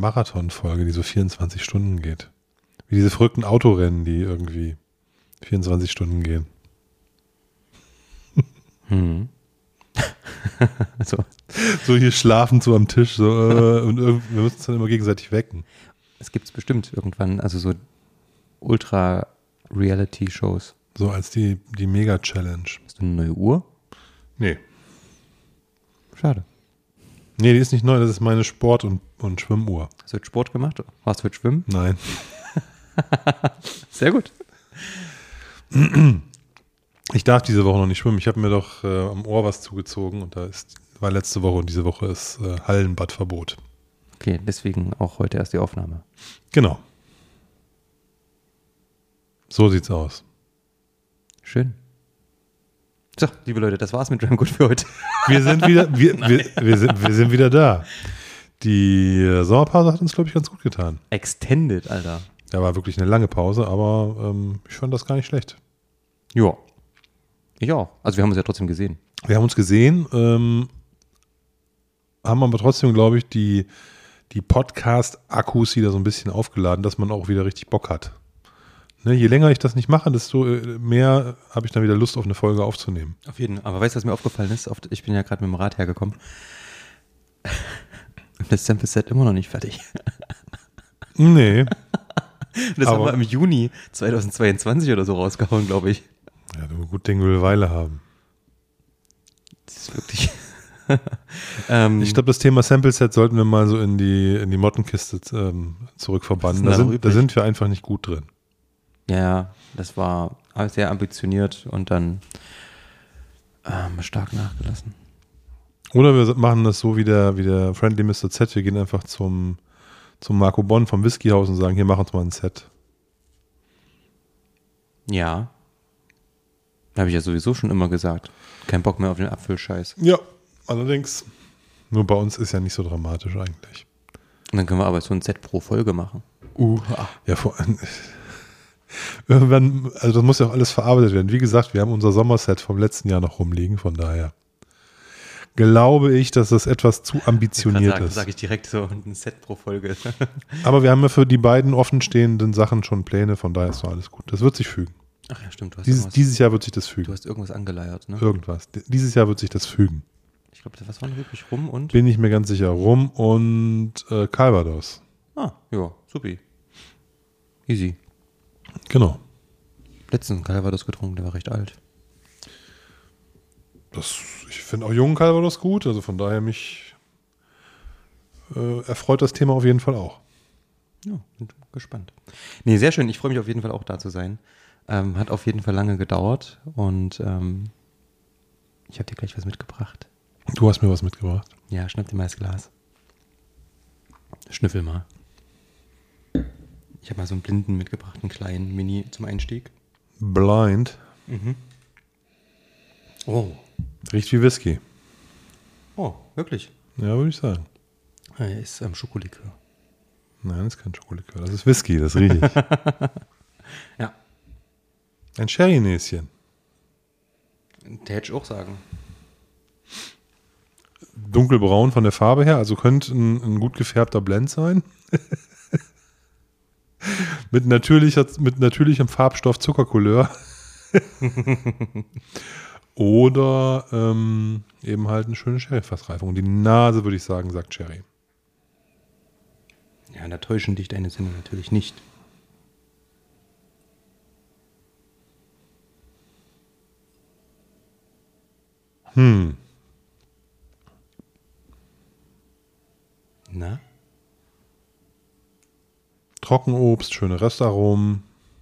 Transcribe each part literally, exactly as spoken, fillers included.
Marathonfolge, die so vierundzwanzig Stunden geht. Wie diese verrückten Autorennen, die irgendwie vierundzwanzig Stunden gehen. Hm. so. so hier schlafend so am Tisch so, äh, und wir müssen uns dann immer gegenseitig wecken. Es gibt es bestimmt irgendwann, also so Ultra-Reality-Shows. So als die, die Mega-Challenge. Hast du eine neue Uhr? Nee. Schade. Nee, die ist nicht neu, das ist meine Sport- und, und Schwimmuhr. Hast du heute Sport gemacht? Warst du heute schwimmen? Nein. Sehr gut. Ich darf diese Woche noch nicht schwimmen. Ich habe mir doch äh, am Ohr was zugezogen und da ist, war letzte Woche und diese Woche ist äh, Hallenbadverbot. Okay, deswegen auch heute erst die Aufnahme. Genau. So sieht's aus. Schön. So, liebe Leute, das war's mit Dram Good für heute. Wir sind wieder, wir, wir, wir, sind, wir sind wieder da. Die äh, Sommerpause hat uns, glaube ich, ganz gut getan. Extended, Alter. Da war wirklich eine lange Pause, aber ähm, ich fand das gar nicht schlecht. Ja. Ich auch. Also wir haben uns ja trotzdem gesehen. Wir haben uns gesehen, ähm, haben aber trotzdem, glaube ich, die, die Podcast-Akkus wieder so ein bisschen aufgeladen, dass man auch wieder richtig Bock hat. Ne, je länger ich das nicht mache, desto mehr habe ich dann wieder Lust, auf eine Folge aufzunehmen. Auf jeden Fall. Aber weißt du, was mir aufgefallen ist? Oft, ich bin ja gerade mit dem Rad hergekommen. Das Sample-Set immer noch nicht fertig. Nee. Das aber haben wir im Juni zweitausendzweiundzwanzig oder so rausgehauen, glaube ich. Ja, du gut Ding will Weile haben. Das ist wirklich... ähm, ich glaube, das Thema Sample-Set sollten wir mal so in die, in die Mottenkiste ähm, zurückverbannen. Da, da sind, da sind wir einfach nicht gut drin. Ja, das war sehr ambitioniert und dann ähm, stark nachgelassen. Oder wir machen das so wie der, wie der Friendly Mister Z. Wir gehen einfach zum, zum Marco Bonn vom Whiskyhaus und sagen, hier, mach uns mal ein Set. Ja. Habe ich ja sowieso schon immer gesagt. Kein Bock mehr auf den Apfelscheiß. Ja, allerdings. Nur bei uns ist ja nicht so dramatisch eigentlich. Und dann können wir aber so ein Set pro Folge machen. Uh, ja, vor allem... Irgendwann, also das muss ja auch alles verarbeitet werden. Wie gesagt, wir haben unser Sommerset vom letzten Jahr noch rumliegen, von daher glaube ich, dass das etwas zu ambitioniert sagen, ist. Sage ich direkt so, ein Set pro Folge. Aber wir haben ja für die beiden offenstehenden Sachen schon Pläne, von daher ist doch alles gut. Das wird sich fügen. Ach ja, stimmt. Du hast dieses, dieses Jahr wird sich das fügen. Du hast irgendwas angeleiert, ne? Irgendwas. Dieses Jahr wird sich das fügen. Ich glaube, was war denn wirklich Rum und? Bin ich mir ganz sicher. Rum und äh, Calvados. Ah, ja, supi. Easy. Genau. Letzten Calvados getrunken, der war recht alt. Das, ich finde auch jungen Calvados gut, also von daher mich äh, erfreut das Thema auf jeden Fall auch. Ja, bin gespannt. Nee, sehr schön. Ich freue mich auf jeden Fall auch da zu sein. Ähm, hat auf jeden Fall lange gedauert und ähm, ich habe dir gleich was mitgebracht. Du hast mir was mitgebracht. Ja, schnapp dir mal das Glas. Schnüffel mal. Ich habe mal so einen Blinden mitgebracht, einen kleinen Mini zum Einstieg. Blind. Mhm. Oh. Riecht wie Whisky. Oh, wirklich? Ja, würde ich sagen. Er ist ähm, Schokolikör. Nein, das ist kein Schokolikör. Das ist Whisky, das rieche ich. Ja. Ein Sherry-Näschen. Der hätte ich auch sagen. Dunkelbraun von der Farbe her, also könnte ein, ein gut gefärbter Blend sein. mit, natürlicher, mit natürlichem Farbstoff Zuckercouleur. Oder ähm, eben halt eine schöne Sherry-Fassreifung. Die Nase, würde ich sagen, sagt Sherry. Ja, da täuschen dich deine Sinne natürlich nicht. Hm. Na? Trockenobst, schöne Röstaromen.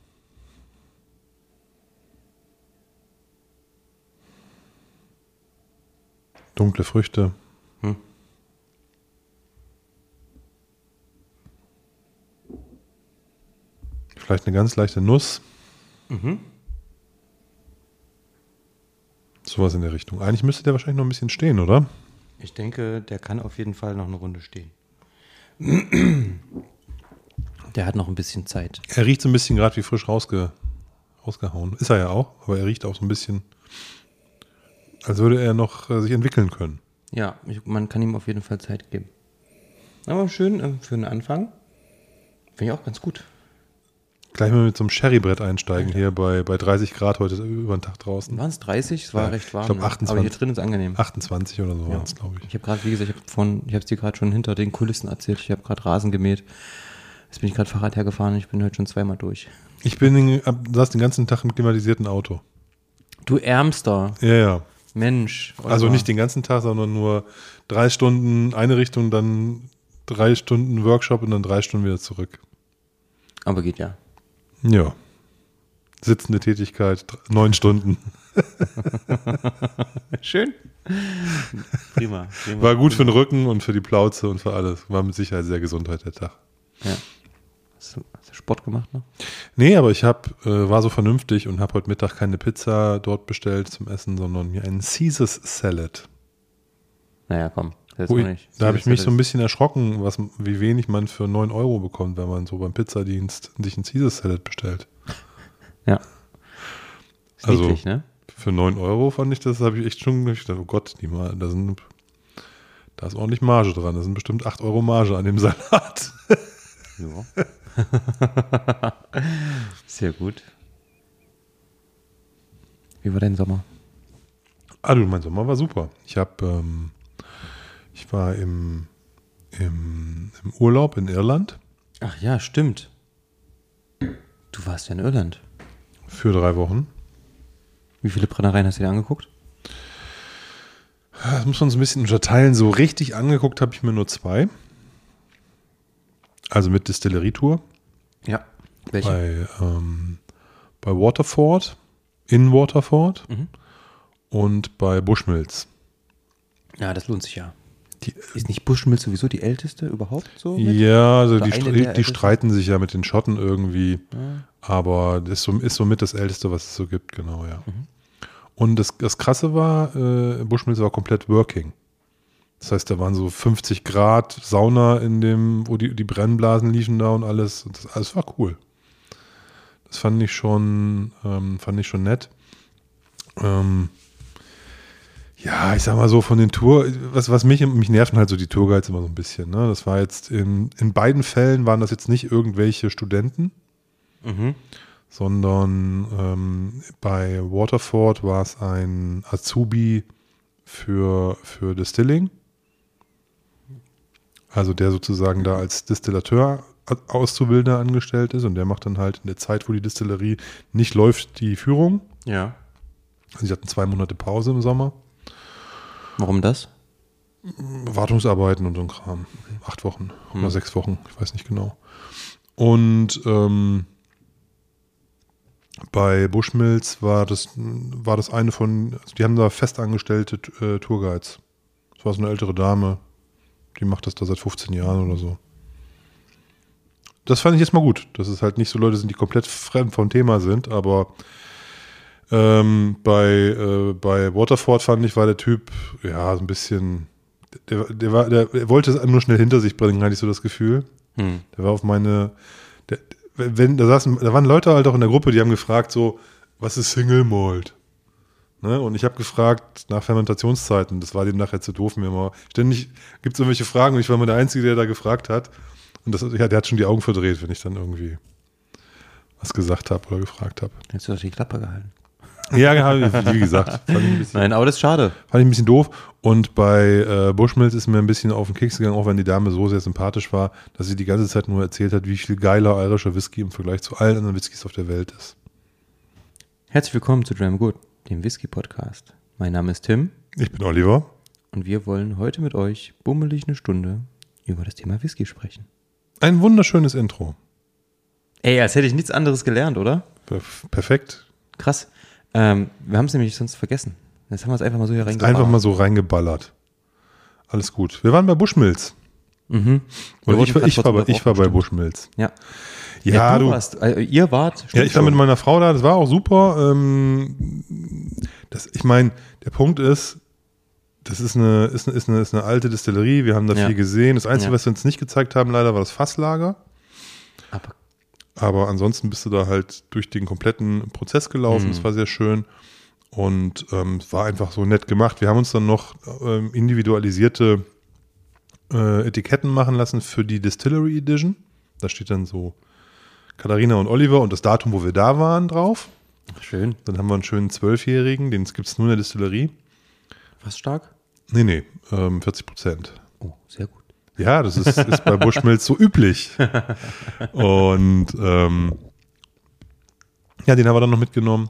Dunkle Früchte. Hm. Vielleicht eine ganz leichte Nuss. Mhm. Sowas in der Richtung. Eigentlich müsste der wahrscheinlich noch ein bisschen stehen, oder? Ich denke, der kann auf jeden Fall noch eine Runde stehen. Der hat noch ein bisschen Zeit. Er riecht so ein bisschen gerade wie frisch rausge, rausgehauen. Ist er ja auch, aber er riecht auch so ein bisschen, als würde er noch äh, sich entwickeln können. Ja, ich, man kann ihm auf jeden Fall Zeit geben. Aber schön äh, für einen Anfang. Finde ich auch ganz gut. Gleich mal mit so einem Sherrybrett einsteigen, Alter. Hier bei, bei dreißig Grad heute über den Tag draußen. Waren es dreißig? Es war ja, recht warm. Ich glaube achtundzwanzig. Aber hier drin ist angenehm. achtundzwanzig oder so ja. waren es, glaube ich. Ich habe gerade, wie gesagt, ich habe es dir gerade schon hinter den Kulissen erzählt. Ich habe gerade Rasen gemäht. Jetzt bin ich gerade Fahrrad hergefahren und ich bin heute schon zweimal durch. Ich bin den, saß den ganzen Tag im klimatisierten Auto. Du Ärmster. Ja, ja. Mensch. Oliver. Also nicht den ganzen Tag, sondern nur drei Stunden eine Richtung, dann drei Stunden Workshop und dann drei Stunden wieder zurück. Aber geht ja. Ja. Sitzende Tätigkeit, neun Stunden. Schön. Prima, prima. War gut prima. für den Rücken und für die Plauze und für alles. War mit Sicherheit sehr Gesundheit der Tag. Ja. Hast du, hast du Sport gemacht noch? Nee, aber ich hab, äh, war so vernünftig und habe heute Mittag keine Pizza dort bestellt zum Essen, sondern mir einen Caesar Salad. Naja, komm. Das Wo ich, nicht. Da habe ich mich so ein bisschen erschrocken, was, wie wenig man für neun Euro bekommt, wenn man so beim Pizzadienst sich einen Caesar Salad bestellt. Ja. Ist also niedlich, ne? Für neun Euro fand ich das, habe ich echt schon gedacht, oh Gott, die Mar- da, sind, da ist ordentlich Marge dran. Da sind bestimmt acht Euro Marge an dem Salat. Ja. Sehr gut. Wie war dein Sommer? Ah, du, mein Sommer war super. Ich habe, ähm, ich war im, im, im Urlaub in Irland. Ach ja, stimmt. Du warst ja in Irland. Für drei Wochen. Wie viele Brennereien hast du dir angeguckt? Das muss man so ein bisschen unterteilen. So richtig angeguckt habe ich mir nur zwei. Also mit Distillerie-Tour. Ja. Welche? Bei, ähm, bei Waterford, in Waterford Mhm. und bei Bushmills. Ja, das lohnt sich ja. Die, Ist nicht Bushmills sowieso die älteste überhaupt so? Mit? ja, also Oder die, eine str- der die ältesten? streiten sich ja mit den Schotten irgendwie. Ja. Aber das ist, so, ist somit das Älteste, was es so gibt, genau, ja. Mhm. Und das, das Krasse war, äh, Bushmills war komplett working. Das heißt, da waren so fünfzig Grad Sauna in dem, wo die, die Brennblasen liefen da und alles. Und das, alles war cool. Das fand ich schon, ähm, fand ich schon nett. Ähm, ja, ich sag mal so von den Tour, was, was mich, mich nerven halt so die Tourguides immer so ein bisschen. Ne? Das war jetzt in, in beiden Fällen waren das jetzt nicht irgendwelche Studenten, Mhm. sondern ähm, bei Waterford war es ein Azubi für, für Distilling. Also der sozusagen da als Distillateur Auszubildender angestellt ist und der macht dann halt in der Zeit, wo die Distillerie nicht läuft, die Führung. Ja. Sie hatten zwei Monate Pause im Sommer. Warum das? Wartungsarbeiten und so ein Kram. Acht Wochen hm. oder sechs Wochen, ich weiß nicht genau. Und ähm, bei Bushmills war das, war das eine von, also die haben da festangestellte äh, Tourguides. Das war so eine ältere Dame, die macht das da seit fünfzehn Jahren oder so. Das fand ich jetzt mal gut, dass es halt nicht so Leute sind, die komplett fremd vom Thema sind, aber ähm, bei, äh, bei Waterford fand ich, war der Typ, ja, so ein bisschen, der, der, war, der, der wollte es nur schnell hinter sich bringen, hatte ich so das Gefühl. Hm. Der war auf meine, der, wenn, da, saßen, da waren Leute halt auch in der Gruppe, die haben gefragt so, was ist Single Malt? Ne? Und ich habe gefragt nach Fermentationszeiten, das war dem nachher zu doof, mir immer, ständig gibt es irgendwelche Fragen und ich war mal der Einzige, der da gefragt hat. Und das, ja, der hat schon die Augen verdreht, wenn ich dann irgendwie was gesagt habe oder gefragt habe. Hättest du doch die Klappe gehalten. Ja, wie gesagt. Fand ich ein bisschen, Nein, aber das ist schade. Fand ich ein bisschen doof. Und bei äh, Bushmills ist mir ein bisschen auf den Keks gegangen, auch wenn die Dame so sehr sympathisch war, dass sie die ganze Zeit nur erzählt hat, wie viel geiler irischer Whisky im Vergleich zu allen anderen Whiskys auf der Welt ist. Herzlich willkommen zu Dram Good, dem Whisky-Podcast. Mein Name ist Tim. Ich bin Oliver. Und wir wollen heute mit euch bummelig eine Stunde über das Thema Whisky sprechen. Ein wunderschönes Intro. Ey, als hätte ich nichts anderes gelernt, oder? Perf- perfekt. Krass. Ähm, wir haben es nämlich sonst vergessen. Jetzt haben wir es einfach mal so hier reingeballert. Einfach mal so reingeballert. Alles gut. Wir waren bei Bushmills. Mhm. Oder ich, ich, war bei, ich war bei Bushmills. Ja. Ja, ja du, du warst, äh, ihr wart. Ja, ich war mit meiner Frau da, das war auch super. Ähm, das, ich meine, der Punkt ist, das ist eine, ist, eine, ist, eine, ist eine alte Distillerie, wir haben da ja. viel gesehen. Das Einzige, ja. was wir uns nicht gezeigt haben, leider, war das Fasslager. Aber, Aber ansonsten bist du da halt durch den kompletten Prozess gelaufen, es mhm. war sehr schön. Und ähm, es war einfach so nett gemacht. Wir haben uns dann noch ähm, individualisierte äh, Etiketten machen lassen für die Distillery Edition. Da steht dann so Katharina und Oliver und das Datum, wo wir da waren, drauf. Schön. Dann haben wir einen schönen Zwölfjährigen, den gibt es nur in der Distillerie. Was stark? Nee, nee, ähm, vierzig Prozent. Oh, sehr gut. Ja, das ist, ist bei Bushmills so üblich. Und ähm, ja, den haben wir dann noch mitgenommen.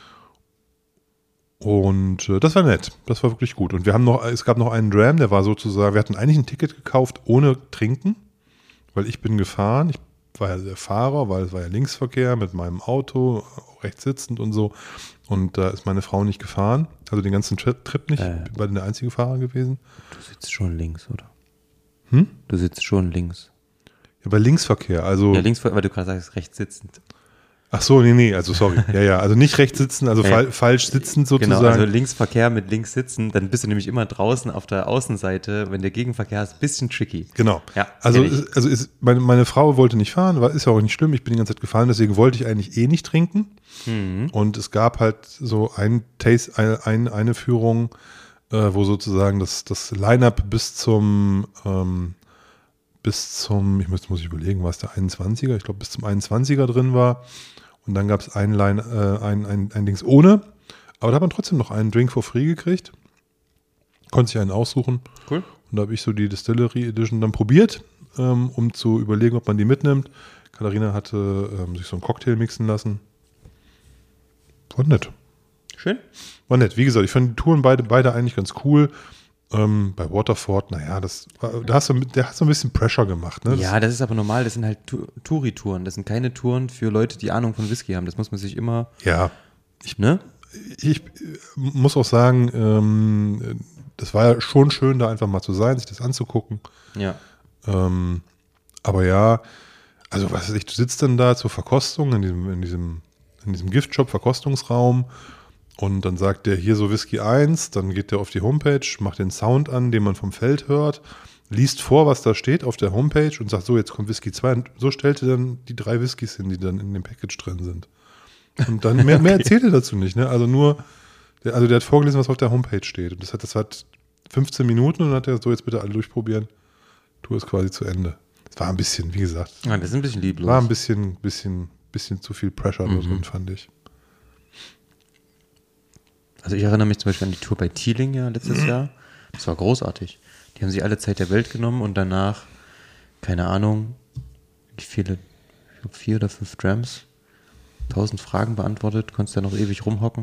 Und äh, das war nett. Das war wirklich gut. Und wir haben noch, es gab noch einen Dram, der war sozusagen, wir hatten eigentlich ein Ticket gekauft ohne Trinken, weil ich bin gefahren. Ich war ja der Fahrer, weil es war ja Linksverkehr mit meinem Auto, rechts sitzend und so. Und da ist meine Frau nicht gefahren. Also den ganzen Trip, Trip nicht. Äh. Ich bin der einzige Fahrer gewesen. Du sitzt schon links, oder? Hm? Du sitzt schon links. Ja, bei Linksverkehr. Also, Ja, links, weil du gerade sagst, rechts sitzend. ach so, nee, nee, also sorry. Ja, ja, also nicht rechts sitzen, also Ja. fal falsch sitzend sozusagen. Genau, also Linksverkehr mit links sitzen, dann bist du nämlich immer draußen auf der Außenseite, wenn der Gegenverkehr ist, bisschen tricky. Genau. Ja, also kenn ich. ist, also ist, meine, meine Frau wollte nicht fahren, war, ist ja auch nicht schlimm, ich bin die ganze Zeit gefahren, deswegen wollte ich eigentlich eh nicht trinken. Mhm. Und es gab halt so ein Taste, eine, ein, eine Führung, äh, wo sozusagen das, das Line-Up bis zum ähm, bis zum, ich muss, muss ich überlegen, war es der einundzwanziger? Ich glaube bis zum einundzwanziger drin war. Und dann gab es ein, Line, äh, ein, ein, ein Dings ohne. Aber da hat man trotzdem noch einen Drink for free gekriegt. Konnte sich einen aussuchen. Cool. Und da habe ich so die Distillery Edition dann probiert, ähm, um zu überlegen, ob man die mitnimmt. Katharina hatte ähm, sich so einen Cocktail mixen lassen. War nett. Schön. War nett. Wie gesagt, ich fand die Touren beide, beide eigentlich ganz cool. Ähm, bei Waterford, naja, das war, da hast du, der hat so ein bisschen Pressure gemacht. Ne? Das, Ja, das ist aber normal, das sind halt Tu- Touri-Touren, das sind keine Touren für Leute, die Ahnung von Whisky haben, das muss man sich immer, ja, ne? ich muss auch sagen, ähm, das war ja schon schön, da einfach mal zu sein, sich das anzugucken. Ja. Ähm, aber ja, also was weiß ich, du sitzt dann da zur Verkostung in diesem, in diesem, in diesem Giftshop-Verkostungsraum und dann sagt der hier so Whisky eins, dann geht der auf die Homepage, macht den Sound an, den man vom Feld hört, liest vor, was da steht auf der Homepage und sagt so, jetzt kommt Whisky zwei und so stellt er dann die drei Whiskys hin, die dann in dem Package drin sind. Und dann mehr, mehr erzählt er dazu nicht, ne? Also nur, der, also der hat vorgelesen, was auf der Homepage steht. Und das hat, das hat fünfzehn Minuten und dann hat er so, jetzt bitte alle durchprobieren. Tour ist quasi zu Ende. Es war ein bisschen, wie gesagt, Ja, das ist ein bisschen lieblos. war ein bisschen, bisschen, bisschen zu viel Pressure da drin, fand ich. Also ich erinnere mich zum Beispiel an die Tour bei Teeling ja letztes Jahr. Das war großartig. Die haben sich alle Zeit der Welt genommen und danach, keine Ahnung, wie viele, ich glaub, vier oder fünf Drams, tausend Fragen beantwortet, konntest da noch ewig rumhocken.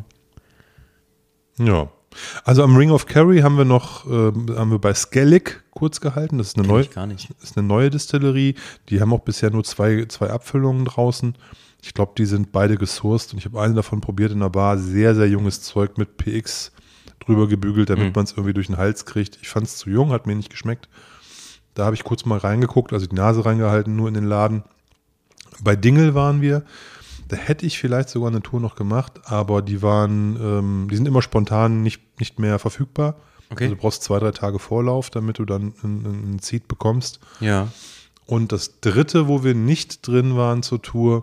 Ja. Also am Ring of Kerry haben wir noch, ähm, haben wir bei Skellig kurz gehalten. Das ist eine Kenn neue, ich gar nicht. ist eine neue Distillerie. Die haben auch bisher nur zwei, zwei Abfüllungen draußen. Ich glaube, die sind beide gesourced und ich habe eine davon probiert in der Bar. Sehr, sehr junges Zeug mit P X drüber gebügelt, damit Mhm. man es irgendwie durch den Hals kriegt. Ich fand es zu jung, hat mir nicht geschmeckt. Da habe ich kurz mal reingeguckt, also die Nase reingehalten, nur in den Laden. Bei Dingle waren wir. Da hätte ich vielleicht sogar eine Tour noch gemacht, aber die waren, ähm, die sind immer spontan nicht, nicht mehr verfügbar. Okay. Also du brauchst zwei, drei Tage Vorlauf, damit du dann einen, einen Seat bekommst. Ja. Und das dritte, wo wir nicht drin waren zur Tour,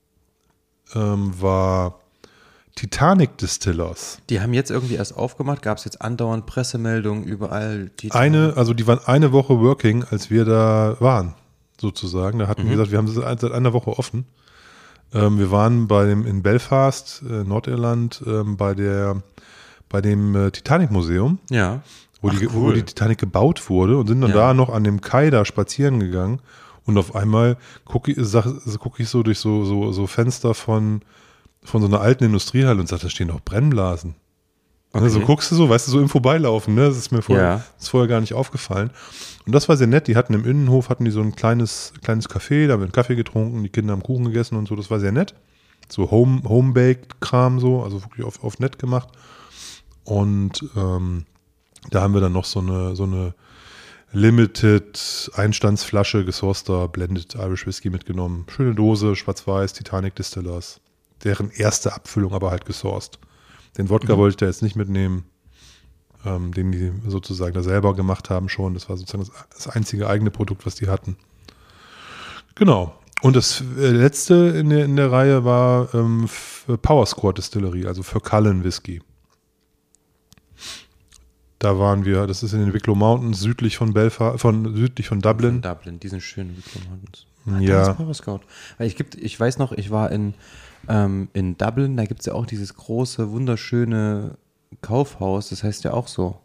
ähm, war Titanic Distillers. Die haben jetzt irgendwie erst aufgemacht, gab es jetzt andauernd Pressemeldungen überall. Die Eine, also die waren eine Woche working, als wir da waren, sozusagen. Da hatten wir gesagt, wir haben es seit einer Woche offen. Ähm, wir waren bei dem, in Belfast, äh, Nordirland, ähm, bei der, bei dem äh, Titanic-Museum, Ja. wo, Ach, die, wo cool. die Titanic gebaut wurde und sind dann Ja. da noch an dem Kai da spazieren gegangen. Und auf einmal gucke ich, sag- guck ich so durch so, so, so Fenster von, von so einer alten Industriehalle und sage, da stehen doch Brennblasen. Okay. Ne, so guckst du so, weißt du, so im Vorbeilaufen, ne? Das ist mir vorher, Ja. das ist vorher gar nicht aufgefallen. Und das war sehr nett. Die hatten im Innenhof, hatten die so ein kleines, kleines Café, da haben wir einen Kaffee getrunken, die Kinder haben Kuchen gegessen und so, das war sehr nett. So Home, Home-Baked-Kram so, also wirklich auf, auf nett gemacht. Und ähm, da haben wir dann noch so eine, so eine Limited Einstandsflasche gesourceter Blended Irish Whisky mitgenommen. Schöne Dose, schwarz-weiß, Titanic Distillers. Deren erste Abfüllung aber halt gesourced. Den Wodka Mhm. wollte ich da jetzt nicht mitnehmen, ähm, den die sozusagen da selber gemacht haben schon. Das war sozusagen das, das einzige eigene Produkt, was die hatten. Genau. Und das äh, letzte in der, in der Reihe war ähm, Power Squad Distillery, also für Cullen Whisky. Da waren wir, das ist in den Wicklow Mountains, südlich von Belfast, von, südlich von Dublin. Von Dublin, die sind schön, Wicklow Mountains. Ja. Das ist Power Scout. Weil ich, gibt, ich weiß noch, ich war in, ähm, in Dublin, da gibt es ja auch dieses große, wunderschöne Kaufhaus, das heißt ja auch so.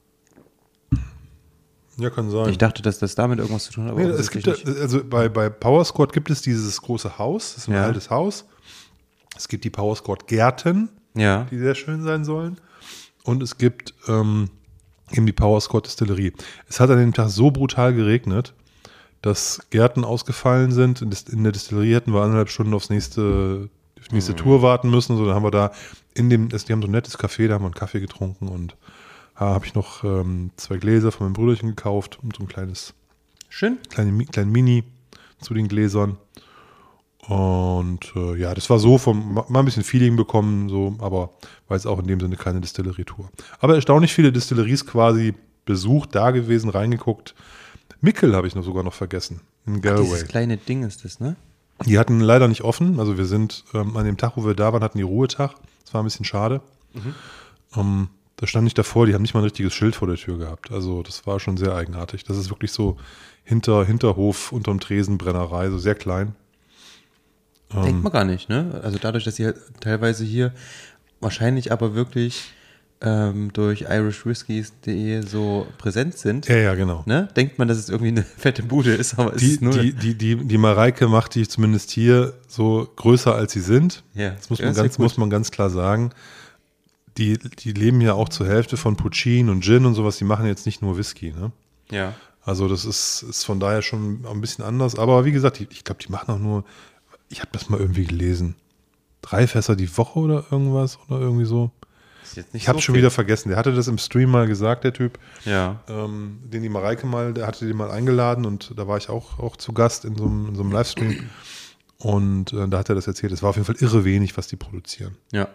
Ja, kann sein. Ich dachte, dass das damit irgendwas zu tun hat. Aber Nee, es gibt, nicht. also bei, bei Power Squad gibt es dieses große Haus, das ist ein Ja. altes Haus. Es gibt die Power Squad Gärten, Ja. die sehr schön sein sollen. Und es gibt ähm, eben die Power Squad Distillerie. Es hat an dem Tag so brutal geregnet, dass Gärten ausgefallen sind. In, in der Distillerie hätten wir anderthalb Stunden aufs nächste, auf die nächste mhm. Tour warten müssen. So, dann haben wir da in dem, die haben so ein nettes Café, da haben wir einen Kaffee getrunken und da habe ich noch ähm, zwei Gläser von meinem Brüderchen gekauft und so ein kleines, Schön. kleine, klein Mini zu den Gläsern. Und äh, ja, das war so vom, mal ein bisschen Feeling bekommen, so, aber war jetzt auch in dem Sinne keine Distillerie-Tour. Aber erstaunlich viele Distilleries quasi besucht, da gewesen, reingeguckt. Mickel habe ich noch sogar noch vergessen, in Galway. Ach, dieses kleine Ding ist das, ne? Die hatten leider nicht offen, also wir sind ähm, an dem Tag, wo wir da waren, hatten die Ruhetag. Das war ein bisschen schade. Mhm. Ähm, da stand ich davor, die haben nicht mal ein richtiges Schild vor der Tür gehabt. Also das war schon sehr eigenartig. Das ist wirklich so hinter, Hinterhof, unterm Tresen, Brennerei, so sehr klein. Denkt man gar nicht, ne? Also dadurch, dass sie halt teilweise hier wahrscheinlich aber wirklich ähm, durch irish whiskies punkt de so präsent sind. Ja, ja, genau. Ne? Denkt man, dass es irgendwie eine fette Bude ist, aber es die, ist nur... Die, die, die, die Mareike macht die zumindest hier so größer, als sie sind. Ja. Das muss Ja, man, ganz, muss man ganz klar sagen. Die, die leben ja auch zur Hälfte von Puccin und Gin und sowas. Die machen jetzt nicht nur Whisky, ne? Ja. Also das ist, ist von daher schon ein bisschen anders. Aber wie gesagt, die, ich glaube, die machen auch nur... Ich habe das mal irgendwie gelesen. Drei Fässer die Woche oder irgendwas oder irgendwie so. Ist jetzt nicht ich habe so schon viel. wieder vergessen. Der hatte das im Stream mal gesagt, der Typ. Ja. Ähm, den die Mareike mal, der hatte den mal eingeladen und da war ich auch, auch zu Gast in so einem, in so einem Livestream. Und äh, da hat er das erzählt. Es war auf jeden Fall irre wenig, was die produzieren. Ja.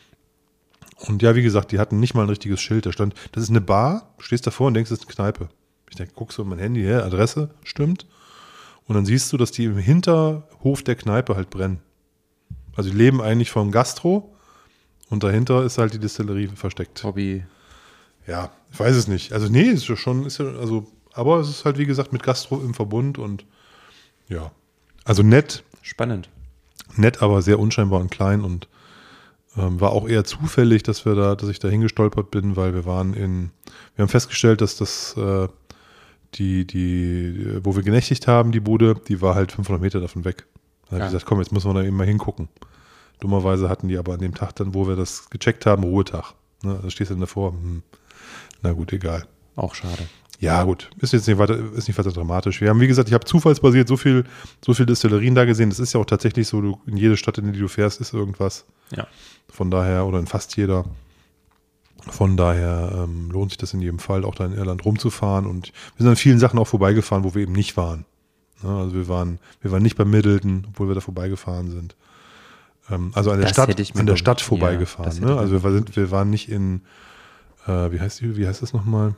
Und ja, wie gesagt, die hatten nicht mal ein richtiges Schild. Da stand, das ist eine Bar, du stehst davor und denkst, das ist eine Kneipe. Ich denke, guckst du auf mein Handy, ja, Adresse, stimmt. Und dann siehst du, dass die im Hinterhof der Kneipe halt brennen. Also die leben eigentlich vom Gastro und dahinter ist halt die Distillerie versteckt. Hobby. Ja, ich weiß es nicht. Also nee, ist ja schon, ist ja, also, aber es ist halt wie gesagt mit Gastro im Verbund und ja. Also nett. Spannend. Nett, aber sehr unscheinbar und klein und ähm, war auch eher zufällig, dass wir da, dass ich da hingestolpert bin, weil wir waren in, wir haben festgestellt, dass das, äh, die, die, wo wir genächtigt haben, die Bude, die war halt fünfhundert Meter davon weg. Da habe Ja. ich gesagt, komm, jetzt müssen wir da eben mal hingucken. Dummerweise hatten die aber an dem Tag dann, wo wir das gecheckt haben, Ruhetag. Ne, da stehst du dann davor, hm, na gut, egal. Auch schade. Ja, gut, ist jetzt nicht weiter, ist nicht weiter dramatisch. Wir haben, wie gesagt, ich habe zufallsbasiert so viel, so viel Destillerien da gesehen. Das ist ja auch tatsächlich so, du, in jede Stadt, in die du fährst, ist irgendwas. Ja. Von daher, oder in fast jeder. Von daher ähm, lohnt sich das in jedem Fall, auch da in Irland rumzufahren. Und wir sind an vielen Sachen auch vorbeigefahren, wo wir eben nicht waren. Ne, also wir waren, wir waren nicht bei Middleton, obwohl wir da vorbeigefahren sind. Ähm, also an der Das Stadt, hätte ich mir an der gewünscht. Stadt Ja, vorbeigefahren. das hätte Ne? ich Also mir wir, sind, wir waren nicht in, äh, wie heißt die, wie heißt das nochmal?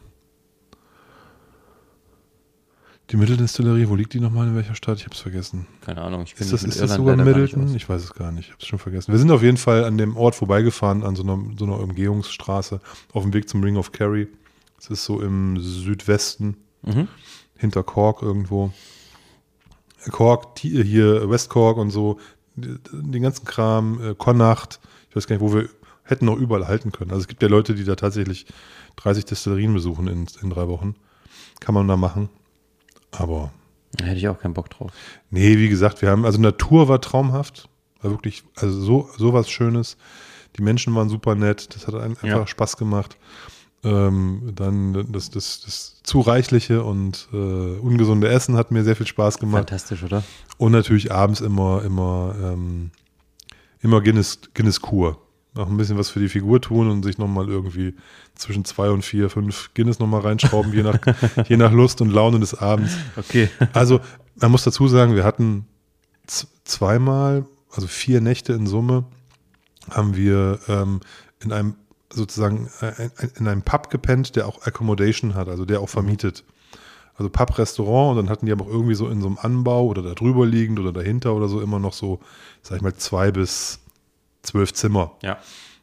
Die Middleton-Distillerie, wo liegt die nochmal, in welcher Stadt? Ich habe es vergessen. Keine Ahnung. Ich Ist kenne das, mich mit ist das Irland sogar leider gar nicht Middleton? aus. Ich weiß es gar nicht, ich habe es schon vergessen. Wir sind auf jeden Fall an dem Ort vorbeigefahren, an so einer, so einer Umgehungsstraße, auf dem Weg zum Ring of Kerry. Es ist so im Südwesten, Mhm. hinter Cork irgendwo. Cork, die- hier West Cork und so, die- den ganzen Kram, äh, Connacht, ich weiß gar nicht, wo wir hätten noch überall halten können. Also es gibt ja Leute, die da tatsächlich dreißig Destillerien besuchen in, in drei Wochen. Kann man da machen. Aber Da hätte ich auch keinen Bock drauf. nee, wie gesagt, wir haben, also Natur war traumhaft, war wirklich, also so, so was Schönes. Die Menschen waren super nett, das hat ein- einfach Ja. Spaß gemacht. Ähm, dann das, das, das zu reichliche und äh, ungesunde Essen hat mir sehr viel Spaß gemacht. Fantastisch, oder? Und natürlich abends immer, immer, ähm, immer Guinness, Guinness Kur. Noch ein bisschen was für die Figur tun und sich nochmal irgendwie zwischen zwei und vier, fünf Guinness nochmal reinschrauben, je nach, je nach Lust und Laune des Abends. Okay. Also, man muss dazu sagen, wir hatten z- zweimal, also vier Nächte in Summe, haben wir ähm, in einem sozusagen äh, in einem Pub gepennt, der auch Accommodation hat, also der auch vermietet. Also Pub, Restaurant und dann hatten die aber auch irgendwie so in so einem Anbau oder da drüber liegend oder dahinter oder so immer noch so, sag ich mal, zwei bis zwölf Zimmer. Ja.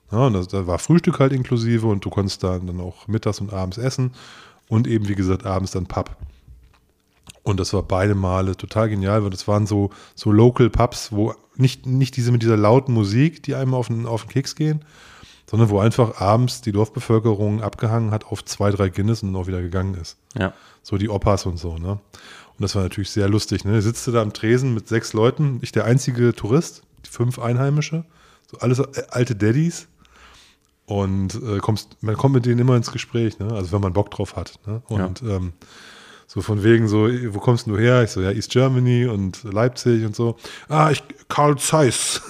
Ja, und das, da war Frühstück halt inklusive und du konntest dann, dann auch mittags und abends essen und eben, wie gesagt, abends dann Pub. Und das war beide Male total genial, weil das waren so, so Local Pubs, wo nicht, nicht diese mit dieser lauten Musik, die einem auf den, auf den Keks gehen, sondern wo einfach abends die Dorfbevölkerung abgehangen hat auf zwei, drei Guinness und dann auch wieder gegangen ist. Ja. So die Opas und so, ne? Und das war natürlich sehr lustig, ne? Sitzt du da am Tresen mit sechs Leuten, ich der einzige Tourist, fünf Einheimische, so alles alte Daddys. Und äh, kommst, man kommt mit denen immer ins Gespräch, ne? Also wenn man Bock drauf hat. Ne? Und ja. ähm, so von wegen so, wo kommst du her? Ich so, ja, East Germany und Leipzig und so. Ah, ich, Carl Zeiss.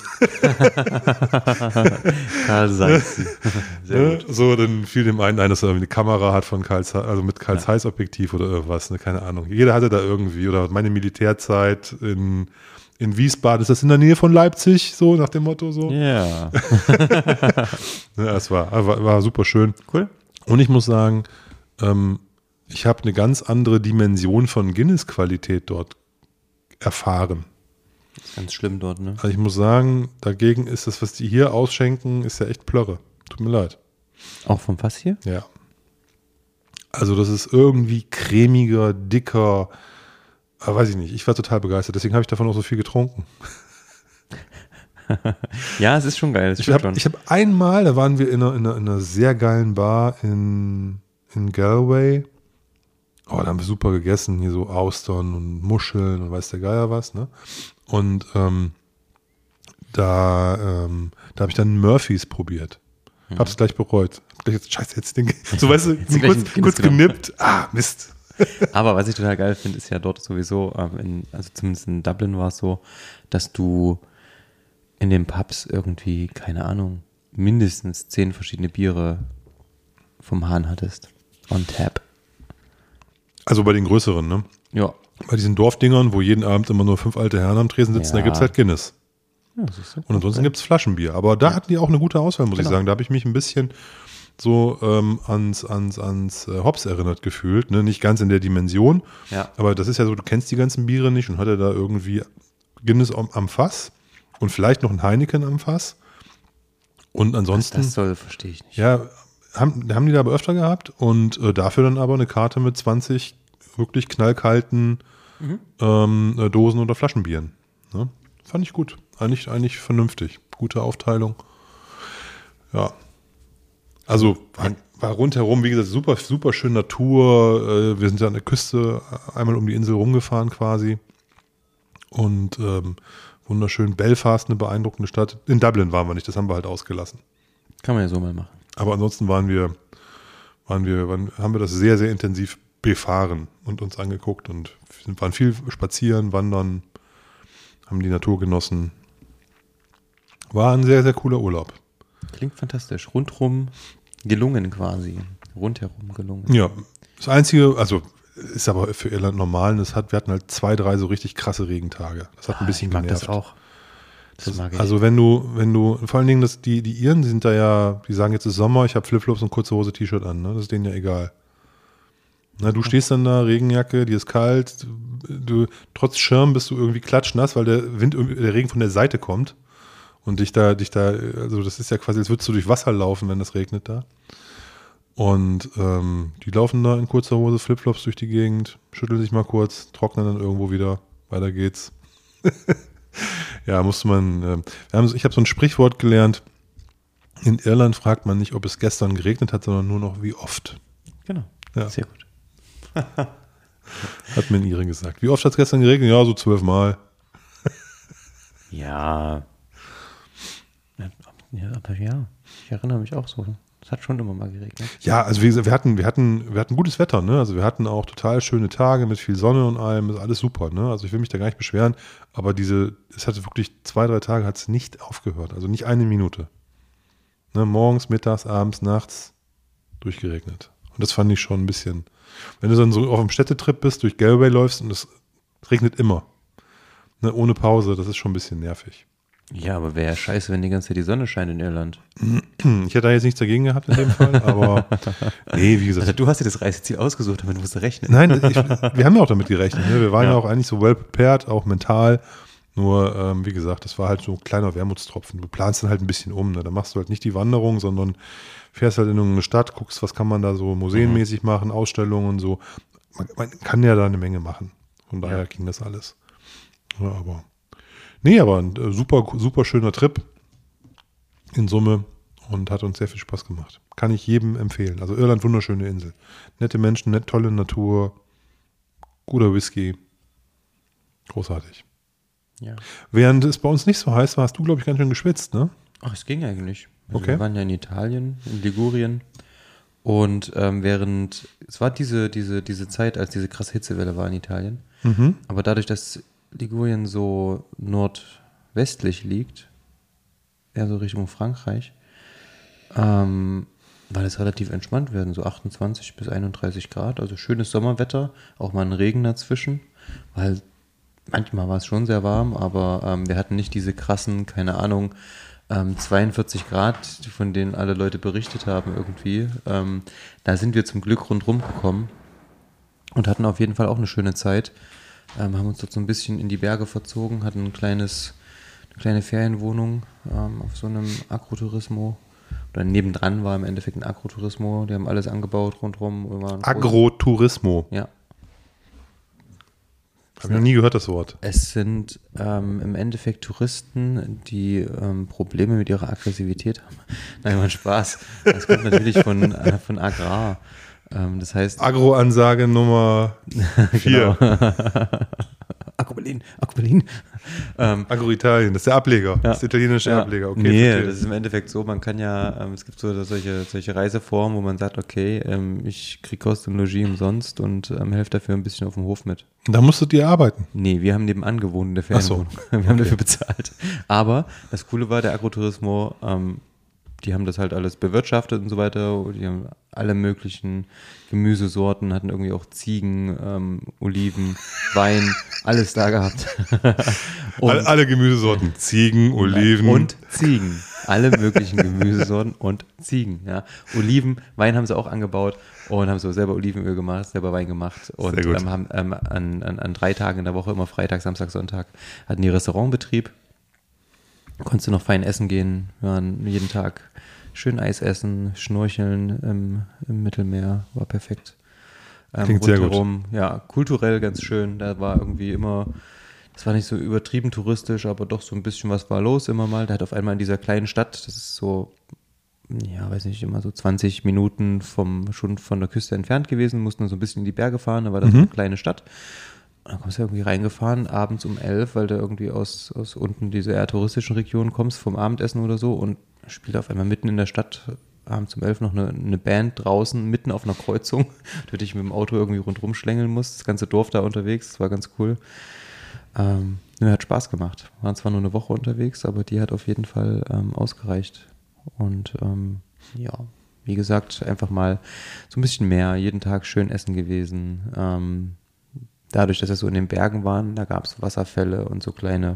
Carl Zeiss. Sehr gut. So, dann fiel dem einen ein, dass er eine Kamera hat von Carl Zeiss, also mit Carl ja. Zeiss Objektiv oder irgendwas, ne? Keine Ahnung. Jeder hatte da irgendwie, oder meine Militärzeit in In Wiesbaden, ist das in der Nähe von Leipzig, so nach dem Motto so? Ja. Ja, es war, war, war super schön. Cool. Und ich muss sagen, ähm, ich habe eine ganz andere Dimension von Guinness-Qualität dort erfahren. Das ist ganz schlimm dort, ne? Also ich muss sagen, dagegen ist das, was die hier ausschenken, ist ja echt Plörre. Tut mir leid. Auch vom Fass hier? Ja. Also das ist irgendwie cremiger, dicker. Aber weiß ich nicht, ich war total begeistert, deswegen habe ich davon auch so viel getrunken. Ja, es ist schon geil. Ich habe hab einmal, da waren wir in einer, in, einer, in einer sehr geilen Bar in, in Galway. Oh, da haben wir super gegessen, hier so Austern und Muscheln und weiß der Geier was, ne? Und ähm, da, ähm, da habe ich dann Murphys probiert. Mhm. Hab's gleich bereut. Jetzt, scheiße, jetzt den, so weißt du, kurz, kurz genippt. Ah, Mist. Aber was ich total geil finde, ist ja dort sowieso, in, also zumindest in Dublin war es so, dass du in den Pubs irgendwie, keine Ahnung, mindestens zehn verschiedene Biere vom Hahn hattest. On tap. Also bei den größeren, ne? Ja. Bei diesen Dorfdingern, wo jeden Abend immer nur fünf alte Herren am Tresen sitzen, ja. da gibt es halt Guinness. Ja, das ist so. Und ansonsten gibt es Flaschenbier. Aber da ja. hatten die auch eine gute Auswahl, muss genau. ich sagen. Da habe ich mich ein bisschen so ähm, ans, ans, ans äh, Hops erinnert gefühlt. Ne? Nicht ganz in der Dimension. Ja. Aber das ist ja so, du kennst die ganzen Biere nicht und hatte da irgendwie Guinness am, am Fass und vielleicht noch ein Heineken am Fass. Und ansonsten. Das, das soll, verstehe ich nicht. Ja, haben, haben die da aber öfter gehabt und äh, dafür dann aber eine Karte mit zwanzig wirklich knallkalten mhm. ähm, Dosen oder Flaschenbieren. Ne? Fand ich gut. Eigentlich, eigentlich vernünftig. Gute Aufteilung. Ja. Also war, war rundherum, wie gesagt, super, super schön Natur. Äh, wir sind ja an der Küste einmal um die Insel rumgefahren quasi. Und ähm, wunderschön. Belfast, eine beeindruckende Stadt. In Dublin waren wir nicht, das haben wir halt ausgelassen. Kann man ja so mal machen. Aber ansonsten waren wir, waren wir, waren, haben wir das sehr, sehr intensiv befahren und uns angeguckt und waren viel spazieren, wandern, haben die Natur genossen. War ein sehr, sehr cooler Urlaub. Klingt fantastisch. Rundrum gelungen quasi. Rundherum gelungen. Ja, das Einzige, also ist aber für Irland normal, das hat, wir hatten halt zwei, drei so richtig krasse Regentage. Das hat ein bisschen ich mag genervt. das auch. Das, das mag ich. Also wenn du, wenn du, vor allen Dingen, das, die, die Iren, die sind da ja, die sagen jetzt ist Sommer, ich habe Flipflops und kurze Hose, T-Shirt an, ne? Das ist denen ja egal. Na, du stehst dann da, Regenjacke, dir ist kalt, du, trotz Schirm bist du irgendwie klatschnass, weil der Wind, der Regen von der Seite kommt und dich da, dich da, also das ist ja quasi, als würdest du durch Wasser laufen, wenn das regnet da. Und ähm, die laufen da in kurzer Hose, Flipflops durch die Gegend, schütteln sich mal kurz, trocknen dann irgendwo wieder, weiter geht's. Ja, musste man, äh, wir haben, ich habe so ein Sprichwort gelernt, in Irland fragt man nicht, ob es gestern geregnet hat, sondern nur noch wie oft. Genau, ja. Sehr gut. Hat mir in Iren gesagt. Wie oft hat es gestern geregnet? Ja, so zwölf Mal. Ja. Ja, aber ja, ich erinnere mich auch so. Es hat schon immer mal geregnet. Ja, also wie gesagt, wir hatten, wir hatten, wir hatten gutes Wetter, ne? Also wir hatten auch total schöne Tage mit viel Sonne und allem, ist alles super, ne? Also ich will mich da gar nicht beschweren, aber diese, es hatte wirklich zwei, drei Tage hat es nicht aufgehört, also nicht eine Minute. Ne? Morgens, mittags, abends, nachts durchgeregnet. Und das fand ich schon ein bisschen, wenn du dann so auf einem Städtetrip bist, durch Galway läufst und es regnet immer, ne? Ohne Pause, das ist schon ein bisschen nervig. Ja, aber wäre ja scheiße, wenn die ganze Zeit die Sonne scheint in Irland. Ich hätte da jetzt nichts dagegen gehabt in dem Fall, aber nee, wie gesagt. Also du hast dir das Reiseziel ausgesucht, damit musst du rechnen. Nein, ich, wir haben ja auch damit gerechnet. Ne? Wir waren ja. ja auch eigentlich so well prepared, auch mental. Nur, ähm, wie gesagt, das war halt so ein kleiner Wermutstropfen. Du planst dann halt ein bisschen um. Ne? Da machst du halt nicht die Wanderung, sondern fährst halt in irgendeine Stadt, guckst, was kann man da so museenmäßig machen, Ausstellungen und so. Man, man kann ja da eine Menge machen. Von daher Ja. ging das alles. Ja, aber nee, aber ein äh, super, super schöner Trip in Summe und hat uns sehr viel Spaß gemacht. Kann ich jedem empfehlen. Also Irland, wunderschöne Insel. Nette Menschen, nett, tolle Natur, guter Whisky. Großartig. Ja. Während es bei uns nicht so heiß war, hast du, glaube ich, ganz schön geschwitzt, ne? Ach, es ging eigentlich. Also Okay. Wir waren ja in Italien, in Ligurien. Und ähm, während, es war diese, diese, diese Zeit, als diese krasse Hitzewelle war in Italien. Mhm. Aber dadurch, dass Ligurien so nordwestlich liegt, eher so Richtung Frankreich, ähm, war das relativ entspannt werden, so achtundzwanzig bis einunddreißig Grad, also schönes Sommerwetter, auch mal ein Regen dazwischen, weil manchmal war es schon sehr warm, aber ähm, wir hatten nicht diese krassen, keine Ahnung, ähm, zweiundvierzig Grad, von denen alle Leute berichtet haben irgendwie. Ähm, da sind wir zum Glück rundherum gekommen und hatten auf jeden Fall auch eine schöne Zeit. Ähm, haben uns dort so ein bisschen in die Berge verzogen, hatten ein kleines, eine kleine Ferienwohnung ähm, auf so einem Agrotourismo. Oder nebendran war im Endeffekt ein Agrotourismo. Die haben alles angebaut rundherum. Wir waren groß- Agrotourismo. Ja. Habe ich noch nie gehört, das Wort. Es sind ähm, im Endeffekt Touristen, die ähm, Probleme mit ihrer Aggressivität haben. Nein, mal Spaß. Das kommt natürlich von, äh, von Agrar. Ähm, das heißt, Agro-Ansage Nummer vier. Akku Berlin, Akku Berlin. Ähm, Agro-Italien, das ist der Ableger. Das ist der italienische ja. Ableger. Okay, nee, verstehe. das ist im Endeffekt so, man kann ja, ähm, es gibt so solche, solche Reiseformen, wo man sagt, okay, ähm, ich kriege Kost und Logis umsonst und ähm, helfe dafür ein bisschen auf dem Hof mit. Da musstet ihr arbeiten. Nee, wir haben nebenan gewohnt in der Ach so. Ferienwohnung. Wir haben dafür bezahlt. Aber das Coole war, der Agrotourismo, ähm, die haben das halt alles bewirtschaftet und so weiter. Die haben alle möglichen Gemüsesorten, hatten irgendwie auch Ziegen, ähm, Oliven, Wein, alles da gehabt. Und- alle, alle Gemüsesorten. Ziegen, Oliven. und Ziegen. Alle möglichen Gemüsesorten und Ziegen. Ja. Oliven, Wein haben sie auch angebaut und haben so selber Olivenöl gemacht, selber Wein gemacht. Und Sehr gut. ähm, haben ähm, an, an, an drei Tagen in der Woche, immer Freitag, Samstag, Sonntag, hatten die Restaurantbetrieb. Konntest du noch fein essen gehen, wir waren jeden Tag schön Eis essen, schnorcheln im, im Mittelmeer, war perfekt. Ähm, Klingt sehr gut. rundherum, ja, kulturell ganz schön, da war irgendwie immer, das war nicht so übertrieben touristisch, aber doch so ein bisschen was war los immer mal. Da hat auf einmal in dieser kleinen Stadt, das ist so, ja, weiß nicht, immer so zwanzig Minuten vom, schon von der Küste entfernt gewesen, mussten so ein bisschen in die Berge fahren, da war das Mhm. so eine kleine Stadt. Und dann kommst du irgendwie reingefahren, abends um elf, weil du irgendwie aus, aus unten diese eher touristischen Regionen kommst, vom Abendessen oder so, und spielt auf einmal mitten in der Stadt abends um elf noch eine, eine Band draußen, mitten auf einer Kreuzung, du dich mit dem Auto irgendwie rundherum schlängeln musst, das ganze Dorf da unterwegs, das war ganz cool. Ähm, ja, hat Spaß gemacht. Waren zwar nur eine Woche unterwegs, aber die hat auf jeden Fall ähm, ausgereicht. Und ähm, ja, wie gesagt, einfach mal so ein bisschen mehr, jeden Tag schön essen gewesen. Ähm, dadurch, dass wir so in den Bergen waren, da gab es Wasserfälle und so kleine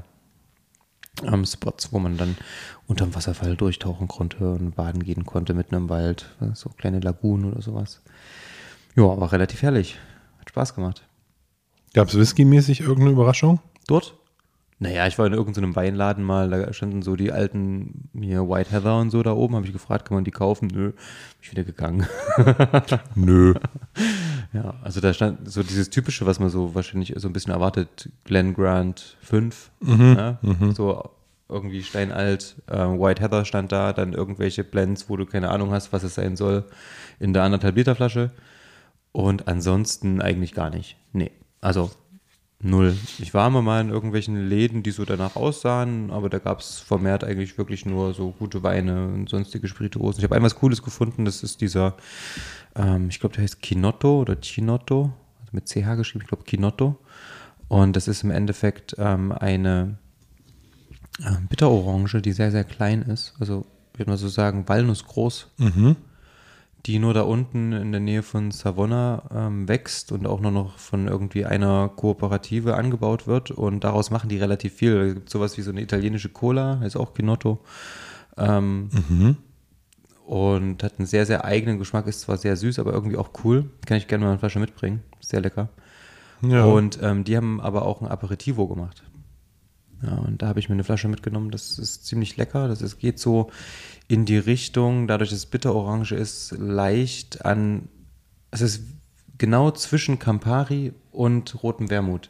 ähm, Spots, wo man dann unterm Wasserfall durchtauchen konnte und baden gehen konnte mitten im Wald. So kleine Lagunen oder sowas. Ja, war relativ herrlich. Hat Spaß gemacht. Gab es whisky-mäßig irgendeine Überraschung? Dort? Naja, ich war in irgendeinem Weinladen mal, da standen so die alten hier White Heather und so da oben, habe ich gefragt, kann man die kaufen? Nö, bin ich wieder gegangen. Nö. Ja, also da stand so dieses Typische, was man so wahrscheinlich so ein bisschen erwartet, Glen Grant fünf, Mhm, ja, so irgendwie steinalt, äh, White Heather stand da, dann irgendwelche Blends, wo du keine Ahnung hast, was es sein soll, in der anderthalb Liter Flasche und ansonsten eigentlich gar nicht. Nee, also null. Ich war immer mal in irgendwelchen Läden, die so danach aussahen, aber da gab es vermehrt eigentlich wirklich nur so gute Weine und sonstige Spirituosen. Ich habe ein was Cooles gefunden, das ist dieser, ähm, ich glaube, der heißt Kinotto oder Chinotto, also mit C H geschrieben, ich glaube Kinotto. Und das ist im Endeffekt ähm, eine ähm, Bitterorange, die sehr, sehr klein ist. Also, ich würde mal so sagen, walnussgroß. Mhm. Die nur da unten in der Nähe von Savona ähm, wächst und auch nur noch von irgendwie einer Kooperative angebaut wird und daraus machen die relativ viel. Es gibt sowas wie so eine italienische Cola, heißt auch Kinotto, ähm, Mhm. und hat einen sehr, sehr eigenen Geschmack, ist zwar sehr süß, aber irgendwie auch cool. Kann ich gerne mal eine Flasche mitbringen, sehr lecker. Ja. Und ähm, die haben aber auch ein Aperitivo gemacht. Ja, und da habe ich mir eine Flasche mitgenommen. Das ist ziemlich lecker. Das ist, geht so in die Richtung, dadurch, dass es Bitterorange ist, leicht an, es ist genau zwischen Campari und rotem Wermut.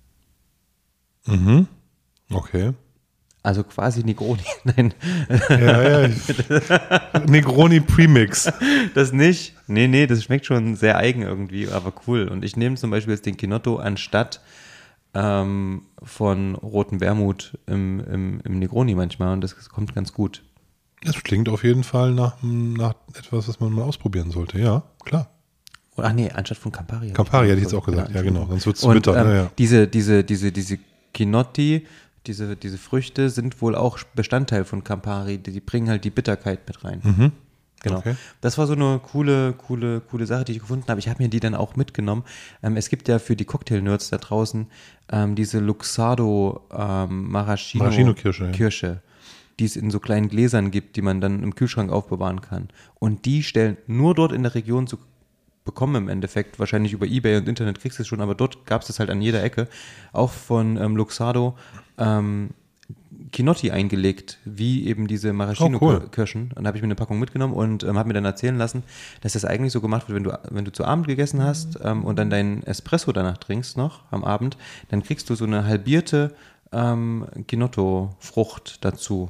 Mhm. Okay. Also quasi Negroni. Nein. Ja, ja. Negroni Premix. Das nicht. Nee, nee, das schmeckt schon sehr eigen irgendwie, aber cool. Und ich nehme zum Beispiel jetzt den Kinotto anstatt ähm, von rotem Wermut im, im, im Negroni manchmal und das kommt ganz gut. Das klingt auf jeden Fall nach, nach etwas, was man mal ausprobieren sollte. Ja, klar. Ach nee, anstatt von Campari. Campari hätte ich jetzt auch gesagt. Ja, genau. Sonst wird es zu bitter. Ähm, ja, ja. Diese, diese, diese, diese Quinotti, diese, diese Früchte sind wohl auch Bestandteil von Campari. Die, die bringen halt die Bitterkeit mit rein. Mhm. Genau. Okay. Das war so eine coole, coole, coole Sache, die ich gefunden habe. Ich habe mir die dann auch mitgenommen. Ähm, es gibt ja für die Cocktail-Nerds da draußen ähm, diese Luxardo ähm, Maraschino, Maraschino-Kirsche, ja. Kirsche, die es in so kleinen Gläsern gibt, die man dann im Kühlschrank aufbewahren kann. Und die stellen nur dort in der Region zu bekommen im Endeffekt, wahrscheinlich über eBay und Internet kriegst du es schon, aber dort gab es das halt an jeder Ecke, auch von ähm, Luxardo ähm, Quinotti eingelegt, wie eben diese Maraschino-Kirschen. Oh, cool. Und da habe ich mir eine Packung mitgenommen und ähm, habe mir dann erzählen lassen, dass das eigentlich so gemacht wird, wenn du, wenn du zu Abend gegessen hast ähm, und dann deinen Espresso danach trinkst noch am Abend, dann kriegst du so eine halbierte ähm, Quinotto-Frucht dazu.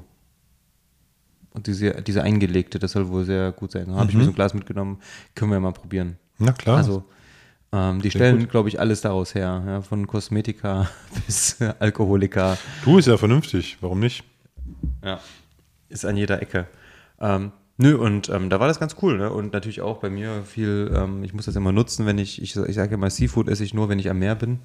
Und diese, diese eingelegte, das soll wohl sehr gut sein. Da habe Mhm. ich mir so ein Glas mitgenommen, können wir mal probieren. Na klar. Also ähm, die Sehr stellen, gut. glaube ich, alles daraus her, ja, von Kosmetika bis äh, Alkoholiker. Du, ist ja vernünftig. Warum nicht? Ja, ist an jeder Ecke. Ähm, nö, und ähm, da war das ganz cool, ne? Und natürlich auch bei mir viel, ähm, ich muss das immer nutzen, wenn ich, ich, ich sage immer, Seafood esse ich nur, wenn ich am Meer bin.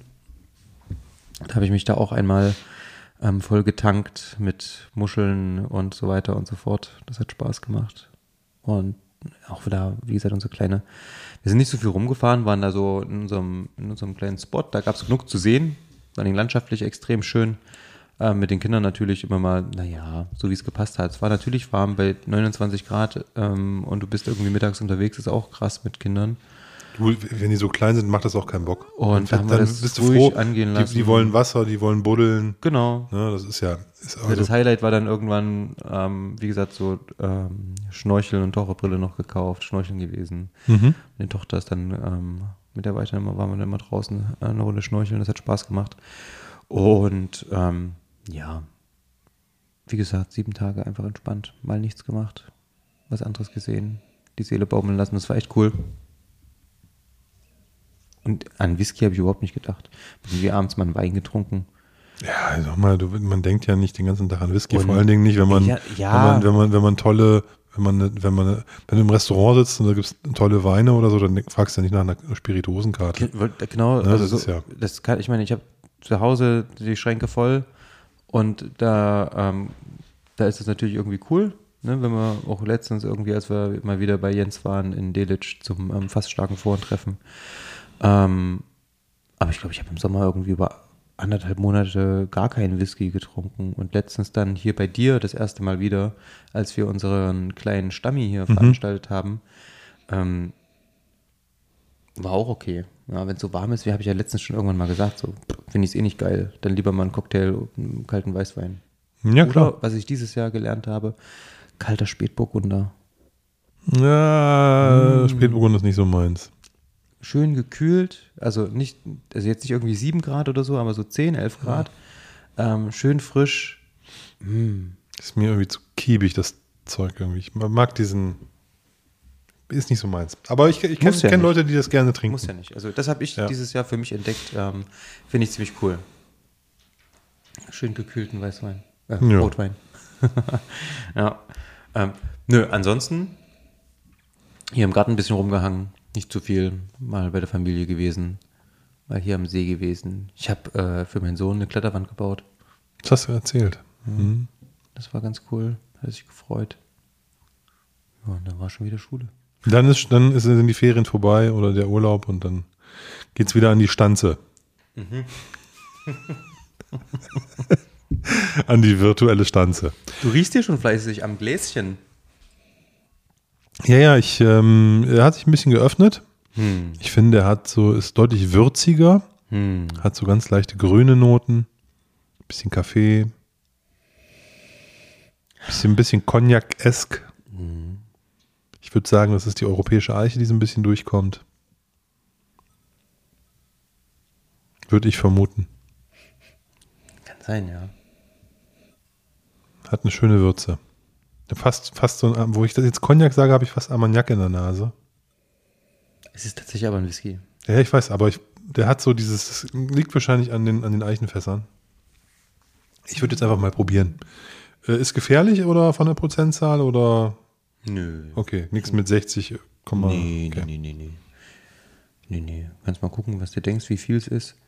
Da habe ich mich da auch einmal ähm, voll getankt mit Muscheln und so weiter und so fort. Das hat Spaß gemacht. Und auch wieder, wie gesagt, unsere kleine, wir sind nicht so viel rumgefahren, waren da so in unserem, in unserem kleinen Spot, da gab es genug zu sehen, vor allem landschaftlich extrem schön, äh, mit den Kindern natürlich immer mal, naja, so wie es gepasst hat. Es war natürlich warm bei neunundzwanzig Grad ähm, und du bist irgendwie mittags unterwegs, ist auch krass mit Kindern. Du, wenn die so klein sind, macht das auch keinen Bock. Und da haben wir das bist du ruhig froh, angehen die, lassen. die wollen Wasser, die wollen buddeln. Genau. Ne, das ist ja... Ist Ja, also, das Highlight war dann irgendwann, ähm, wie gesagt, so ähm, Schnorchel und Taucherbrille noch gekauft, Schnorcheln gewesen. mhm. Meine Tochter ist dann ähm, mit der Weiter immer, waren wir dann immer draußen äh, eine Runde schnorcheln, das hat Spaß gemacht. Und ähm, ja, wie gesagt, sieben Tage einfach entspannt, mal nichts gemacht, was anderes gesehen, die Seele baumeln lassen, das war echt cool. Und an Whisky habe ich überhaupt nicht gedacht. Wir abends mal einen Wein getrunken. Ja, sag mal, du, man denkt ja nicht den ganzen Tag an Whisky, Und- vor allen Dingen nicht, wenn man, Ja, ja. wenn man, wenn man, wenn man tolle, wenn man, wenn man, wenn du im Restaurant sitzt und da gibt es tolle Weine oder so, dann fragst du ja nicht nach einer Spirituosenkarte. Ge- wollt- Genau, Ja, also das so, ist ja- das kann, ich meine, ich habe zu Hause die Schränke voll und da, ähm, da ist es natürlich irgendwie cool, ne, wenn wir auch letztens irgendwie, als wir mal wieder bei Jens waren in Delitzsch zum ähm, fast starken Vorentreffen. Ähm, aber ich glaube, ich habe im Sommer irgendwie über anderthalb Monate gar keinen Whisky getrunken und letztens dann hier bei dir das erste Mal wieder, als wir unseren kleinen Stammi hier Mhm. veranstaltet haben, ähm, war auch okay. Ja, wenn es so warm ist, wie habe ich ja letztens schon irgendwann mal gesagt, so finde ich es eh nicht geil, dann lieber mal einen Cocktail und einen kalten Weißwein. Ja, klar. Oder, was ich dieses Jahr gelernt habe, kalter Spätburgunder. Ja, Mm. Spätburgunder ist nicht so meins. Schön gekühlt, also nicht, also jetzt nicht irgendwie sieben Grad oder so, aber so zehn, elf Grad. Ähm, schön frisch. Mm. Ist mir irgendwie zu kiebig, das Zeug irgendwie. Ich mag diesen, ist nicht so meins. Aber ich, ich kenne Muss ja kenn nicht. Leute, die das gerne trinken. Muss ja nicht. Also das habe ich Ja. dieses Jahr für mich entdeckt. Ähm, Finde ich ziemlich cool. Schön gekühlten Weißwein. Äh, Ja. Rotwein. Ja. Ähm, nö, ansonsten hier im Garten ein bisschen rumgehangen. Nicht zu viel. Mal bei der Familie gewesen. Mal hier am See gewesen. Ich habe äh, für meinen Sohn eine Kletterwand gebaut. Das hast du erzählt. Mhm. Das war ganz cool. Hat sich gefreut. Ja, und dann war schon wieder Schule. Dann, ist, dann ist, sind die Ferien vorbei oder der Urlaub und dann geht's wieder an die Stanze. Mhm. An die virtuelle Stanze. Du riechst hier schon fleißig am Gläschen. Ja, ja, ich, ähm, er hat sich ein bisschen geöffnet. Hm. Ich finde, er hat so, ist deutlich würziger, Hm. hat so ganz leichte grüne Noten, bisschen Kaffee, bisschen, bisschen Cognac-esk. Mhm. Ich würde sagen, das ist die europäische Eiche, die so ein bisschen durchkommt. Würde ich vermuten. Kann sein, ja. Hat eine schöne Würze. Fast, fast so ein, wo ich das jetzt Cognac sage, habe ich fast Armagnac in der Nase. Es ist tatsächlich aber ein Whisky. Ja, ich weiß, aber ich, der hat so dieses, das liegt wahrscheinlich an den, an den Eichenfässern. Ich würde jetzt einfach mal probieren. Äh, ist gefährlich oder von der Prozentzahl oder? Nö. Okay, nichts mit sechzig. Nee, Okay. nee, nee, nee, nee. Nee, nee. Kannst mal gucken, was du denkst, wie viel es ist.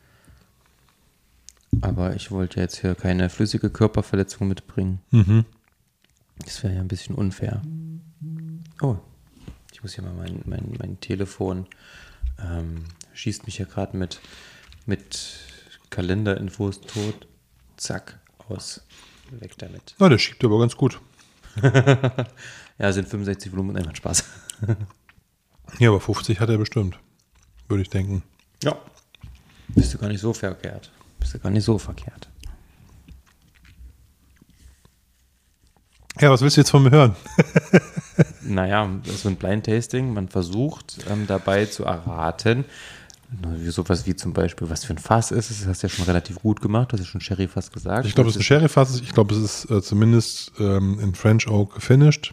Aber ich wollte jetzt hier keine flüssige Körperverletzung mitbringen. Mhm. Das wäre ja ein bisschen unfair. Oh, ich muss hier mal mein, mein, mein Telefon ähm, schießt mich ja gerade mit, mit Kalenderinfos tot. Zack, aus. Weg damit. Na, der schiebt aber ganz gut. Ja, sind fünfundsechzig Volumen, einfach Spaß. Ja, aber fünfzig hat er bestimmt. Würde ich denken. Ja. Bist du gar nicht so verkehrt. Bist du gar nicht so verkehrt. Ja, was willst du jetzt von mir hören? Naja, das ist so ein Blind Tasting. Man versucht ähm, dabei zu erraten, sowas wie zum Beispiel, was für ein Fass ist es. Das hast du ja schon relativ gut gemacht. Du hast ja schon Sherry-Fass gesagt. Ich glaube, es ist ein Sherry-Fass. Ich glaube, es ist äh, zumindest ähm, in French Oak gefinished.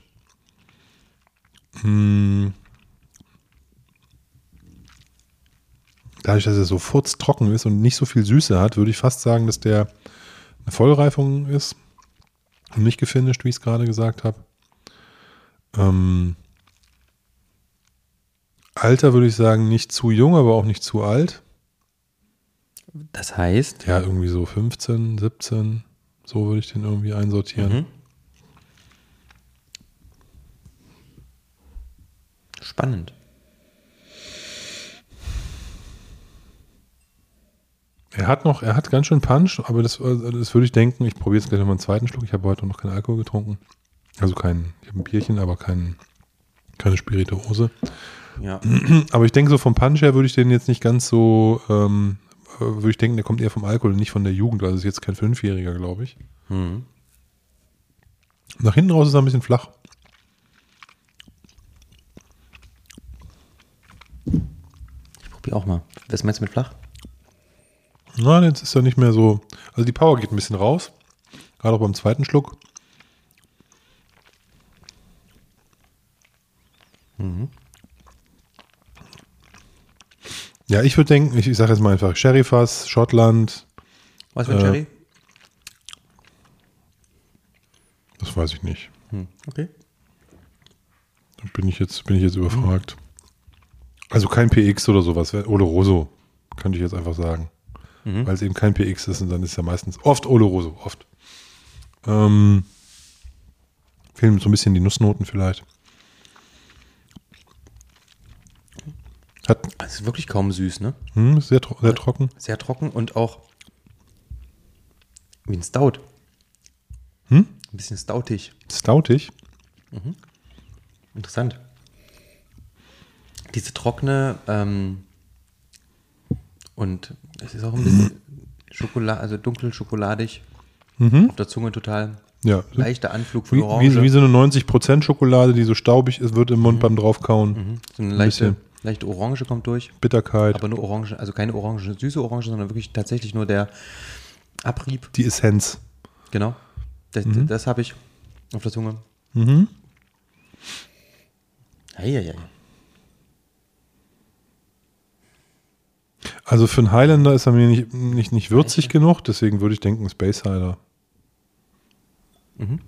Hm. Dadurch, dass er so furztrocken ist und nicht so viel Süße hat, würde ich fast sagen, dass der eine Vollreifung ist und nicht gefinished, wie ich es gerade gesagt habe. Ähm, Alter würde ich sagen, nicht zu jung, aber auch nicht zu alt. Das heißt? Ja, irgendwie so fünfzehn, siebzehn, so würde ich den irgendwie einsortieren. Mhm. Spannend. Er hat noch, er hat ganz schön Punch, aber das, das würde ich denken, ich probiere jetzt gleich nochmal einen zweiten Schluck. Ich habe heute noch keinen Alkohol getrunken. Also kein, ich habe ein Bierchen, aber kein, keine Spirituose. Ja. Aber ich denke, so vom Punch her würde ich den jetzt nicht ganz so, ähm, würde ich denken, der kommt eher vom Alkohol und nicht von der Jugend. Also ist jetzt kein Fünfjähriger, glaube ich. Mhm. Nach hinten raus ist er ein bisschen flach. Ich probiere auch mal. Was meinst du mit flach? Na, jetzt ist er nicht mehr so, also die Power geht ein bisschen raus. Gerade auch beim zweiten Schluck. Mhm. Ja, ich würde denken, ich, ich sage jetzt mal einfach Sherry-Fass, Schottland. Was für ein Äh, Cherry? Das weiß ich nicht. Hm. Okay. Da bin ich jetzt, bin ich jetzt überfragt. Also kein P X oder sowas. Oloroso, könnte ich jetzt einfach sagen. Mhm. Weil es eben kein P X ist und dann ist ja meistens oft Oloroso, oft. Ähm, fehlen so ein bisschen die Nussnoten vielleicht. Hat, Das ist wirklich kaum süß, ne? hm, ist sehr, tro- sehr trocken. Sehr trocken und auch wie ein Stout. Hm? Ein bisschen stoutig. Stoutig. Interessant. Diese trockene ähm, und es ist auch ein bisschen Schokolade, also dunkel schokoladig. Mhm. Auf der Zunge total Ja. leichter Anflug von Wie, Orange. wie, wie so eine neunzig Prozent Schokolade, die so staubig ist, wird im Mund beim draufkauen. Mhm. So eine Ein leichte, bisschen leichte Orange kommt durch. Bitterkeit. Aber nur Orange, also keine Orange, süße Orange, sondern wirklich tatsächlich nur der Abrieb. Die Essenz. Genau. Das, das habe ich auf der Zunge. Mhm. Eieiei. Also für einen Highlander ist er mir nicht, nicht, nicht würzig genug, deswegen würde ich denken Space Highler. Mhm.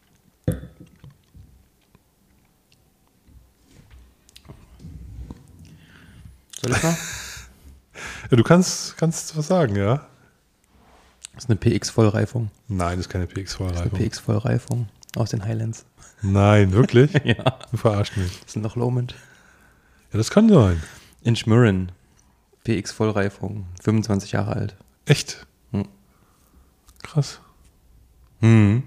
Soll ich mal? Ja, du kannst, kannst was sagen, ja? Das ist eine P X-Vollreifung. Nein, das ist keine P Eine X-Vollreifung. P X-Vollreifung aus den Highlands. Nein, wirklich? Ja. Du verarschst mich. Das ist noch Lomond. Ja, das kann sein. In Schmüren. P X-Vollreifung. fünfundzwanzig Jahre alt. Echt? Hm. Krass. Mhm.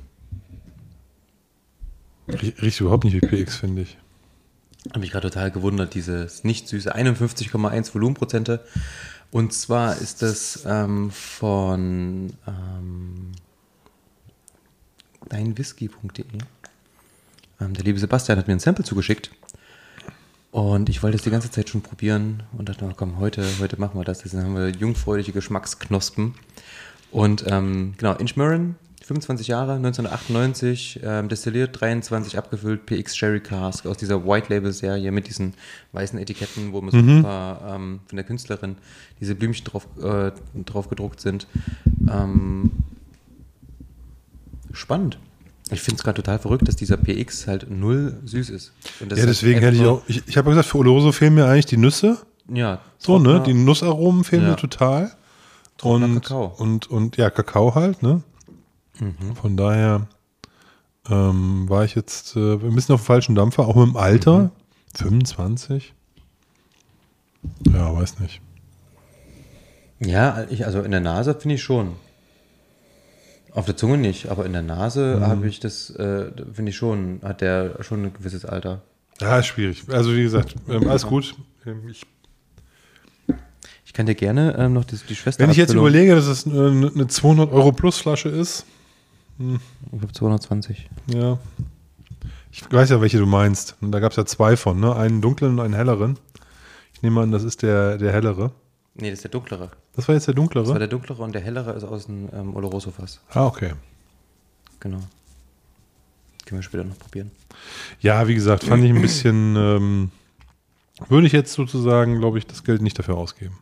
Rie- Riecht überhaupt nicht wie P X, finde ich. Habe mich gerade total gewundert, dieses nicht süße einundfünfzig Komma eins Volumenprozente Und zwar ist das ähm, von ähm, deinwhisky punkt de. Ähm, der liebe Sebastian hat mir ein Sample zugeschickt. Und ich wollte es die ganze Zeit schon probieren und dachte, oh, komm, heute, heute machen wir das. Dann haben wir jungfräuliche Geschmacksknospen. Und ähm, genau, Inchmurren, fünfundzwanzig Jahre, neunzehnhundertachtundneunzig, ähm, destilliert, dreiundzwanzig abgefüllt, P X Sherry Cask aus dieser White Label Serie mit diesen weißen Etiketten, wo man Mhm. super ähm, von der Künstlerin diese Blümchen drauf, äh, drauf gedruckt sind. Ähm, spannend. Ich finde es gerade total verrückt, dass dieser P X halt null süß ist. Und das Ja, ist deswegen halt hätte ich einfach auch, ich, ich habe ja gesagt, für Oloroso fehlen mir eigentlich die Nüsse. nur- Ja, So, ne? trockener- Die Nussaromen fehlen Ja. mir total. Trockener Und, Kakao. und, und ja, Kakao halt, ne? Mhm. Von daher ähm, war ich jetzt äh, ein bisschen auf dem falschen Dampfer, auch mit dem Alter. Mhm. fünfundzwanzig? Ja, weiß nicht. Ja, ich, also in der Nase finde ich schon. Auf der Zunge nicht, aber in der Nase Mhm. habe ich das, äh, finde ich schon, hat der schon ein gewisses Alter. Ja, ist schwierig. Also wie gesagt, ähm, alles gut. Ähm, ich, Ich kann dir gerne ähm, noch die, die Schwester. wenn ich jetzt Abfüllung- überlege, dass es eine, eine zweihundert Euro plus Flasche ist, Ich glaube zweihundertzwanzig. ja. Ich weiß ja, welche du meinst. Und da gab es ja zwei von, ne? Einen dunklen und einen helleren. Ich nehme an, das ist der, der hellere. Nee, das ist der dunklere. Das war jetzt der dunklere? Das war der dunklere und der hellere ist aus dem ähm, Oloroso-Fass. Ah, okay. Genau. Können wir später noch probieren. Ja, wie gesagt, fand ich ein bisschen, ähm, würde ich jetzt sozusagen, glaube ich, das Geld nicht dafür ausgeben.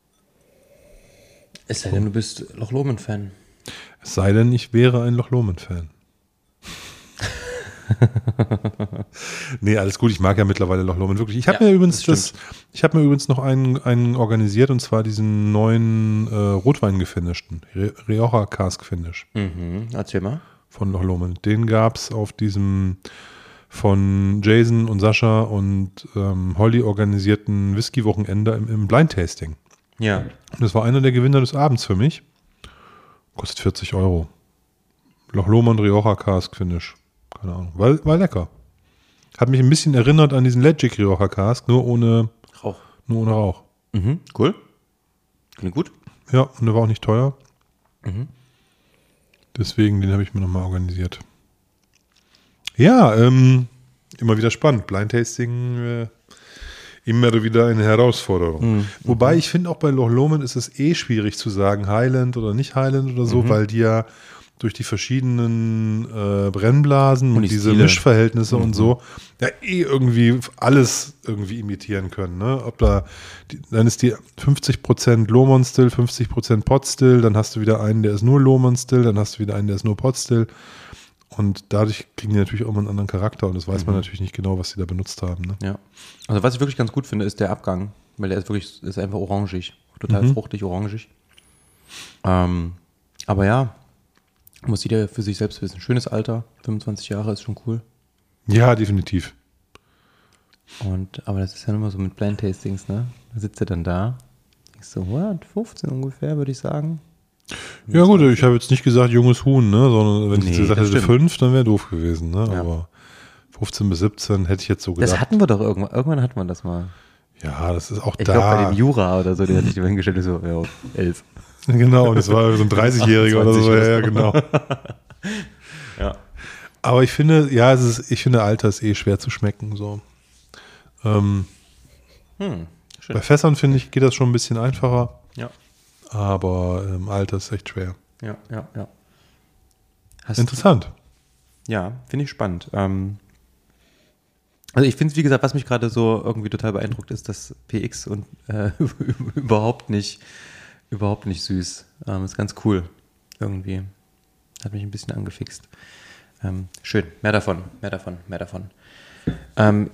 Es sei denn, du bist Loch Lomond-Fan. Es sei denn, ich wäre ein Loch Lomond-Fan. Nee, alles gut, ich mag ja mittlerweile Loch Lomond wirklich. Ich habe Ja, mir übrigens das das, ich habe mir übrigens noch einen, einen organisiert, und zwar diesen neuen äh, Rotwein gefinischten, Re- Rioja Cask Finish Mhm. Erzähl mal. von Loch Lomond. Den gab es auf diesem von Jason und Sascha und ähm, Holly organisierten Whisky-Wochenende im, im Blind-Tasting. Ja. Und das war einer der Gewinner des Abends für mich. Kostet vierzig Euro. Loch Lomond Rioja Cask Finish. Keine Ahnung. War, war lecker. Hat mich ein bisschen erinnert an diesen Legic Rioja Cask, nur ohne, Rauch. nur ohne Rauch. Mhm. Cool. Klingt gut. Ja, und der war auch nicht teuer. Mhm. Deswegen, den habe ich mir nochmal organisiert. Ja, ähm, immer wieder spannend. Blind Tasting, äh, immer wieder eine Herausforderung. Mhm. Wobei ich finde, auch bei Loch Lomond ist es eh schwierig zu sagen, Highland oder nicht Highland oder so, Mhm. weil die ja durch die verschiedenen äh, Brennblasen und, Und die diese Stile. Mischverhältnisse und Mhm. so ja eh irgendwie alles irgendwie imitieren können. Ne? Ob da, die, dann ist die fünfzig Prozent Lomond Still, fünfzig Prozent Pot Still, dann hast du wieder einen, der ist nur Lomond Still, dann hast du wieder einen, der ist nur Pot Still. Und dadurch kriegen die natürlich auch immer einen anderen Charakter, und das weiß man Mhm. natürlich nicht genau, was sie da benutzt haben. Ne? Ja. Also was ich wirklich ganz gut finde, ist der Abgang, weil der ist wirklich, ist einfach orangig. Total Mhm. fruchtig, orangig. Ähm, aber ja, muss jeder für sich selbst wissen. Schönes Alter, fünfundzwanzig Jahre ist schon cool. Ja, definitiv. Und, aber das ist ja immer so mit Blind Tastings, ne? Da sitzt er dann da. Denkst so, what? fünfzehn ungefähr, würde ich sagen. Ja gut, ich habe jetzt nicht gesagt junges Huhn, ne? Sondern wenn ich Nee, jetzt gesagt das hätte stimmt. fünf, dann wäre doof gewesen. Ne? Ja. Aber fünfzehn bis siebzehn hätte ich jetzt so gedacht. Das hatten wir doch irgendwann. Irgendwann hatten wir das mal. Ja, das ist auch Ich glaube, bei da. dem Jura oder so, der hatte ich dir hingestellt, so, ja, elf. Genau, und das war so ein dreißigjähriger oder so. achtundzwanzig Ja, ja, genau. Ja. Aber ich finde, ja, es ist, ich finde, Alter ist eh schwer zu schmecken. So. Ähm, Hm, schön. bei Fässern, finde ich, geht das schon ein bisschen einfacher. Ja, Aber ähm, Alter ist echt schwer. ja, ja, ja. Hast Interessant. Ja, finde ich spannend. Ähm, also ich finde es, wie gesagt, was mich gerade so irgendwie total beeindruckt, ist, dass P X und äh, überhaupt nicht, überhaupt nicht süß. Ähm, ist ganz cool. Irgendwie. Hat mich ein bisschen angefixt. Ähm, schön. Mehr davon, mehr davon, mehr davon. Ähm,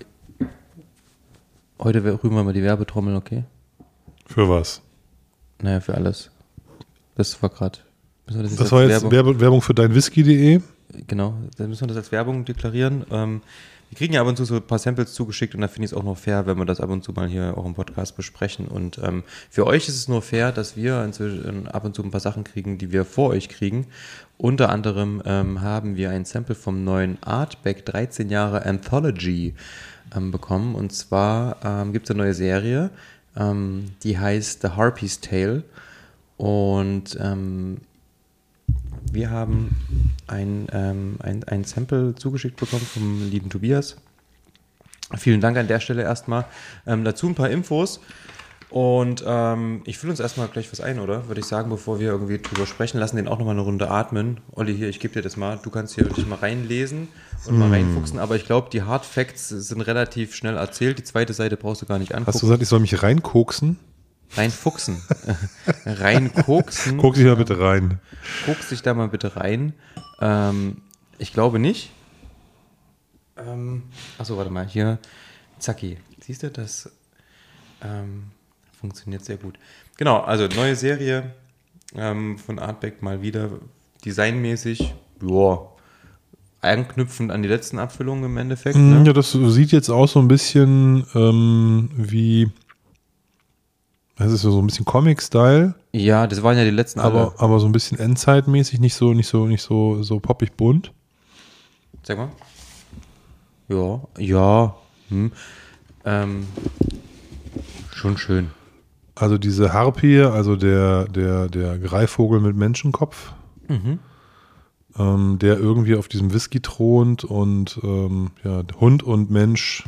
heute rühren wir mal die Werbetrommel, okay? Für was? Naja, für alles. Das war gerade. Das, Das war jetzt Werbung, Werbung für dein Whisky punkt de. Genau, dann müssen wir das als Werbung deklarieren. Ähm, wir kriegen ja ab und zu so ein paar Samples zugeschickt, und da finde ich es auch noch fair, wenn wir das ab und zu mal hier auch im Podcast besprechen. Und ähm, für euch ist es nur fair, dass wir inzwischen ab und zu ein paar Sachen kriegen, die wir vor euch kriegen. Unter anderem ähm, haben wir ein Sample vom neuen Artback dreizehn Jahre Anthology ähm, bekommen. Und zwar ähm, gibt es eine neue Serie, Ähm, die heißt The Harpy's Tale. Und ähm, wir haben ein, ähm, ein, ein Sample zugeschickt bekommen vom lieben Tobias. Vielen Dank an der Stelle erstmal. Ähm, dazu ein paar Infos. Und ähm, ich fülle uns erstmal gleich was ein, oder? Würde ich sagen, bevor wir irgendwie drüber sprechen, lassen den auch nochmal eine Runde atmen. Olli, hier, ich gebe dir das mal. Du kannst hier dich mal reinlesen und hm. mal reinfuchsen. Aber ich glaube, die Hard Facts sind relativ schnell erzählt. Die zweite Seite brauchst du gar nicht angucken. Hast du gesagt, ich soll mich reinkoksen? Reinfuchsen. Reinkoksen. Guck dich mal bitte rein. Guck dich da mal bitte rein. Ähm, ich glaube nicht. Ähm, achso, warte mal. Hier, Zacki. Siehst du, das ähm, funktioniert sehr gut. Genau, also neue Serie ähm, von Artback mal wieder. Designmäßig, joa, anknüpfend an die letzten Abfüllungen im Endeffekt. Ne? Ja, das sieht jetzt aus so ein bisschen ähm, wie... Das ist so ein bisschen Comic-Style. Ja, das waren ja die letzten aber, alle. Aber so ein bisschen Endzeitmäßig, nicht so, nicht so, nicht so, so poppig bunt. Sag mal. Ja, ja. Hm. Ähm, schon schön. Also diese Harpie, also der, der, der Greifvogel mit Menschenkopf, mhm. ähm, der irgendwie auf diesem Whisky thront und ähm, ja, Hund und Mensch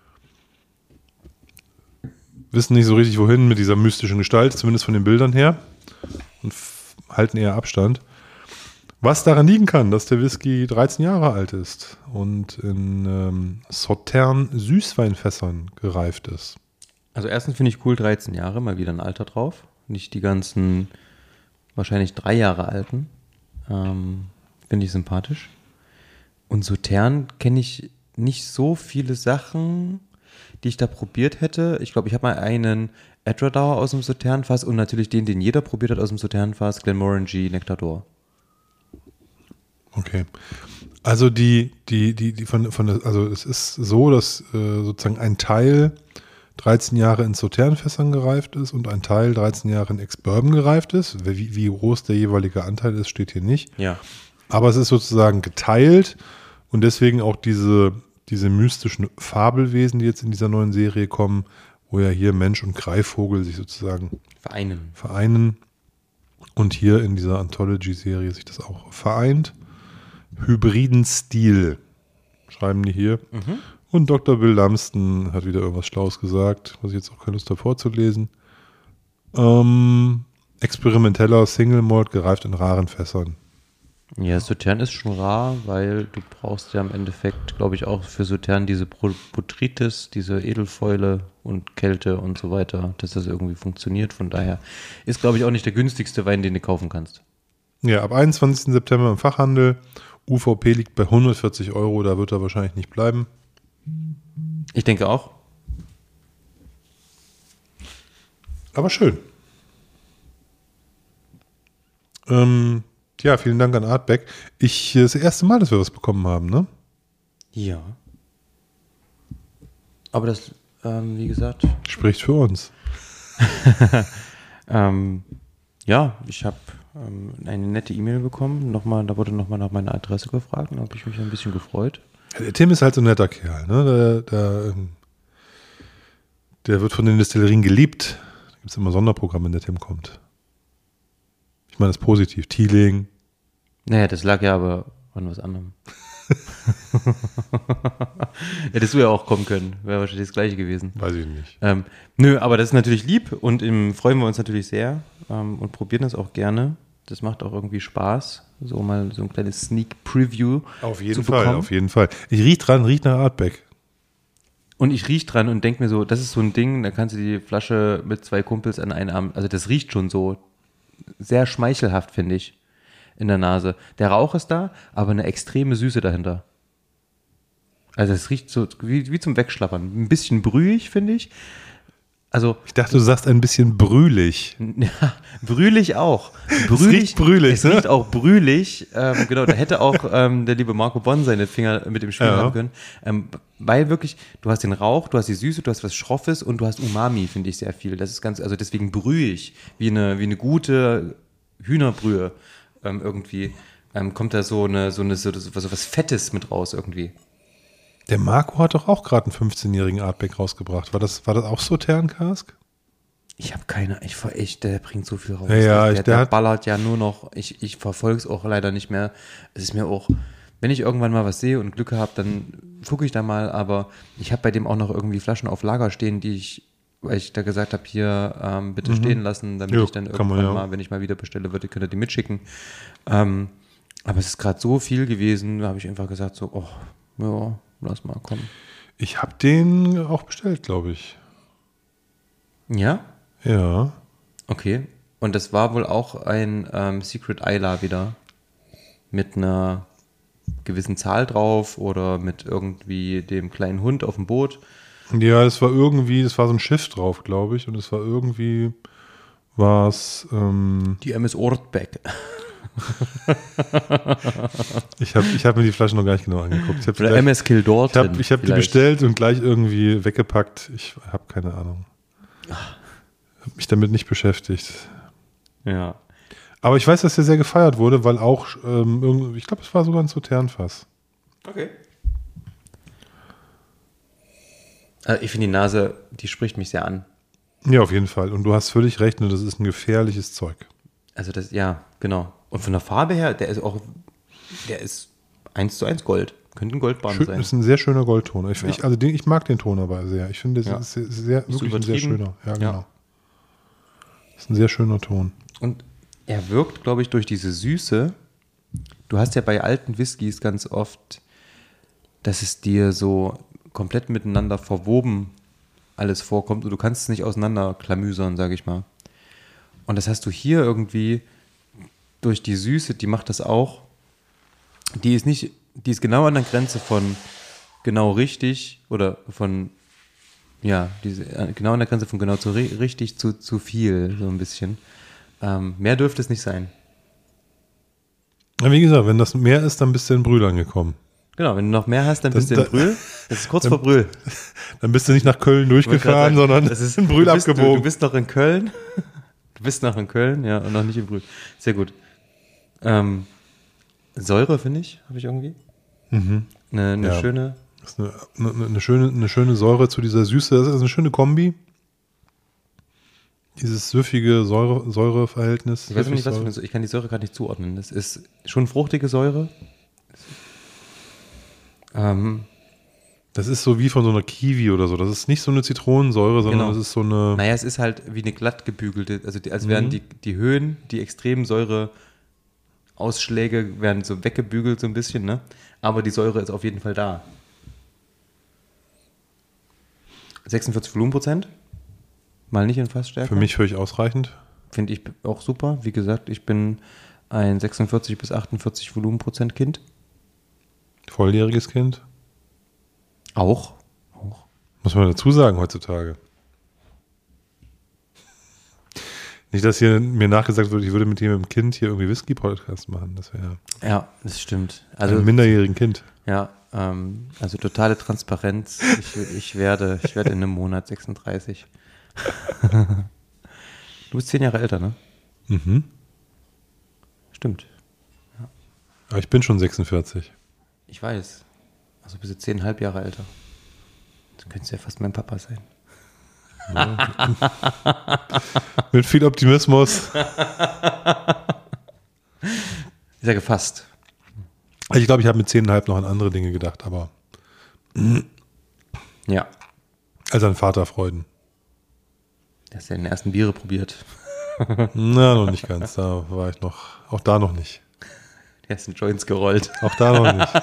wissen nicht so richtig wohin mit dieser mystischen Gestalt, zumindest von den Bildern her, und f- halten eher Abstand. Was daran liegen kann, dass der Whisky dreizehn Jahre alt ist und in ähm, Sautern Süßweinfässern gereift ist. Also erstens finde ich cool, dreizehn Jahre, mal wieder ein Alter drauf. Nicht die ganzen, wahrscheinlich drei Jahre alten. Ähm, finde ich sympathisch. Und Sautern kenne ich nicht so viele Sachen, die ich da probiert hätte. Ich glaube, ich habe mal einen Edradauer aus dem Sauternfass und natürlich den, den jeder probiert hat aus dem Sauternfass, Glenmorangie Nectar d'Or. Okay. Also die, die, die, die von, von der, also es ist so, dass äh, sozusagen ein Teil dreizehn Jahre in Sauternfässern gereift ist und ein Teil dreizehn Jahre in Ex-Bourbon gereift ist. Wie, wie groß der jeweilige Anteil ist, steht hier nicht. Ja. Aber es ist sozusagen geteilt und deswegen auch diese, diese mystischen Fabelwesen, die jetzt in dieser neuen Serie kommen, wo ja hier Mensch und Greifvogel sich sozusagen vereinen. vereinen und hier in dieser Anthology-Serie sich das auch vereint. Hybriden Stil, schreiben die hier. Mhm. Und Doktor Bill Lumsden hat wieder irgendwas Schlaues gesagt, was ich jetzt auch keine Lust habe vorzulesen. Ähm, experimenteller Single Malt, gereift in raren Fässern. Ja, Sautern ist schon rar, weil du brauchst ja im Endeffekt, glaube ich, auch für Sautern diese Botrytis, diese Edelfäule und Kälte und so weiter, dass das irgendwie funktioniert. Von daher ist, glaube ich, auch nicht der günstigste Wein, den du kaufen kannst. Ja, ab einundzwanzigsten September im Fachhandel. U V P liegt bei hundertvierzig Euro, da wird er wahrscheinlich nicht bleiben. Ich denke auch. Aber schön. Ähm, ja, vielen Dank an Artback. Ich, das erste Mal, dass wir was bekommen haben, ne? Ja. Aber das, ähm, wie gesagt... Spricht für uns. ähm, ja, ich habe ähm, eine nette E-Mail bekommen. Nochmal, da wurde nochmal nach meiner Adresse gefragt. Da habe ich mich ein bisschen gefreut. Der Tim ist halt so ein netter Kerl, ne? Der, der, der wird von den Destillerien geliebt. Da gibt es immer Sonderprogramme, wenn der Tim kommt. Ich meine das ist positiv. Teeling. Naja, das lag ja aber an was anderem. Hättest du ja auch kommen können. Wäre wahrscheinlich das Gleiche gewesen. Weiß ich nicht. Ähm, nö, aber das ist natürlich lieb und im, freuen wir uns natürlich sehr ähm, und probieren das auch gerne. Das macht auch irgendwie Spaß, so mal so ein kleines Sneak Preview auf jeden zu Fall, bekommen. Auf jeden Fall. Ich riech dran, riech nach Artback. Und ich riech dran und denke mir so, das ist so ein Ding, da kannst du die Flasche mit zwei Kumpels an einen Arm, also das riecht schon so sehr schmeichelhaft, finde ich, in der Nase. Der Rauch ist da, aber eine extreme Süße dahinter. Also es riecht so wie, wie zum Wegschlappern. Ein bisschen brühig, finde ich. Also, ich dachte, du sagst ein bisschen brühlich. Ja, brühlich auch. Brühlig, es riecht brühlich, es riecht ne? auch brühlig. Ähm, genau, da hätte auch ähm, der liebe Marco Bonn seine Finger mit dem Spiel ja. haben können. Ähm, weil wirklich, du hast den Rauch, du hast die Süße, du hast was Schroffes und du hast Umami, finde ich sehr viel. Das ist ganz, also deswegen brühig, wie eine, wie eine gute Hühnerbrühe ähm, irgendwie. Ähm, kommt da so eine, so eine, so, so was Fettes mit raus irgendwie. Der Marco hat doch auch gerade einen fünfzehnjährigen Artback rausgebracht. War das, war das auch Sautern Cask? Ich habe keine, ich ver- echt, der bringt so viel raus. Ja, ja, der, ich- der, der der hat- ballert ja nur noch, ich, ich verfolge es auch leider nicht mehr. Es ist mir auch, wenn ich irgendwann mal was sehe und Glück habe, dann gucke ich da mal, aber ich habe bei dem auch noch irgendwie Flaschen auf Lager stehen, die ich, weil ich da gesagt habe, hier ähm, bitte stehen lassen, damit Ja, ich dann kann irgendwann man, ja. mal, wenn ich mal wieder bestelle, würde, könnt ihr die mitschicken. Ähm, aber es ist gerade so viel gewesen, da habe ich einfach gesagt so, oh, ja, lass mal kommen. Ich habe den auch bestellt, glaube ich. Ja? Ja. Okay. Und das war wohl auch ein ähm, Secret Isla wieder mit einer gewissen Zahl drauf oder mit irgendwie dem kleinen Hund auf dem Boot. Ja, das war irgendwie, das war so ein Schiff drauf, glaube ich. Und es war irgendwie, war es, ähm, Die M S Ortbeck. ich habe ich hab mir die Flasche noch gar nicht genau angeguckt. Ich habe Oder gleich- M S Kildorten. ich hab, ich hab die vielleicht. bestellt und gleich irgendwie weggepackt. Ich habe keine Ahnung. Habe mich damit nicht beschäftigt. Ja. Aber ich weiß, dass der sehr gefeiert wurde, weil auch, ähm, irgendwie, ich glaube, es war sogar ein Sauternfass. Okay. Also ich finde die Nase, die spricht mich sehr an. Ja, auf jeden Fall. Und du hast völlig recht, ne, das ist ein gefährliches Zeug. Also das, ja, genau. Und von der Farbe her, der ist auch, der ist eins zu eins Gold. Könnte ein Goldbahn Schön, sein. ist ein sehr schöner Goldton. Ich, Ja. ich, also den, ich mag den Ton aber sehr. Ich finde, das Ja. ist sehr, sehr, Nicht so wirklich ein sehr übertrieben. schöner. Ja, Ja. genau. Ist ein sehr schöner Ton. Und er wirkt, glaube ich, durch diese Süße. Du hast ja bei alten Whiskys ganz oft, dass es dir so komplett miteinander verwoben alles vorkommt und du kannst es nicht auseinanderklamüsern, sage ich mal. Und das hast du hier irgendwie durch die Süße, die macht das auch. Die ist nicht, die ist genau an der Grenze von genau richtig oder von, ja, diese, äh, genau an der Grenze von genau zu ri- richtig zu, zu viel, so ein bisschen. Ähm, mehr dürfte es nicht sein. Ja, wie gesagt, wenn das mehr ist, dann bist du in Brühlern gekommen. Genau, wenn du noch mehr hast, dann bist Das- du in da- Brühl. Das ist kurz vor Brühl. Dann bist du nicht nach Köln durchgefahren, sondern das ist in Brühl du bist, abgebogen. Du, du bist noch in Köln. Du bist noch in Köln, ja, und noch nicht in Brühl. Sehr gut. Ähm, Säure, finde ich, habe ich irgendwie. Eine, eine Ja. schöne. Das ist eine, eine, eine, schöne, eine schöne Säure zu dieser Süße. Das ist eine schöne Kombi. Dieses süffige Säure, Säureverhältnis. Ich weiß nicht, was für Süffig-Säure. eine Säure- ich kann die Säure gerade nicht zuordnen. Das ist schon fruchtige Säure. Ähm, Das ist so wie von so einer Kiwi oder so. Das ist nicht so eine Zitronensäure, sondern Genau. das ist so eine. naja, es ist halt wie eine glatt gebügelte, also die, als Mhm. wären die, die Höhen, die extremen Säureausschläge werden so weggebügelt so ein bisschen, ne? Aber die Säure ist auf jeden Fall da. sechsundvierzig Volumenprozent. Mal nicht in Fassstärke. Für mich völlig ausreichend. Finde ich auch super. Wie gesagt, ich bin ein sechsundvierzig bis achtundvierzig Volumenprozent Kind. Volljähriges Kind. Auch. Auch. Muss man dazu sagen heutzutage. Nicht, dass hier mir nachgesagt wird, ich würde mit dem Kind hier irgendwie Whisky-Podcast machen. Das wäre Ja, das stimmt. also Also einem minderjährigen Kind. ja, ähm, also totale Transparenz. Ich, ich werde, ich werde in einem Monat sechsunddreißig. Du bist zehn Jahre älter, ne? Mhm. Stimmt. Aber ich bin schon sechsundvierzig. Ich weiß. Also bist du zehneinhalb Jahre älter. Dann könntest du ja fast mein Papa sein. Mit viel Optimismus. Ist ja gefasst. Ich glaube, ich habe mit zehneinhalb noch an andere Dinge gedacht, aber Ja. als an Vaterfreuden. Du hast ja den ersten Biere probiert. Na, noch nicht ganz. Da war ich noch, auch da noch nicht. Die ersten Joints gerollt. Auch da noch nicht.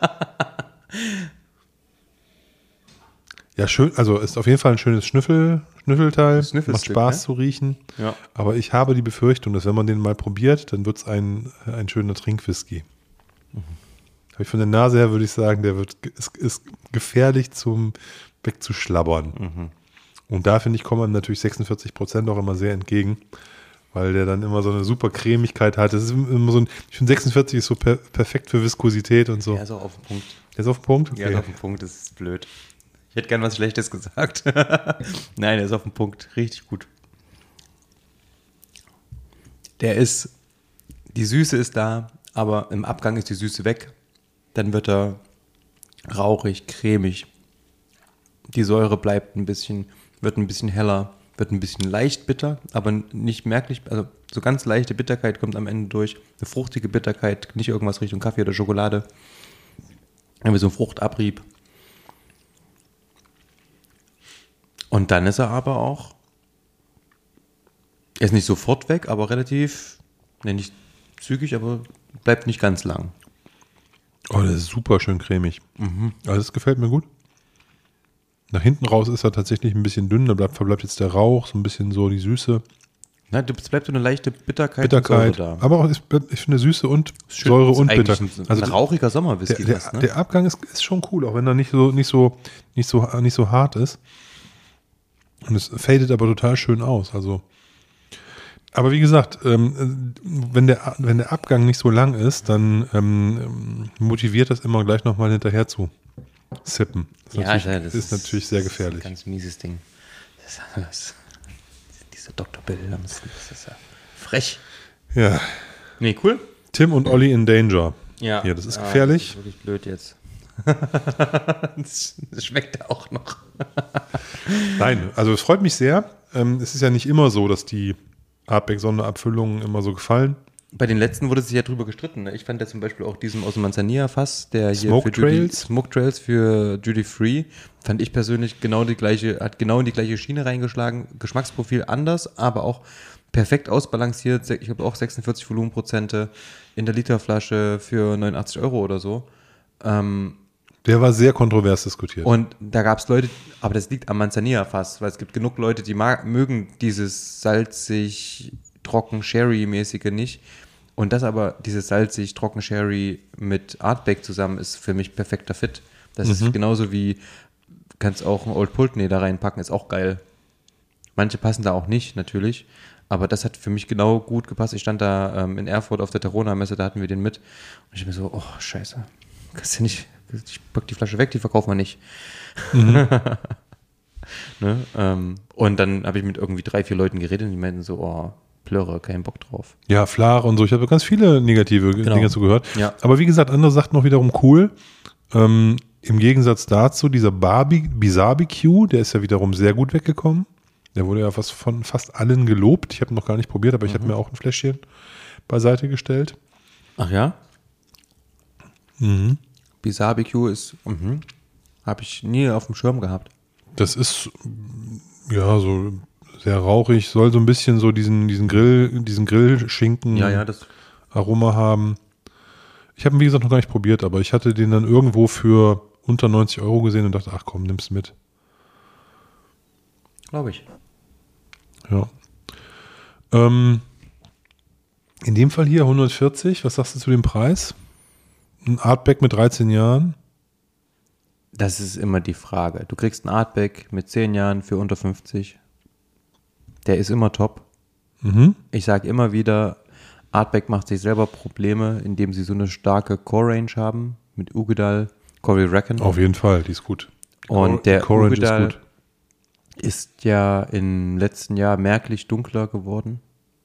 Ja, schön, also ist auf jeden Fall ein schönes Schnüffel, Schnüffelteil. Schnüffelstück, Macht Spaß ne? zu riechen. Ja. Aber ich habe die Befürchtung, dass wenn man den mal probiert, dann wird es ein, ein schöner Trinkwhisky. Mhm. Habe ich von der Nase her, würde ich sagen, der wird ist, ist gefährlich zum wegzuschlabbern. Mhm. Und da, finde ich, kommen einem natürlich sechsundvierzig Prozent auch immer sehr entgegen, weil der dann immer so eine super Cremigkeit hat. Das ist immer so ein, ich finde sechsundvierzig ist so per, perfekt für Viskosität und so. Der ist auch auf den Punkt. Der ist auf den Punkt? Ja, ist auf den Punkt, das ist blöd. Ich hätte gern was Schlechtes gesagt. Nein, der ist auf den Punkt. Richtig gut. Der ist, die Süße ist da, aber im Abgang ist die Süße weg. Dann wird er rauchig, cremig. Die Säure bleibt ein bisschen, wird ein bisschen heller. wird ein bisschen leicht bitter, aber nicht merklich, also so ganz leichte Bitterkeit kommt am Ende durch. Eine fruchtige Bitterkeit, nicht irgendwas Richtung Kaffee oder Schokolade. Irgendwie so ein Fruchtabrieb. Und dann ist er aber auch, er ist nicht sofort weg, aber relativ, ne, nicht zügig, aber bleibt nicht ganz lang. Oh, das ist super schön cremig. Mhm. Also das gefällt mir gut. Nach hinten raus ist er tatsächlich ein bisschen dünn, da bleibt, verbleibt jetzt der Rauch, so ein bisschen so die Süße. Na, es bleibt so eine leichte Bitterkeit, Bitterkeit und Säure da. Aber auch, ich, ich finde Süße und Schön, Säure und Bitterkeit. Ein, also ein rauchiger Sommerwhisky. Der, das, der, ne? der Abgang ist, ist schon cool, auch wenn er nicht so, nicht so, nicht so, nicht so hart ist. Und es fadet aber total schön aus. Also, aber wie gesagt, ähm, wenn der, wenn der Abgang nicht so lang ist, dann ähm, motiviert das immer gleich nochmal hinterher zu sippen. Das, ja, ist, ja, natürlich, das ist natürlich sehr gefährlich. Das ist ein ganz mieses Ding. Das, das, dieser Doktor Bill, das ist ja frech. Ja. Nee, cool. Tim und Olli in Danger. Ja. Ja, das ist gefährlich. Ah, das ist wirklich blöd jetzt. Das schmeckt ja auch noch. Nein, also es freut mich sehr. Ähm, es ist ja nicht immer so, dass die Artback-Sonderabfüllungen immer so gefallen. Bei den letzten wurde sich ja drüber gestritten. Ne? Ich fand ja zum Beispiel auch diesen aus dem Manzanilla-Fass, der hier Smoke für Duty, Trails? Smoke Trails für Duty Free, fand ich persönlich genau die gleiche, hat genau in die gleiche Schiene reingeschlagen. Geschmacksprofil anders, aber auch perfekt ausbalanciert. Ich habe auch sechsundvierzig Volumenprozente in der Literflasche für neunundachtzig Euro oder so. Ähm, Der war sehr kontrovers diskutiert. Und da gab es Leute, aber das liegt am Manzanilla-Fass, weil es gibt genug Leute, die mag, mögen dieses salzig, trocken, Sherry-mäßige nicht. Und das aber, dieses salzig, trocken Sherry mit Artback zusammen ist für mich perfekter Fit. Das Mhm. ist genauso wie, kannst auch ein Old Pulteney da reinpacken, ist auch geil. Manche passen da auch nicht, natürlich. Aber das hat für mich genau gut gepasst. Ich stand da ähm, in Erfurt auf der Terona-Messe, da hatten wir den mit. Und ich bin so, oh, scheiße. Kannst du nicht, ich pack die Flasche weg, die verkaufen wir nicht. Mhm. ne? ähm, und dann habe ich mit irgendwie drei, vier Leuten geredet und die meinten so, oh, Plörre, keinen Bock drauf. Ja, Flare und so. Ich habe ganz viele negative Genau. Dinge zugehört. Ja. Aber wie gesagt, andere sagten auch wiederum cool. Ähm, Im Gegensatz dazu, dieser Barbie, Bizarre-B-Q, der ist ja wiederum sehr gut weggekommen. Der wurde ja fast von fast allen gelobt. Ich habe noch gar nicht probiert, aber ich habe mir auch ein Fläschchen beiseite gestellt. Ach ja? Mhm. Bizarre B Q ist, mhm. habe ich nie auf dem Schirm gehabt. Das ist ja so sehr rauchig, soll so ein bisschen so diesen, diesen Grill, diesen Grillschinken Ja, ja, das. Aroma haben. Ich habe ihn, wie gesagt, noch gar nicht probiert, aber ich hatte den dann irgendwo für unter neunzig Euro gesehen und dachte, ach komm, nimm's mit. Glaube ich. Ja. Ähm, in dem Fall hier hundertvierzig, was sagst du zu dem Preis? Ein Artback mit dreizehn Jahren? Das ist immer die Frage. Du kriegst einen Artback mit zehn Jahren für unter fünfzig. Der ist immer top. Mhm. Ich sage immer wieder, Artback macht sich selber Probleme, indem sie so eine starke Core-Range haben mit Ugedal, Cory Reckon. Auf jeden Fall, die ist gut. Und der Core Range Ugedal ist gut. ist ja im letzten Jahr merklich dunkler geworden.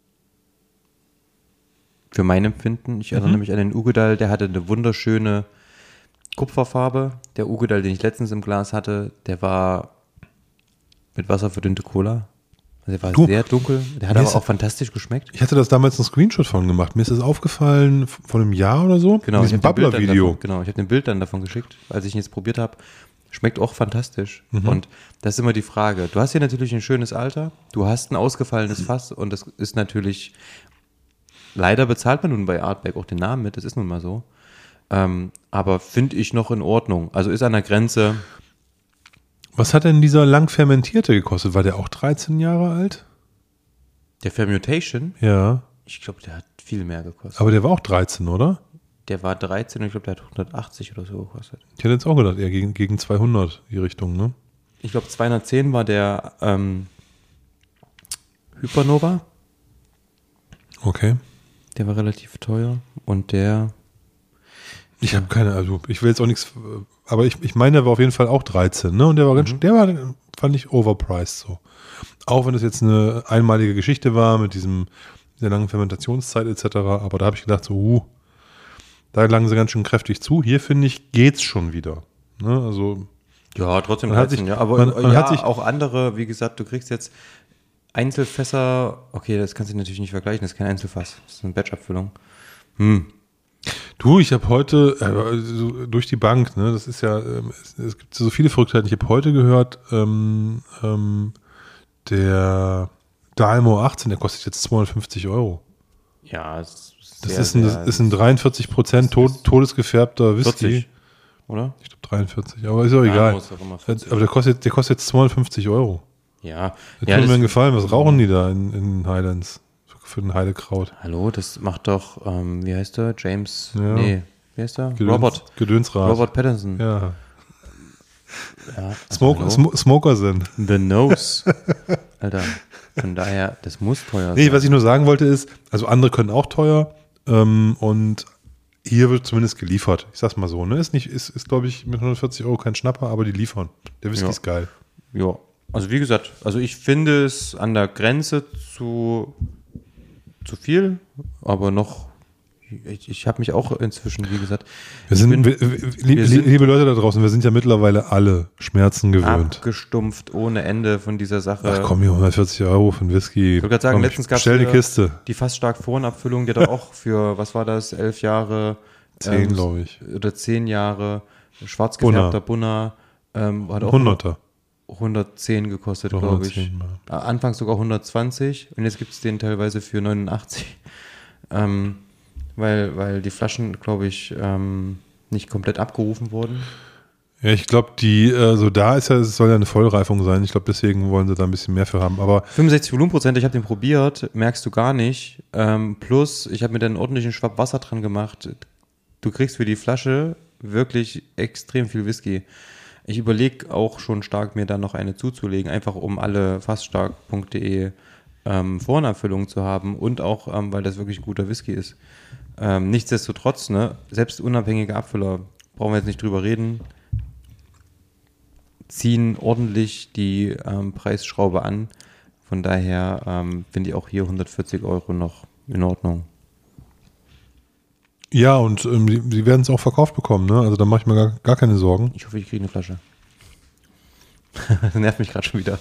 Für mein Empfinden. Ich erinnere Mhm. mich an den Ugedal, der hatte eine wunderschöne Kupferfarbe. Der Ugedal, den ich letztens im Glas hatte, der war mit Wasser verdünnte Cola. Also der war Du, sehr dunkel. Der hat mir aber ist- auch fantastisch geschmeckt. Ich hatte das damals einen Screenshot von gemacht. Mir ist das aufgefallen f- vor einem Jahr oder so. Genau, in ich diesem habe ein Bild dann Bubbler-Video. davon- Genau, ich habe ein Bild dann davon geschickt, als ich ihn jetzt probiert habe. Schmeckt auch fantastisch. Mhm. Und das ist immer die Frage. Du hast hier natürlich ein schönes Alter, du hast ein ausgefallenes Fass und das ist natürlich, leider bezahlt man nun bei Artback auch den Namen mit, das ist nun mal so. Ähm, aber finde ich noch in Ordnung. Also ist an der Grenze. Was hat denn dieser lang fermentierte gekostet? War der auch dreizehn Jahre alt? Der Fermentation, Ja. ich glaube, der hat viel mehr gekostet. Aber der war auch dreizehn, oder? Der war dreizehn und ich glaube, der hat hundertachtzig oder so gekostet. Ich hätte jetzt auch gedacht, eher gegen, gegen zweihundert die Richtung, ne? Ich glaube, zweihundertzehn war der ähm, Hypernova. Okay. Der war relativ teuer. Und der, Ich habe keine, also ich will jetzt auch nichts, aber ich, ich meine, der war auf jeden Fall auch dreizehn, ne? Und der war ganz, der war, fand ich, overpriced so. Auch wenn es jetzt eine einmalige Geschichte war mit diesem, dieser langen Fermentationszeit et cetera. Aber da habe ich gedacht, so, uh, da langen sie ganz schön kräftig zu. Hier, finde ich, geht's schon wieder. Ne? Also, ja, trotzdem Man hat dreizehn, sich- ja. Aber man- man ja, hat sich- auch andere, wie gesagt, du kriegst jetzt Einzelfässer, okay, das kannst du natürlich nicht vergleichen, das ist kein Einzelfass, das ist eine Batch-Abfüllung. Hm. Du, ich habe heute, äh, so durch die Bank, ne, das ist ja, ähm, es, es gibt so viele Verrücktheiten. Ich habe heute gehört, ähm, ähm, der Dalmo achtzehn, der kostet jetzt zweihundertfünfzig Euro. Ja, es ist Das sehr, ist ein, sehr, das ist ein dreiundvierzig Prozent Tod, todesgefärbter Whisky. vierzig, oder? Ich glaube dreiundvierzig, aber ist auch egal. Dalmo ist auch immer vierzig. Aber der kostet, der kostet jetzt zweihundertfünfzig Euro. Ja. Das ja, tut mir das, einen Gefallen. Was rauchen die da in, in Highlands für, für den Heidekraut? hallo, das macht doch, ähm, wie heißt der? James, Ja. nee, wie heißt der? Gedöns, Robert. Gedönsrad. Robert Pattinson. Ja. Ja, also Smoke, hallo? Sm Smoker sind. The Nose. Alter, von daher, das muss teuer Nee, sein. was ich nur sagen wollte ist, also andere können auch teuer ähm, und hier wird zumindest geliefert. Ich sag's mal so, ne? Ist, nicht, ist, ist glaube ich, mit hundertvierzig Euro kein Schnapper, aber die liefern. Der Whisky Ja. ist geil. Ja, also wie gesagt, also ich finde es an der Grenze zu, zu viel, aber noch, ich, ich habe mich auch inzwischen, wie gesagt, Wir ich sind, bin wir, wir, liebe, wir sind- liebe Leute da draußen, wir sind ja mittlerweile alle Schmerzen gewöhnt. abgestumpft ohne Ende von dieser Sache. Ach komm, hier hundertvierzig Euro für einen Whisky. Ich wollte gerade sagen, Komm, letztens gab es Stell die Kiste. die fast stark Vorenabfüllung, die hat doch auch für, was war das, elf Jahre, Zehn, ähm, glaube ich. oder zehn Jahre, schwarz gefärbter Bunner, ähm, hat auch Hunderter. hundertzehn gekostet, Doch, glaube ich. hundertzehn, ja. Äh, Anfangs sogar hundertzwanzig und jetzt gibt es den teilweise für neunundachtzig. Ähm, weil, weil die Flaschen, glaube ich, ähm, nicht komplett abgerufen wurden. Ja, ich glaube, die, äh, so da ist ja, es soll ja eine Vollreifung sein. Ich glaube, deswegen wollen sie da ein bisschen mehr für haben. Aber fünfundsechzig Volumenprozent, ich habe den probiert, merkst du gar nicht. Ähm, plus, ich habe mir dann einen ordentlichen Schwapp Wasser dran gemacht. Du kriegst für die Flasche wirklich extrem viel Whisky. Ich überlege auch schon stark, mir da noch eine zuzulegen, einfach um alle faststark punkt de ähm, Vorenabfüllungen zu haben und auch, ähm, weil das wirklich guter Whisky ist. Ähm, nichtsdestotrotz, ne, selbst unabhängige Abfüller, brauchen wir jetzt nicht drüber reden, ziehen ordentlich die ähm, Preisschraube an. Von daher ähm, finde ich auch hier hundertvierzig Euro noch in Ordnung. ja, und ähm, sie, sie werden es auch verkauft bekommen, ne? Also da mache ich mir gar, gar keine Sorgen. Ich hoffe, ich kriege eine Flasche. Das nervt mich gerade schon wieder.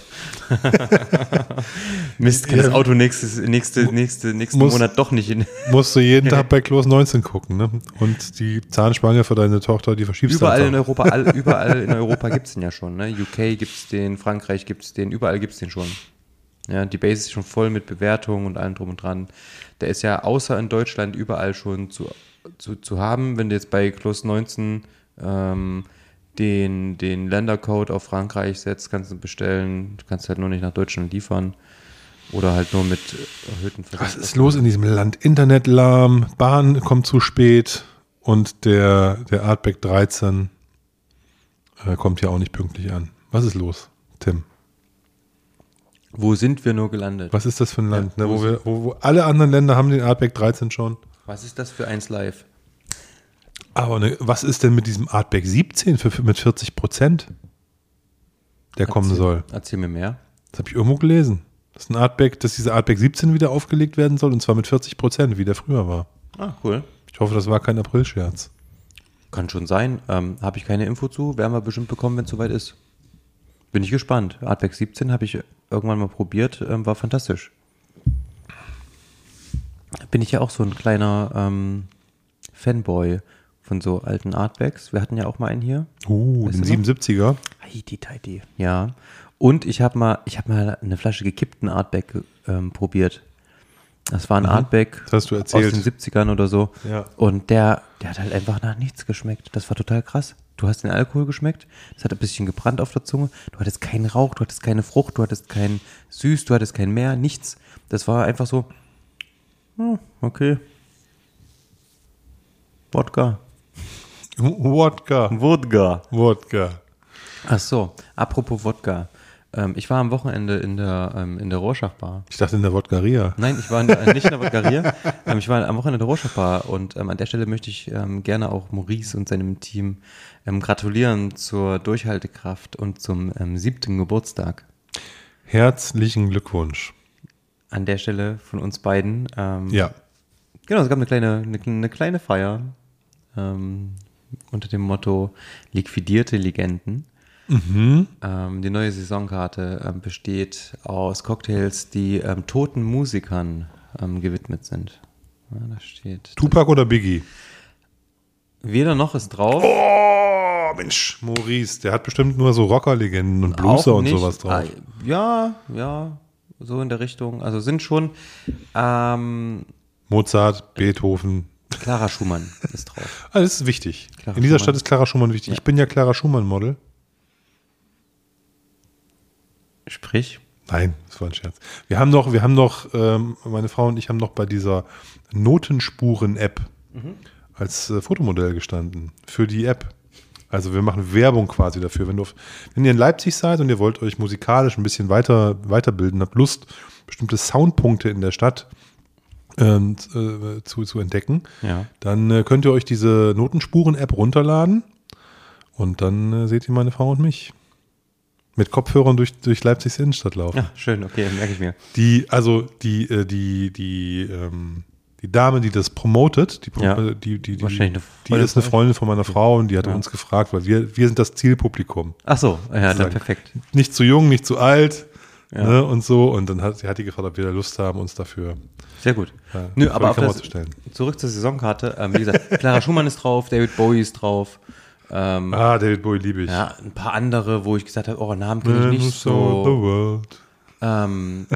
Mist, kann Ja. das Auto nächstes, nächste, nächste, nächsten Muss- Monat doch nicht in. Musst du jeden Tag bei Klos neunzehn gucken, ne? Und die Zahnspange für deine Tochter, die verschiebst du Überall in einfach. Europa, all, überall in Europa gibt es den ja schon. Ne? U K gibt es den, Frankreich gibt es den, überall gibt es den schon. Ja, die Base ist schon voll mit Bewertungen und allem drum und dran. Der ist ja außer in Deutschland überall schon zu, zu, zu haben. Wenn du jetzt bei Klos neunzehn ähm, den, den Ländercode auf Frankreich setzt, kannst du bestellen. Du kannst halt nur nicht nach Deutschland liefern. Oder halt nur mit erhöhten Was ist los in diesem Land? Internet lahm, Bahn kommt zu spät und der, der Artback dreizehn äh, kommt ja auch nicht pünktlich an. Was ist los, Tim? Wo sind wir nur gelandet? Was ist das für ein Land? Ja, ne, wo wo, wir, wo, wo alle anderen Länder haben den Artback dreizehn schon. Was ist das für eins live? Aber ne, was ist denn mit diesem Artback siebzehn für, für, mit vierzig Prozent, der kommen Erzähl- soll? Erzähl mir mehr. Das habe ich irgendwo gelesen. Das ist ein Artback, dass dieser Artback siebzehn wieder aufgelegt werden soll und zwar mit vierzig Prozent, wie der früher war. Ah, cool. Ich hoffe, das war kein Aprilscherz. Kann schon sein. Ähm, habe ich keine Info zu. Werden wir bestimmt bekommen, wenn es soweit ist. Bin ich gespannt. Artback siebzehn habe ich irgendwann mal probiert. Ähm, war fantastisch. Bin ich ja auch so ein kleiner ähm, Fanboy von so alten Artbacks. Wir hatten ja auch mal einen hier. Uh, Weißt den du noch? siebenundsiebziger. Heidi, Heidi. Ja. Und ich habe mal, ich habe mal eine Flasche gekippten Artback ähm, probiert. Das war ein Artback Das hast du aus erzählt. den siebzigern oder so. Ja. Und der, der hat halt einfach nach nichts geschmeckt. Das war total krass. Du hast den Alkohol geschmeckt, das hat ein bisschen gebrannt auf der Zunge. Du hattest keinen Rauch, du hattest keine Frucht, du hattest kein Süß, du hattest kein Meer, nichts. Das war einfach so, oh, okay. Wodka. Wodka. Wodka. Wodka. Ach so, apropos Wodka. Ähm, ich war am Wochenende in der, ähm, in der Rorschach-Bar. Ich dachte in der Wodkaria. Nein, ich war in der, nicht in der Wodkaria. ähm, ich war am Wochenende in der Rorschach-Bar und ähm, an der Stelle möchte ich ähm, gerne auch Maurice und seinem Team ähm, gratulieren zur Durchhaltekraft und zum ähm, siebten Geburtstag. Herzlichen Glückwunsch. An der Stelle von uns beiden. Ähm, Ja. Genau, es gab eine kleine, eine, eine kleine Feier ähm, unter dem Motto Liquidierte Legenden. Mhm. Ähm, die neue Saisonkarte ähm, besteht aus Cocktails, die ähm, toten Musikern ähm, gewidmet sind. Ja, da steht. Tupac oder Biggie? Weder noch ist drauf. Oh, Mensch, Maurice, der hat bestimmt nur so Rockerlegenden und Blueser Auch und nicht. sowas drauf. Ah, ja, ja, so in der Richtung. Also sind schon ähm, Mozart, Beethoven. Clara Schumann ist drauf. Ah, das ist wichtig. Clara In dieser Schumann. Stadt ist Clara Schumann wichtig. Ja. Ich bin ja Clara Schumann-Model. Sprich. Nein, das war ein Scherz. Wir haben noch, wir haben noch, ähm, meine Frau und ich haben noch bei dieser Notenspuren-App Mhm. als äh, Fotomodell gestanden für die App. Also wir machen Werbung quasi dafür. Wenn, du auf, wenn ihr in Leipzig seid und ihr wollt euch musikalisch ein bisschen weiter weiterbilden, habt Lust, bestimmte Soundpunkte in der Stadt ähm, äh, zu, zu entdecken, Ja. dann äh, könnt ihr euch diese Notenspuren-App runterladen und dann äh, seht ihr meine Frau und mich mit Kopfhörern durch, durch Leipzigs Innenstadt laufen. Ja, schön, okay, merke ich mir. Die, also die, äh, die, die, ähm, die Dame, die das promotet, die, Ja. äh, die, die, die, Wahrscheinlich eine die Freundin ist eine von euch. Freundin von meiner Frau und die hatte Ja. uns gefragt, weil wir, wir sind das Zielpublikum. Ach so, ja, dann Sozusagen. perfekt. Nicht zu jung, nicht zu alt, Ja. ne, und so. Und dann hat, sie hat die gefragt, ob wir da Lust haben, uns dafür Sehr gut. äh, Nö, vor aber die auf Kamera das, zu stellen. zurück zur Saisonkarte. Ähm, wie gesagt, Clara Schumann ist drauf, David Bowie ist drauf. Ähm, Ah, David Bowie liebe ich. ja, ein paar andere, wo ich gesagt habe, oh, Namen kenne ich Man nicht who saw the so. world. Ähm,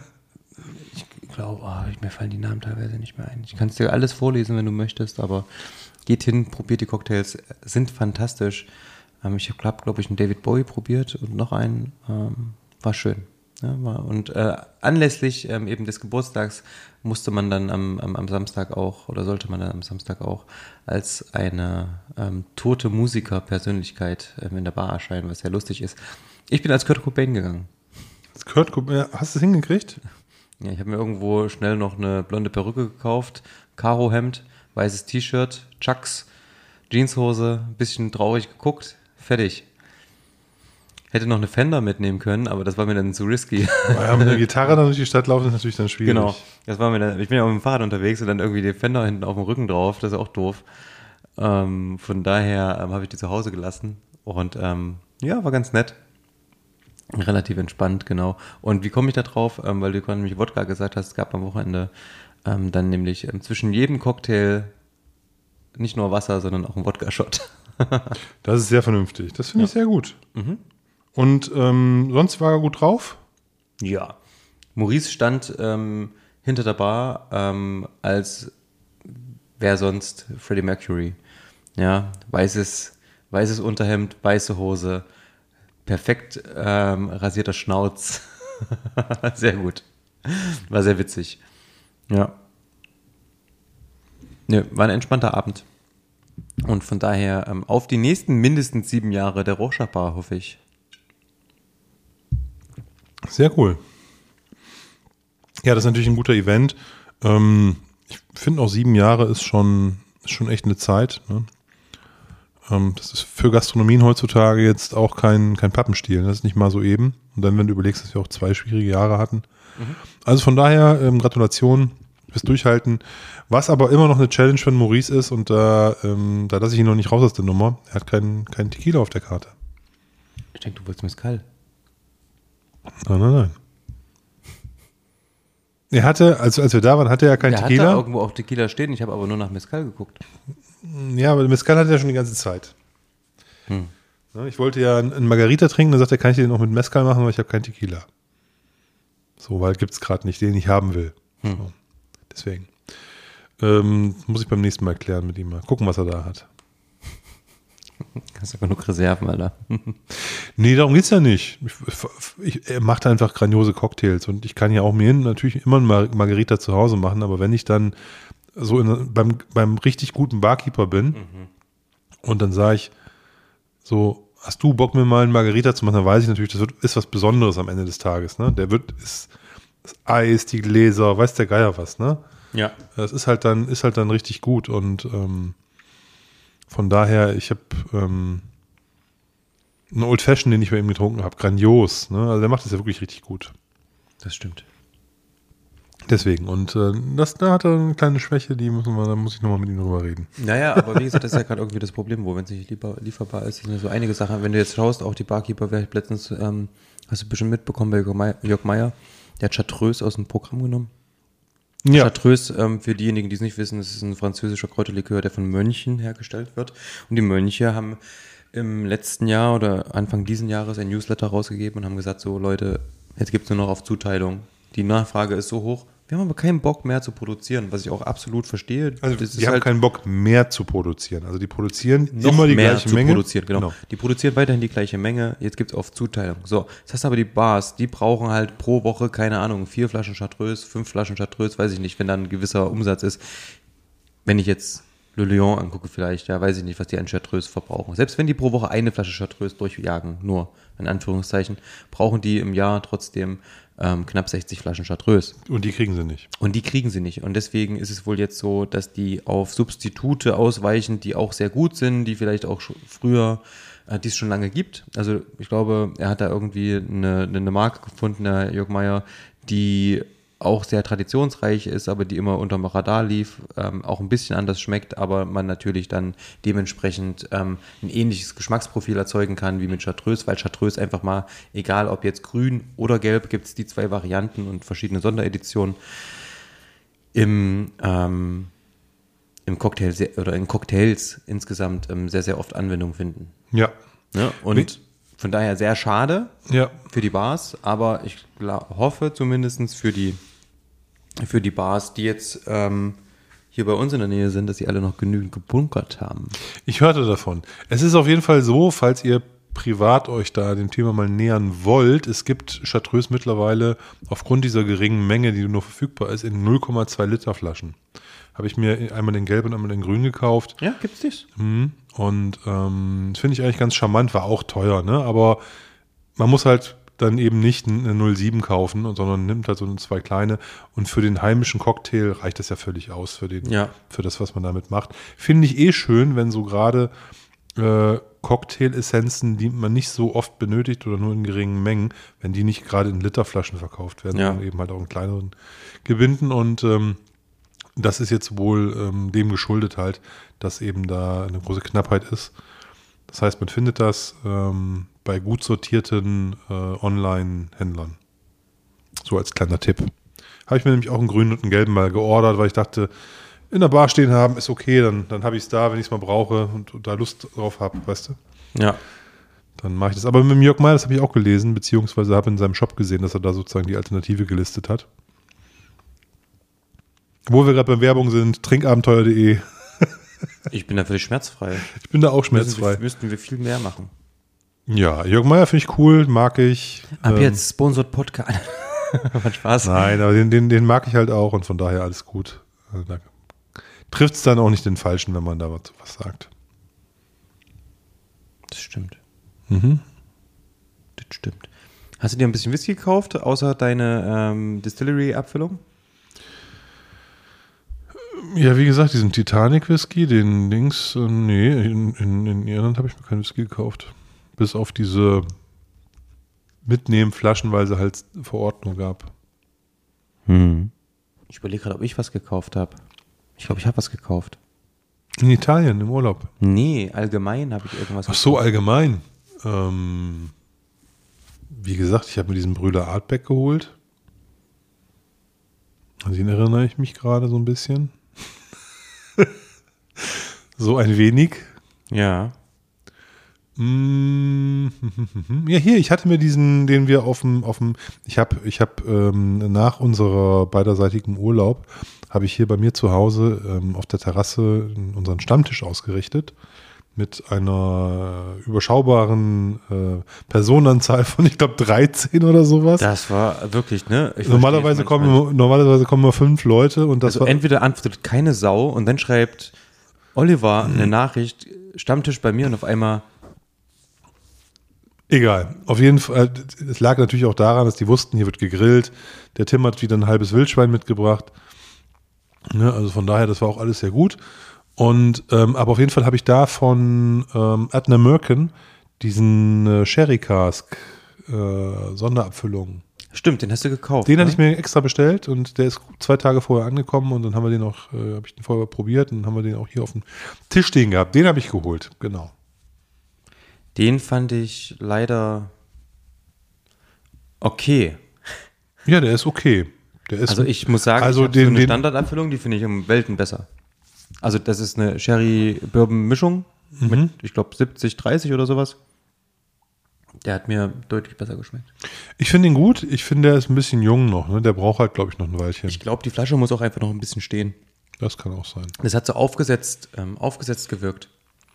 ich glaube, oh, mir fallen die Namen teilweise nicht mehr ein. Ich kann es dir alles vorlesen, wenn du möchtest, aber geht hin, probiert die Cocktails, sind fantastisch. Ähm, ich habe, glaube ich, einen David Bowie probiert und noch einen. Ähm, war schön. Ja, war, und äh, anlässlich ähm, eben des Geburtstags musste man dann am, am, am Samstag auch, oder sollte man dann am Samstag auch als eine ähm, tote Musiker-Persönlichkeit ähm, in der Bar erscheinen, was sehr lustig ist. Ich bin als Kurt Cobain gegangen. Das Kurt Cobain, hast du es hingekriegt? Ja, ich habe mir irgendwo schnell noch eine blonde Perücke gekauft, Karohemd, weißes T-Shirt, Chucks, Jeanshose, ein bisschen traurig geguckt, fertig. Hätte noch eine Fender mitnehmen können, aber das war mir dann zu risky. Ja, mit einer Gitarre dann durch die Stadt laufen ist natürlich dann schwierig. Genau, das war mir dann, ich bin ja auf dem Fahrrad unterwegs und dann irgendwie die Fender hinten auf dem Rücken drauf, das ist auch doof. Ähm, von daher ähm, habe ich die zu Hause gelassen und ähm, ja, war ganz nett. Relativ entspannt, genau. Und wie komme ich da drauf? Ähm, weil du gerade nämlich Wodka gesagt hast, es gab am Wochenende ähm, dann nämlich ähm, zwischen jedem Cocktail nicht nur Wasser, sondern auch ein Wodka-Shot. Das ist sehr vernünftig. Das finde ich sehr gut. Mhm. Und ähm, sonst war er gut drauf? Ja. Maurice stand ähm, hinter der Bar, ähm, als wäre sonst Freddie Mercury. Ja, weißes, weißes Unterhemd, weiße Hose, perfekt ähm, rasierter Schnauz. Sehr gut. War sehr witzig. Ja. Nö, war ein entspannter Abend. Und von daher ähm, auf die nächsten mindestens sieben Jahre der Rorschach Bar, hoffe ich. Sehr cool. Ja, das ist natürlich ein guter Event. Ähm, ich finde auch sieben Jahre ist schon, ist schon echt eine Zeit. Ne? Ähm, das ist für Gastronomien heutzutage jetzt auch kein, kein Pappenstiel. Das ist nicht mal so eben. Und dann, wenn du überlegst, dass wir auch zwei schwierige Jahre hatten. Mhm. Also von daher, ähm, Gratulation fürs Durchhalten. Was aber immer noch eine Challenge für Maurice ist, und da, ähm, da lasse ich ihn noch nicht raus aus der Nummer, er hat keinen kein Tequila auf der Karte. Ich denke, du wolltest Mezcal. Nein, nein, nein. Er hatte, also als wir da waren, hatte er kein Der Tequila. hatte irgendwo auch Tequila stehen, ich habe aber nur nach Mezcal geguckt. Ja, aber Mezcal hatte er schon die ganze Zeit. Hm. Ja, ich wollte ja einen Margarita trinken, dann sagt er, kann ich den auch mit Mezcal machen, weil ich habe kein Tequila. So, weil gibt es gerade nicht, den ich haben will. Hm. So, deswegen. Ähm, muss ich beim nächsten Mal erklären mit ihm mal. Gucken, was er da hat. Hast du genug Reserven, Alter. Nee, darum geht's ja nicht. Ich, ich, er macht einfach grandiose Cocktails und ich kann ja auch mir natürlich immer einen Mar- Margarita zu Hause machen, aber wenn ich dann so in, beim, beim richtig guten Barkeeper bin mhm. und dann sage ich so, hast du Bock, mir mal einen Margarita zu machen, dann weiß ich natürlich, das wird, ist was Besonderes am Ende des Tages. Ne? Der wird, ist das Eis, die Gläser, weiß der Geier was, ne? Ja. Das ist halt dann, ist halt dann richtig gut und ähm, von daher, ich habe ähm, einen Old Fashion, den ich bei ihm getrunken habe, grandios. Ne? Also der macht das ja wirklich richtig gut. Das stimmt. Deswegen. Und äh, das, da hat er eine kleine Schwäche, die müssen wir, da muss ich nochmal mit ihm drüber reden. Naja, aber wie gesagt, das ist ja gerade irgendwie das Problem, wo, wenn es nicht liefer, lieferbar ist, sind ja so einige Sachen. Wenn du jetzt schaust, auch die Barkeeper, wer letztens, ähm, hast du bestimmt mitbekommen bei Jörg Meier, der hat Chartreuse aus dem Programm genommen. Ja. Chartreuse, ähm, für diejenigen, die es nicht wissen, das ist ein französischer Kräuterlikör, der von Mönchen hergestellt wird. Und die Mönche haben im letzten Jahr oder Anfang diesen Jahres ein Newsletter rausgegeben und haben gesagt, so Leute, jetzt gibt es nur noch auf Zuteilung. Die Nachfrage ist so hoch, wir haben aber keinen Bock mehr zu produzieren, was ich auch absolut verstehe. Also das die haben halt keinen Bock mehr zu produzieren. Also die produzieren noch immer die mehr gleiche zu Menge. Produzieren, genau. genau. Die produzieren weiterhin die gleiche Menge, jetzt gibt es auf Zuteilung. So, das heißt aber die Bars, die brauchen halt pro Woche, keine Ahnung, vier Flaschen Chartreuse, fünf Flaschen Chartreuse, weiß ich nicht, wenn dann ein gewisser Umsatz ist. Wenn ich jetzt Le Lion angucke vielleicht, ja, weiß ich nicht, was die an Chartreuse verbrauchen. Selbst wenn die pro Woche eine Flasche Chartreuse durchjagen, nur in Anführungszeichen, brauchen die im Jahr trotzdem ähm, knapp sechzig Flaschen Chartreuse. Und die kriegen sie nicht. Und die kriegen sie nicht. Und deswegen ist es wohl jetzt so, dass die auf Substitute ausweichen, die auch sehr gut sind, die vielleicht auch schon früher, äh, die es schon lange gibt. Also ich glaube, er hat da irgendwie eine, eine Marke gefunden, der Jörg Meier, die auch sehr traditionsreich ist, aber die immer unterm Radar lief, ähm, auch ein bisschen anders schmeckt, aber man natürlich dann dementsprechend ähm, ein ähnliches Geschmacksprofil erzeugen kann wie mit Chartreuse, weil Chartreuse einfach mal, egal ob jetzt grün oder gelb, gibt es die zwei Varianten und verschiedene Sondereditionen im, ähm, im Cocktail sehr, oder in Cocktails insgesamt ähm, sehr, sehr oft Anwendung finden. Ja. Ja, und Wie? Von daher sehr schade ja. für die Bars, aber ich glaub, hoffe zumindest für die für die Bars, die jetzt ähm, hier bei uns in der Nähe sind, dass sie alle noch genügend gebunkert haben. Ich hörte davon. Es ist auf jeden Fall so, falls ihr privat euch da dem Thema mal nähern wollt, es gibt Chartreuse mittlerweile aufgrund dieser geringen Menge, die nur verfügbar ist, in null Komma zwei Liter Flaschen. Habe ich mir einmal den gelb und einmal den grün gekauft. Ja, gibt's das? Mhm. Und ähm, finde ich eigentlich ganz charmant, war auch teuer, ne? Aber man muss halt dann eben nicht eine null Komma sieben kaufen, sondern nimmt halt so zwei kleine. Und für den heimischen Cocktail reicht das ja völlig aus, für, den, ja. für das, was man damit macht. Finde ich eh schön, wenn so gerade äh, Cocktail-Essenzen, die man nicht so oft benötigt oder nur in geringen Mengen, wenn die nicht gerade in Literflaschen verkauft werden, ja. sondern eben halt auch in kleineren Gebinden. Und ähm, das ist jetzt wohl ähm, dem geschuldet halt, dass eben da eine große Knappheit ist. Das heißt, man findet das ähm, bei gut sortierten äh, Online-Händlern. So als kleiner Tipp. Habe ich mir nämlich auch einen grünen und einen gelben mal geordert, weil ich dachte, in der Bar stehen haben ist okay, dann, dann habe ich es da, wenn ich es mal brauche und, und da Lust drauf habe, weißt du? Ja. Dann mache ich das. Aber mit dem Jörg Meier, das habe ich auch gelesen, beziehungsweise habe in seinem Shop gesehen, dass er da sozusagen die Alternative gelistet hat. Wo wir gerade bei Werbung sind, trinkabenteuer punkt de. Ich bin da völlig schmerzfrei. Ich bin da auch schmerzfrei. Müssten wir, müssten wir viel mehr machen. Ja, Jörg Meier finde ich cool, mag ich. Ab ähm, jetzt Sponsored Podcast. Hat Spaß. Nein, aber den, den, den mag ich halt auch und von daher alles gut. Also da trifft es dann auch nicht den Falschen, wenn man da was, was sagt. Das stimmt. Mhm. Das stimmt. Hast du dir ein bisschen Whisky gekauft, außer deine ähm, Distillery-Abfüllung? Ja, wie gesagt, diesen Titanic-Whisky, den Dings, äh, nee, in, in, in Irland habe ich mir keinen Whisky gekauft. Bis auf diese Mitnehmen-Flaschen, weil sie halt Verordnung gab. Hm. Ich überlege gerade, ob ich was gekauft habe. Ich glaube, ich habe was gekauft. In Italien, im Urlaub? Nee, allgemein habe ich irgendwas Ach so, gekauft. allgemein. Ähm, wie gesagt, ich habe mir diesen Brüder Artback geholt. An den erinnere ich mich gerade so ein bisschen. So ein wenig. Ja. Ja, hier, ich hatte mir diesen, den wir auf dem, auf dem, ich habe, ich habe ähm, nach unserer beiderseitigen Urlaub, habe ich hier bei mir zu Hause ähm, auf der Terrasse unseren Stammtisch ausgerichtet mit einer überschaubaren äh, Personenanzahl von, ich glaube, dreizehn oder sowas. Das war wirklich, ne? Ich normalerweise kommen, normalerweise kommen nur fünf Leute und das also war entweder antwortet keine Sau und dann schreibt Oliver eine Nachricht, Stammtisch bei mir und auf einmal egal. Auf jeden Fall, es lag natürlich auch daran, dass die wussten, hier wird gegrillt. Der Tim hat wieder ein halbes Wildschwein mitgebracht. Ne, also von daher, das war auch alles sehr gut. Und ähm, aber auf jeden Fall habe ich da von ähm, Adnam Merkin diesen äh, Sherry Cask äh, Sonderabfüllung. Stimmt, den hast du gekauft. Den ne? hatte ich mir extra bestellt und der ist zwei Tage vorher angekommen und dann haben wir den auch, äh, habe ich den vorher probiert und dann haben wir den auch hier auf dem Tisch stehen gehabt. Den habe ich geholt, genau. Den fand ich leider okay. Ja, der ist okay. Der ist, Also ich muss sagen, also ich habe den, so eine den, Standardabfüllung, die finde ich um Welten besser. Also das ist eine Sherry-Bourbon-Mischung Mhm. mit, ich glaube, siebzig, dreißig oder sowas. Der hat mir deutlich besser geschmeckt. Ich finde ihn gut. Ich finde, der ist ein bisschen jung noch. Ne? Der braucht halt, glaube ich, noch ein Weilchen. Ich glaube, die Flasche muss auch einfach noch ein bisschen stehen. Das kann auch sein. Das hat so aufgesetzt, ähm, aufgesetzt gewirkt.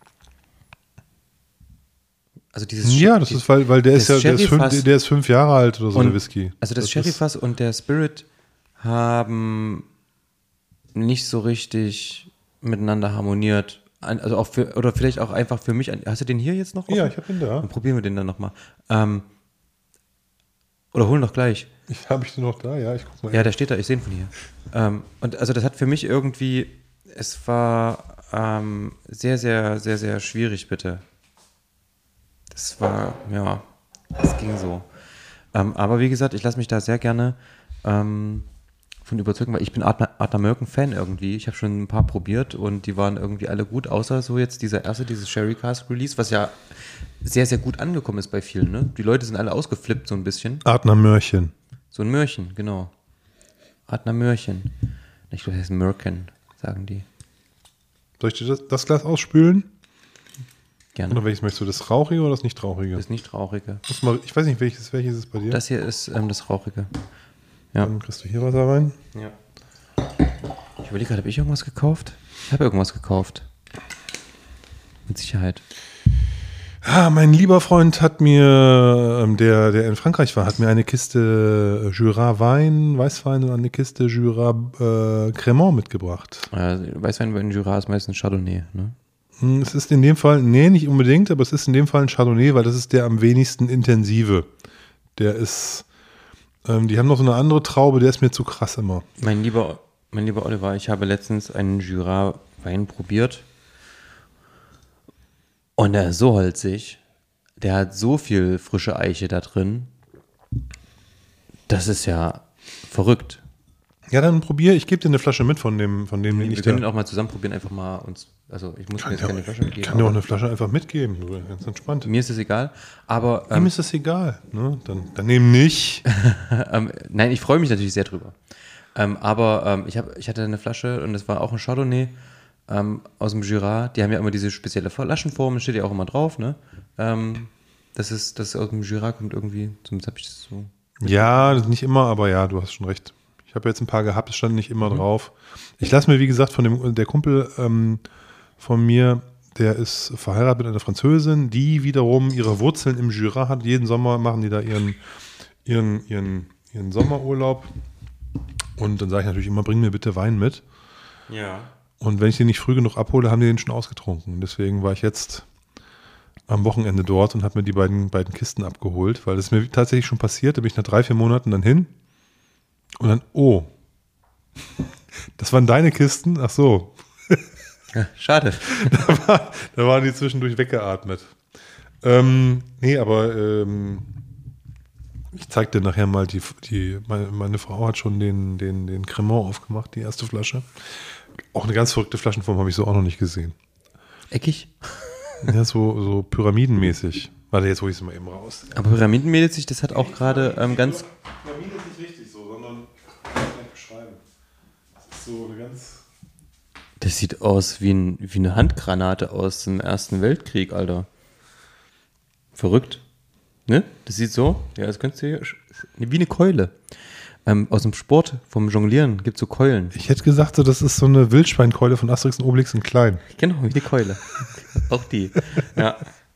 Also dieses Ja, das die- ist, weil, weil der ist ja das der ist, fünf, Sherryfass- der ist fünf Jahre alt oder so, und- der Whisky. Also das, ist- Sherryfass und der Spirit haben nicht so richtig miteinander harmoniert. An- Also auch für, oder vielleicht auch einfach für mich. Hast du den hier jetzt noch? offen? Ja, ich habe ihn da. Dann probieren wir den dann nochmal. Ähm, oder holen doch gleich. Ich habe ich den noch da, ja, ich guck mal. Ja, der steht da, ich sehe ihn von hier. Ähm, und also das hat für mich irgendwie, es war ähm, sehr, sehr, sehr, sehr schwierig, bitte. Das war, ja, das ging so. Ähm, aber wie gesagt, ich lasse mich da sehr gerne ähm, von überzeugen, weil ich bin Adna, Adna Merken-Fan irgendwie. Ich habe schon ein paar probiert und die waren irgendwie alle gut, außer so jetzt dieser erste, dieses Sherry Cask Release, was ja sehr, sehr gut angekommen ist bei vielen. Ne? Die Leute sind alle ausgeflippt so ein bisschen. Adner Mörchen. So ein Möhrchen, genau. Adner Möhrchen. Ich glaube, das heißt Mörken, sagen die. Soll ich dir das, das Glas ausspülen? Gerne. Oder welches möchtest du? Das Rauchige oder das nicht Rauchige? Das ist nicht Rauchige. Muss mal, ich weiß nicht, welches, welches ist bei dir? Das hier ist ähm, das Rauchige. Ja. Dann kriegst du hier Wasser rein. ja. Ich überlege gerade, habe ich irgendwas gekauft? Ich habe irgendwas gekauft. Mit Sicherheit. Ah, mein lieber Freund hat mir, ähm, der, der in Frankreich war, hat mir eine Kiste Jura Wein, Weißwein und eine Kiste Jura äh, Cremant mitgebracht. Äh, Weißwein bei den Jura ist meistens Chardonnay, ne? Hm, Es ist in dem Fall, nee, nicht unbedingt, aber es ist in dem Fall ein Chardonnay, weil das ist der am wenigsten intensive. Der ist, ähm, die haben noch so eine andere Traube, der ist mir zu krass immer. Mein lieber, mein lieber Oliver, ich habe letztens einen Jura-Wein probiert und der ist so holzig, der hat so viel frische Eiche da drin, das ist ja verrückt. Ja, dann probier, ich gebe dir eine Flasche mit von dem, von dem, den Wir ich können da. ihn auch mal zusammen probieren, einfach mal uns, also ich muss mir jetzt Ja, keine Flasche ich mitgeben. kann dir auch aber eine Flasche einfach mitgeben, du, ganz entspannt. mir ist es egal, aber Ihm ähm, ist das egal, ne? Dann, dann nehm nicht. ähm, nein, ich freue mich natürlich sehr drüber. Ähm, aber ähm, ich, hab, ich hatte eine Flasche und das war auch ein Chardonnay ähm, aus dem Jura. Die haben ja immer diese spezielle Flaschenform, das steht ja auch immer drauf, ne? Ähm, das ist, das aus dem Jura kommt irgendwie, zumindest habe ich das so. Ja, das ist nicht immer, aber ja, du hast schon recht. Ich habe jetzt ein paar gehabt, es stand nicht immer drauf. Ich lasse mir, wie gesagt, von dem der Kumpel ähm, von mir, der ist verheiratet mit einer Französin, die wiederum ihre Wurzeln im Jura hat. Jeden Sommer machen die da ihren, ihren, ihren, ihren Sommerurlaub. Und dann sage ich natürlich immer, bring mir bitte Wein mit. Ja. Und wenn ich den nicht früh genug abhole, haben die den schon ausgetrunken. Deswegen war ich jetzt am Wochenende dort und habe mir die beiden, beiden Kisten abgeholt, weil das ist mir tatsächlich schon passiert. Da bin ich nach drei, vier Monaten dann hin und dann, oh, das waren deine Kisten? Ach so. Ja, schade. da, war, da waren die zwischendurch weggeatmet. Ähm, nee, aber ähm, ich zeig dir nachher mal, die, die, meine, meine Frau hat schon den, den, den Cremant aufgemacht, die erste Flasche. Auch eine ganz verrückte Flaschenform habe ich so auch noch nicht gesehen. Eckig? Ja, so, so pyramidenmäßig. Warte, jetzt hole ich es mal eben raus. Aber pyramidenmäßig, das hat auch gerade ähm, ganz. Pyramide ist nicht richtig so, sondern ich kann es nicht beschreiben. Das ist so eine ganz. Das sieht aus wie, ein, wie eine Handgranate aus dem Ersten Weltkrieg, Alter. Verrückt. Ne? Das sieht so, ja, das könntest du hier, wie eine Keule. Ähm, aus dem Sport, vom Jonglieren, gibt es so Keulen. Ich hätte gesagt, so, das ist so eine Wildschweinkeule von Asterix und Obelix in klein. Genau, wie eine Keule. Auch die. Ja.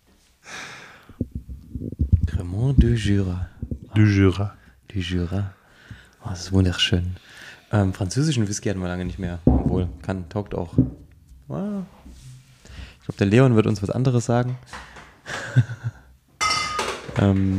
Cremant du Jura. Du Jura. Du Jura. Oh, das ist wunderschön. Ähm, französischen Whisky hatten wir lange nicht mehr. Obwohl, kann, taugt auch. Wow. Ich glaube, der Leon wird uns was anderes sagen. ähm,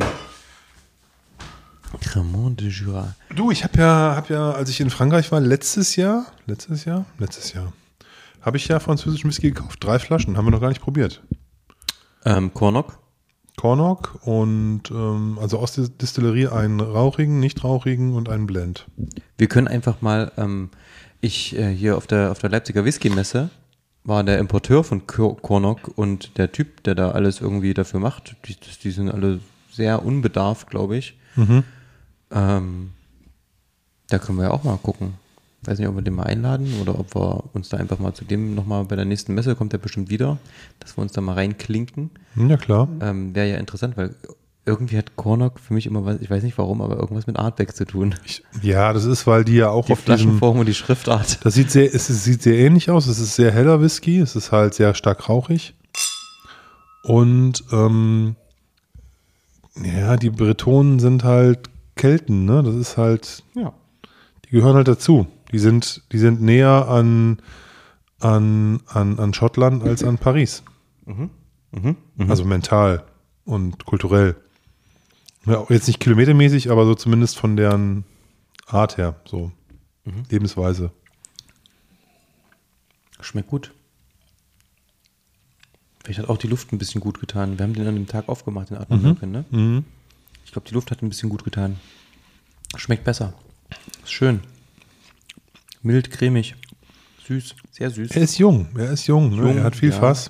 Cremant de Jura. Du, ich habe ja, hab ja, als ich in Frankreich war, letztes Jahr, letztes Jahr, letztes Jahr, habe ich ja französischen Whisky gekauft. Drei Flaschen, haben wir noch gar nicht probiert. Ähm, Cornock. Cornock und ähm, also aus der Distillerie einen rauchigen, nicht rauchigen und einen Blend. Wir können einfach mal, ähm, ich äh, hier auf der, auf der Leipziger Whisky-Messe war der Importeur von Cornock und der Typ, der da alles irgendwie dafür macht, die, die sind alle sehr unbedarft, glaube ich. Mhm. Ähm, da können wir ja auch mal gucken. Weiß nicht, ob wir den mal einladen oder ob wir uns da einfach mal zu dem nochmal bei der nächsten Messe, kommt der bestimmt wieder, dass wir uns da mal reinklinken. Ja, klar. Ähm, wäre ja interessant, weil irgendwie hat Cornock für mich immer was, ich weiß nicht warum, aber irgendwas mit Artback zu tun. Ich, ja, das ist, weil die ja auch Die auf diesem... Flaschenform und die Schriftart. Das sieht sehr, es sieht sehr ähnlich aus. Es ist sehr heller Whisky. Es ist halt sehr stark rauchig. Und ähm, ja, die Bretonen sind halt Kelten, ne? Das ist halt... Ja. Die gehören halt dazu. Die sind, die sind näher an, an, an, an Schottland als an Paris. Mhm. Mhm. Mhm. Also mental und kulturell. Ja, jetzt nicht kilometermäßig, aber so zumindest von deren Art her, so Mhm. Lebensweise. Schmeckt gut. Vielleicht hat auch die Luft ein bisschen gut getan. Wir haben den an dem Tag aufgemacht, den Atmungswirken, ne? Mhm. Ich glaube, die Luft hat ein bisschen gut getan. Schmeckt besser. Ist schön. Mild, cremig. Süß. Sehr süß. Er ist jung, er ist jung, ne? Jung, Er hat viel ja. Fass.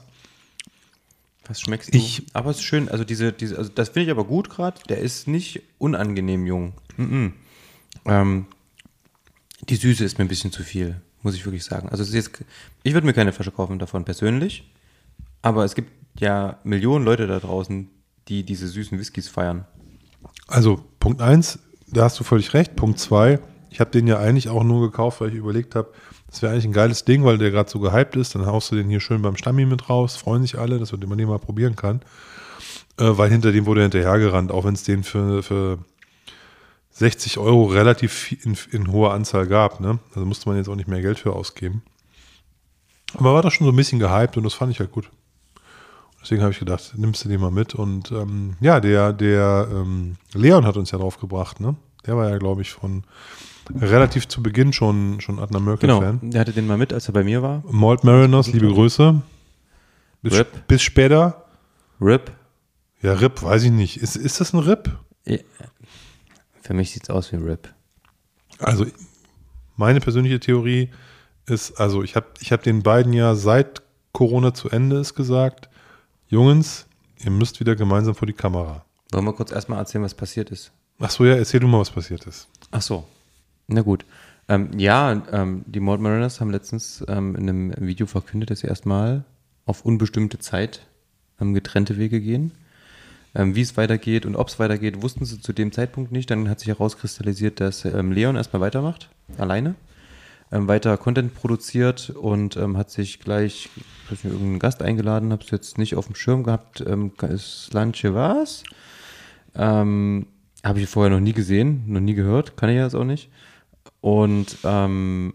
Was schmeckst du? Ich- aber es ist schön. Also diese, diese, also das finde ich aber gut gerade. Der ist nicht unangenehm jung. Mhm. Ähm, die Süße ist mir ein bisschen zu viel, muss ich wirklich sagen. Also es ist jetzt, ich würde mir keine Flasche kaufen davon persönlich, aber es gibt ja Millionen Leute da draußen, die diese süßen Whiskys feiern. Also Punkt eins, da hast du völlig recht. Punkt zwei, ich habe den ja eigentlich auch nur gekauft, weil ich überlegt habe, das wäre eigentlich ein geiles Ding, weil der gerade so gehypt ist. Dann haust du den hier schön beim Stammi mit raus, freuen sich alle, dass man den mal probieren kann. Äh, weil hinter dem wurde er hinterhergerannt, auch wenn es den für, für sechzig Euro relativ viel- in, in hoher Anzahl gab. Ne? Also musste man jetzt auch nicht mehr Geld für ausgeben. Aber war doch schon so ein bisschen gehypt und das fand ich halt gut. Deswegen habe ich gedacht, nimmst du den mal mit. Und ähm, ja, der, der ähm, Leon hat uns ja drauf gebracht, ne? Der war ja, glaube ich, von relativ zu Beginn schon, schon Adna Genau, Merkel-Fan. der hatte den mal mit, als er bei mir war. Malt Mariners, liebe Grüße. Bis, Rip. bis später. Rip. Ja, Rip, weiß ich nicht. Ist, ist das ein Rip? Ja. Für mich sieht es aus wie Rip. Also, meine persönliche Theorie ist, also ich habe ich hab den beiden ja seit Corona zu Ende ist gesagt, Jungs, ihr müsst wieder gemeinsam vor die Kamera. Wollen wir kurz erstmal erzählen, was passiert ist? Ach so, ja, erzähl du mal, was passiert ist. Ach so. Na gut. Ähm, ja, ähm, die Malt Mariners haben letztens ähm, in einem Video verkündet, dass sie erstmal auf unbestimmte Zeit ähm, getrennte Wege gehen. Ähm, wie es weitergeht und ob es weitergeht, wussten sie zu dem Zeitpunkt nicht. Dann hat sich herauskristallisiert, dass ähm, Leon erstmal weitermacht, alleine, ähm, weiter Content produziert und ähm, hat sich gleich ich weiß nicht, irgendeinen Gast eingeladen, habe es jetzt nicht auf dem Schirm gehabt. Ähm, ist Lanche was? Ähm, habe ich vorher noch nie gesehen, noch nie gehört, kann ich jetzt auch nicht. Und ähm,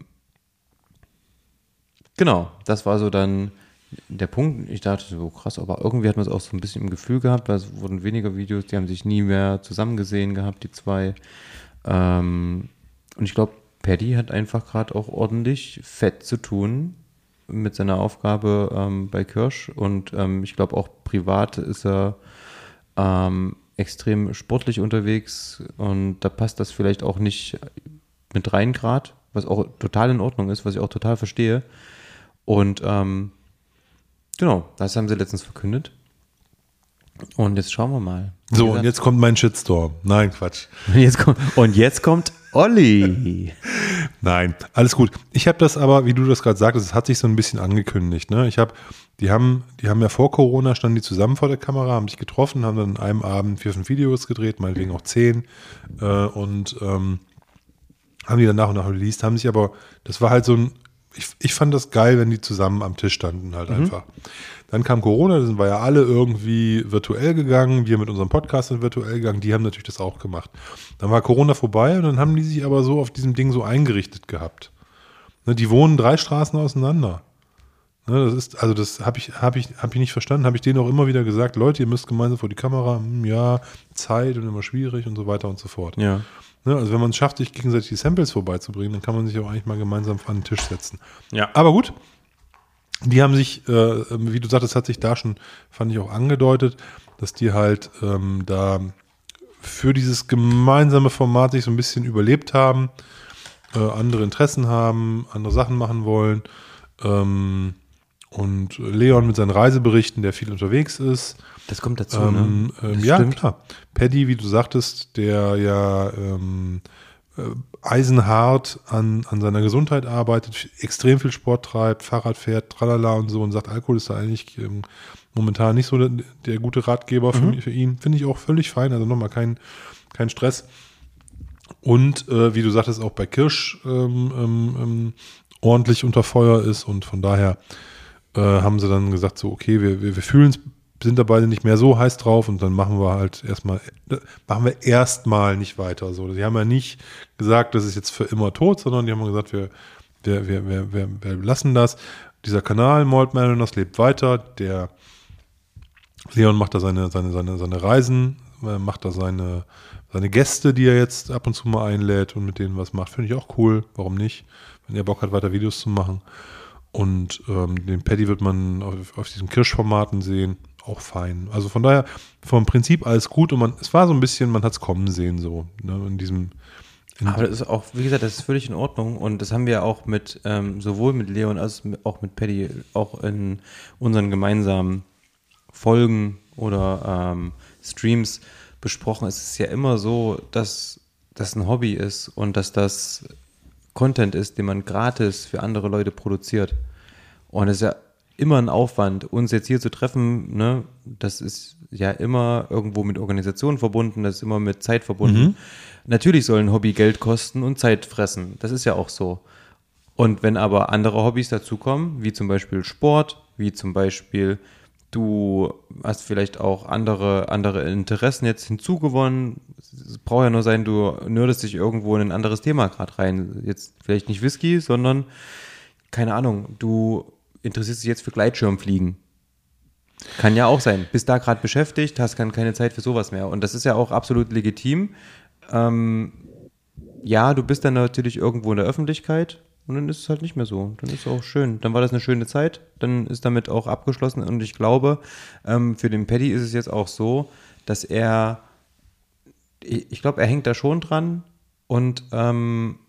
genau, das war so dann der Punkt. Ich dachte so, krass, aber irgendwie hat man es auch so ein bisschen im Gefühl gehabt, weil es wurden weniger Videos, die haben sich nie mehr zusammen gesehen gehabt, die zwei. Ähm, und ich glaube, Paddy hat einfach gerade auch ordentlich Fett zu tun mit seiner Aufgabe ähm, bei Kirsch. Und ähm, ich glaube auch privat ist er ähm, extrem sportlich unterwegs und da passt das vielleicht auch nicht mit rein Grad, was auch total in Ordnung ist, was ich auch total verstehe. Und ähm, genau, das haben sie letztens verkündet. Und jetzt schauen wir mal. Wie So, gesagt, und jetzt kommt mein Shitstorm. Nein, Quatsch. und jetzt kommt, und jetzt kommt Olli. Nein, alles gut. Ich habe das aber, wie du das gerade sagtest, es hat sich so ein bisschen angekündigt. Ne? Ich habe, die haben, die haben ja vor Corona, standen die zusammen vor der Kamera, haben sich getroffen, haben dann an einem Abend vier, fünf Videos gedreht, meinetwegen auch zehn. Äh, und ähm, haben die dann nach und nach released, haben sich aber, das war halt so ein, ich, ich fand das geil, wenn die zusammen am Tisch standen halt einfach. Dann kam Corona, da sind wir ja alle irgendwie virtuell gegangen, wir mit unserem Podcast sind virtuell gegangen, die haben natürlich das auch gemacht. Dann war Corona vorbei und dann haben die sich aber so auf diesem Ding so eingerichtet gehabt. Ne, die wohnen drei Straßen auseinander. Ne, das ist, also das habe ich, hab ich, hab ich nicht verstanden, habe ich denen auch immer wieder gesagt, Leute, ihr müsst gemeinsam vor die Kamera, hm, ja, Zeit und immer schwierig und so weiter und so fort. Ja. Ne, also wenn man es schafft, sich gegenseitig die Samples vorbeizubringen, dann kann man sich auch eigentlich mal gemeinsam an den Tisch setzen. Ja. Aber gut, die haben sich, äh, wie du sagtest, hat sich da schon, fand ich auch angedeutet, dass die halt ähm, da für dieses gemeinsame Format sich so ein bisschen überlebt haben, äh, andere Interessen haben, andere Sachen machen wollen. Ähm, und Leon mit seinen Reiseberichten, der viel unterwegs ist. Das kommt dazu, ähm, ne? Ähm, ja, stimmt. Klar. Paddy, wie du sagtest, der ja ähm, äh, eisenhart an, an seiner Gesundheit arbeitet, extrem viel Sport treibt, Fahrrad fährt, tralala und so und sagt, Alkohol ist da eigentlich ähm, momentan nicht so der, der gute Ratgeber für, Mhm. für ihn. Finde ich auch völlig fein, also nochmal kein, kein Stress. Und äh, wie du sagtest, auch bei Kirsch ähm, ähm, ordentlich unter Feuer ist und von daher äh, haben sie dann gesagt, so okay, wir, wir, wir fühlen es, sind da beide nicht mehr so heiß drauf und dann machen wir halt erstmal, machen wir erstmal nicht weiter. So, die haben ja nicht gesagt, das ist jetzt für immer tot, sondern die haben gesagt, wir, wir, wir, wir, wir, wir lassen das. Dieser Kanal, Malt Mariners, lebt weiter. Der Leon macht da seine, seine, seine, seine Reisen, äh, macht da seine, seine Gäste, die er jetzt ab und zu mal einlädt und mit denen was macht. Finde ich auch cool. Warum nicht? Wenn er Bock hat, weiter Videos zu machen. Und ähm, den Paddy wird man auf, auf diesen Kirschformaten sehen. Auch fein. Also von daher, vom Prinzip alles gut. Und man, es war so ein bisschen, man hat es kommen sehen, so, ne, in diesem. In Aber das ist auch, wie gesagt, das ist völlig in Ordnung. Und das haben wir auch mit, ähm, sowohl mit Leon als auch mit Paddy, auch in unseren gemeinsamen Folgen oder ähm, Streams besprochen. Es ist ja immer so, dass das ein Hobby ist und dass das Content ist, den man gratis für andere Leute produziert. Und es ist ja immer ein Aufwand, uns jetzt hier zu treffen, ne? Das ist ja immer irgendwo mit Organisation verbunden, das ist immer mit Zeit verbunden. Mhm. Natürlich soll ein Hobby Geld kosten und Zeit fressen, das ist ja auch so. Und wenn aber andere Hobbys dazukommen, wie zum Beispiel Sport, wie zum Beispiel du hast vielleicht auch andere, andere Interessen jetzt hinzugewonnen. Es braucht ja nur sein, du nerdest dich irgendwo in ein anderes Thema gerade rein. Jetzt vielleicht nicht Whisky, sondern, keine Ahnung, du interessierst dich jetzt für Gleitschirmfliegen. Kann ja auch sein. Bist da gerade beschäftigt, hast dann keine Zeit für sowas mehr. Und das ist ja auch absolut legitim. Ähm, ja, du bist dann natürlich irgendwo in der Öffentlichkeit. Und dann ist es halt nicht mehr so. Dann ist es auch schön. Dann war das eine schöne Zeit. Dann ist damit auch abgeschlossen. Und ich glaube, ähm, für den Paddy ist es jetzt auch so, dass er, ich glaube, er hängt da schon dran und ähm,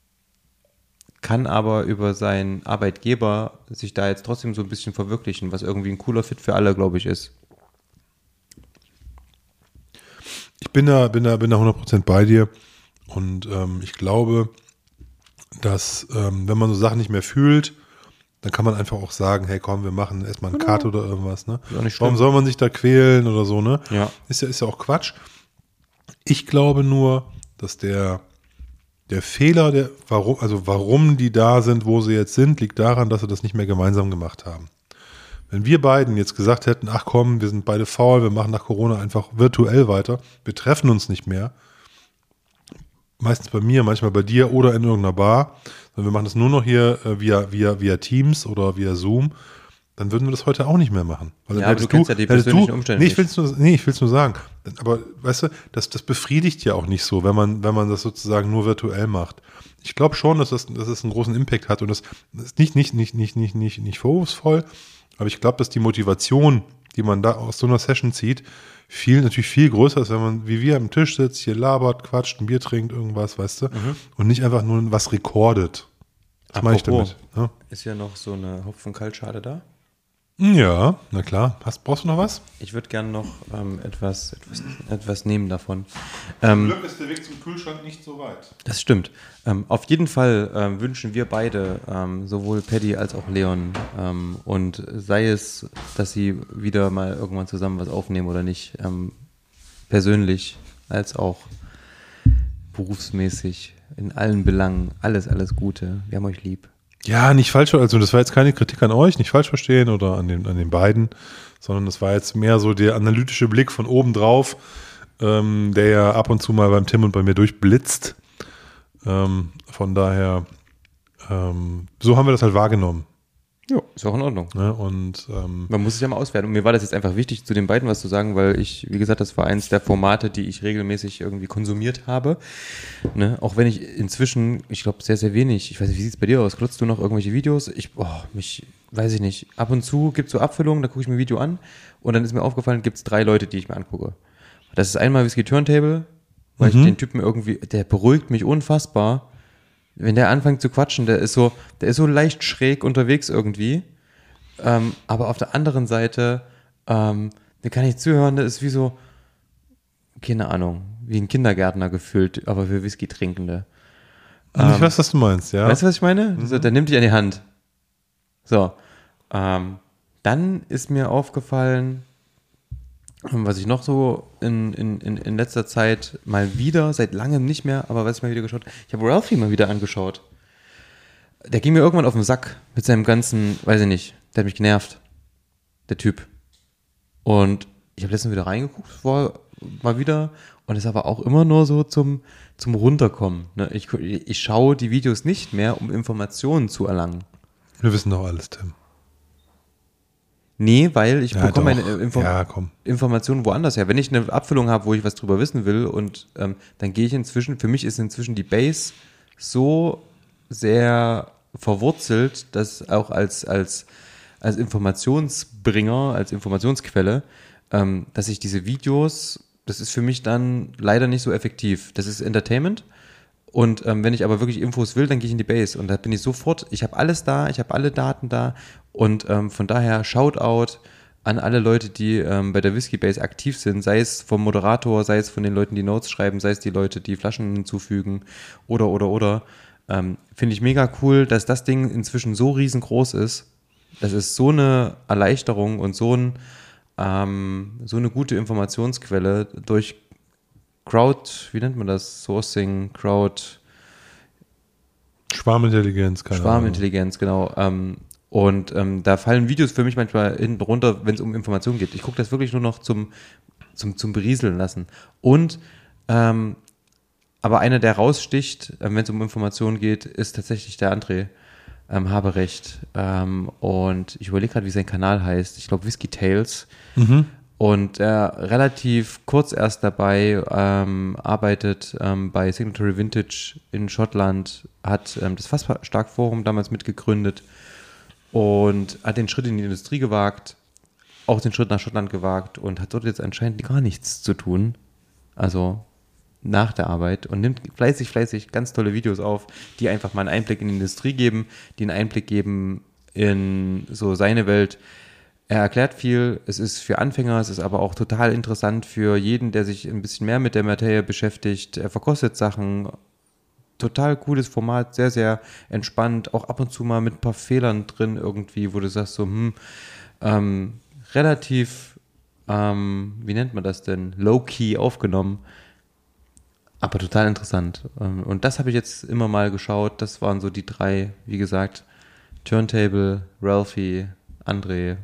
kann aber über seinen Arbeitgeber sich da jetzt trotzdem so ein bisschen verwirklichen, was irgendwie ein cooler Fit für alle, glaube ich, ist. Ich bin da, bin da, bin da hundert Prozent bei dir. Und ähm, ich glaube, dass, ähm, wenn man so Sachen nicht mehr fühlt, dann kann man einfach auch sagen, hey komm, wir machen erstmal einen Cut oder irgendwas, ne? Warum soll man sich da quälen oder so, ne? Ja. Ist ja, ist ja auch Quatsch. Ich glaube nur, dass der, der Fehler, der, warum, also warum die da sind, wo sie jetzt sind, liegt daran, dass sie das nicht mehr gemeinsam gemacht haben. Wenn wir beiden jetzt gesagt hätten, ach komm, wir sind beide faul, wir machen nach Corona einfach virtuell weiter, wir treffen uns nicht mehr, meistens bei mir, manchmal bei dir oder in irgendeiner Bar, sondern wir machen das nur noch hier äh, via, via, via Teams oder via Zoom, dann würden wir das heute auch nicht mehr machen. Weil ja, aber du kennst ja die persönlichen Umstände nee, ich will's nur, nee, ich will es nur sagen. Aber weißt du, das, das befriedigt ja auch nicht so, wenn man, wenn man das sozusagen nur virtuell macht. Ich glaube schon, dass das, dass das einen großen Impact hat und das, das ist nicht, nicht, nicht, nicht, nicht, nicht, nicht vorwurfsvoll, aber ich glaube, dass die Motivation, die man da aus so einer Session zieht, viel, natürlich viel größer ist, wenn man wie wir am Tisch sitzt, hier labert, quatscht, ein Bier trinkt, irgendwas, weißt du, mhm. und nicht einfach nur was rekordet. Das meine ich damit. Ja. Ist ja noch so eine Hopfen-Kaltschale da? Ja, na klar. Hast, brauchst du noch was? Ich würde gerne noch ähm, etwas, etwas, etwas nehmen davon. Ähm, Zum Glück ist der Weg zum Kühlschrank nicht so weit. Das stimmt. Ähm, auf jeden Fall ähm, wünschen wir beide, ähm, sowohl Paddy als auch Leon, ähm, und sei es, dass sie wieder mal irgendwann zusammen was aufnehmen oder nicht, ähm, persönlich als auch berufsmäßig, in allen Belangen, alles, alles Gute. Wir haben euch lieb. Ja, nicht falsch, also das war jetzt keine Kritik an euch, nicht falsch verstehen oder an den, an den beiden, sondern das war jetzt mehr so der analytische Blick von oben drauf, ähm, der ja ab und zu mal beim Tim und bei mir durchblitzt. Ähm, von daher, ähm, so haben wir das halt wahrgenommen. Ja, ist auch in Ordnung. Ja, und ähm, man muss es ja mal auswerten. Und mir war das jetzt einfach wichtig, zu den beiden was zu sagen, weil ich, wie gesagt, das war eins der Formate, die ich regelmäßig irgendwie konsumiert habe. Ne? Auch wenn ich inzwischen, ich glaube, sehr, sehr wenig, ich weiß nicht, wie sieht es bei dir aus? Glotzt du noch irgendwelche Videos? Ich, oh, mich, weiß ich nicht, ab und zu gibt es so Abfüllungen, da gucke ich mir ein Video an und dann ist mir aufgefallen, gibt es drei Leute, die ich mir angucke. Das ist einmal Whisky Turntable, weil mhm. ich den Typen irgendwie, der beruhigt mich unfassbar. Wenn der anfängt zu quatschen, der ist so, der ist so leicht schräg unterwegs irgendwie. Ähm, aber auf der anderen Seite, ähm, der kann ich zuhören, der ist wie so, keine Ahnung, wie ein Kindergärtner gefühlt, aber für Whisky-Trinkende. Ähm, ich weiß, was du meinst, ja. Weißt du, was ich meine? Mhm. So, der nimmt dich an die Hand. So. Ähm, dann ist mir aufgefallen, was ich noch so in, in, in, in letzter Zeit mal wieder, seit langem nicht mehr, aber was ich mal wieder geschaut habe, ich habe Ralphie mal wieder angeschaut. Der ging mir irgendwann auf den Sack mit seinem ganzen, weiß ich nicht, der hat mich genervt, der Typ. Und ich habe letztens wieder reingeguckt, war mal wieder, und ist aber auch immer nur so zum, zum Runterkommen. Ne? Ich, ich schaue die Videos nicht mehr, um Informationen zu erlangen. Wir wissen doch alles, Tim. Nee, weil ich ja, bekomme meine Info- ja, Informationen woanders her. Wenn ich eine Abfüllung habe, wo ich was drüber wissen will, und ähm, dann gehe ich inzwischen, für mich ist inzwischen die Base so sehr verwurzelt, dass auch als, als, als Informationsbringer, als Informationsquelle, ähm, dass ich diese Videos, das ist für mich dann leider nicht so effektiv. Das ist Entertainment. Und ähm, wenn ich aber wirklich Infos will, dann gehe ich in die Base und da bin ich sofort, ich habe alles da, ich habe alle Daten da und ähm, von daher Shoutout an alle Leute, die ähm, bei der Whisky Base aktiv sind, sei es vom Moderator, sei es von den Leuten, die Notes schreiben, sei es die Leute, die Flaschen hinzufügen oder, oder, oder. Ähm, finde ich mega cool, dass das Ding inzwischen so riesengroß ist. Das ist so eine Erleichterung und so, ein, ähm, so eine gute Informationsquelle durch Crowd, wie nennt man das? Sourcing, Crowd. Schwarmintelligenz, keine Schwarmintelligenz, genau. Ähm, und ähm, da fallen Videos für mich manchmal hinten runter, wenn es um Informationen geht. Ich gucke das wirklich nur noch zum, zum, zum Berieseln lassen. Und, ähm, aber einer, der raussticht, äh, wenn es um Informationen geht, ist tatsächlich der André ähm, Haberecht. Ähm, und ich überlege gerade, wie sein Kanal heißt. Ich glaube Whisky Tales. Mhm. Und er äh, relativ kurz erst dabei, ähm, arbeitet ähm, bei Signatory Vintage in Schottland, hat ähm, das Fass-Stark-Forum damals mitgegründet und hat den Schritt in die Industrie gewagt, auch den Schritt nach Schottland gewagt und hat dort jetzt anscheinend gar nichts zu tun, also nach der Arbeit, und nimmt fleißig, fleißig ganz tolle Videos auf, die einfach mal einen Einblick in die Industrie geben, die einen Einblick geben in so seine Welt. Er erklärt viel, es ist für Anfänger, es ist aber auch total interessant für jeden, der sich ein bisschen mehr mit der Materie beschäftigt. Er verkostet Sachen, total cooles Format, sehr, sehr entspannt, auch ab und zu mal mit ein paar Fehlern drin irgendwie, wo du sagst so, hm, ähm, relativ, ähm, wie nennt man das denn, low-key aufgenommen, aber total interessant. Und das habe ich jetzt immer mal geschaut, das waren so die drei, wie gesagt, Turntable, Ralphie, André.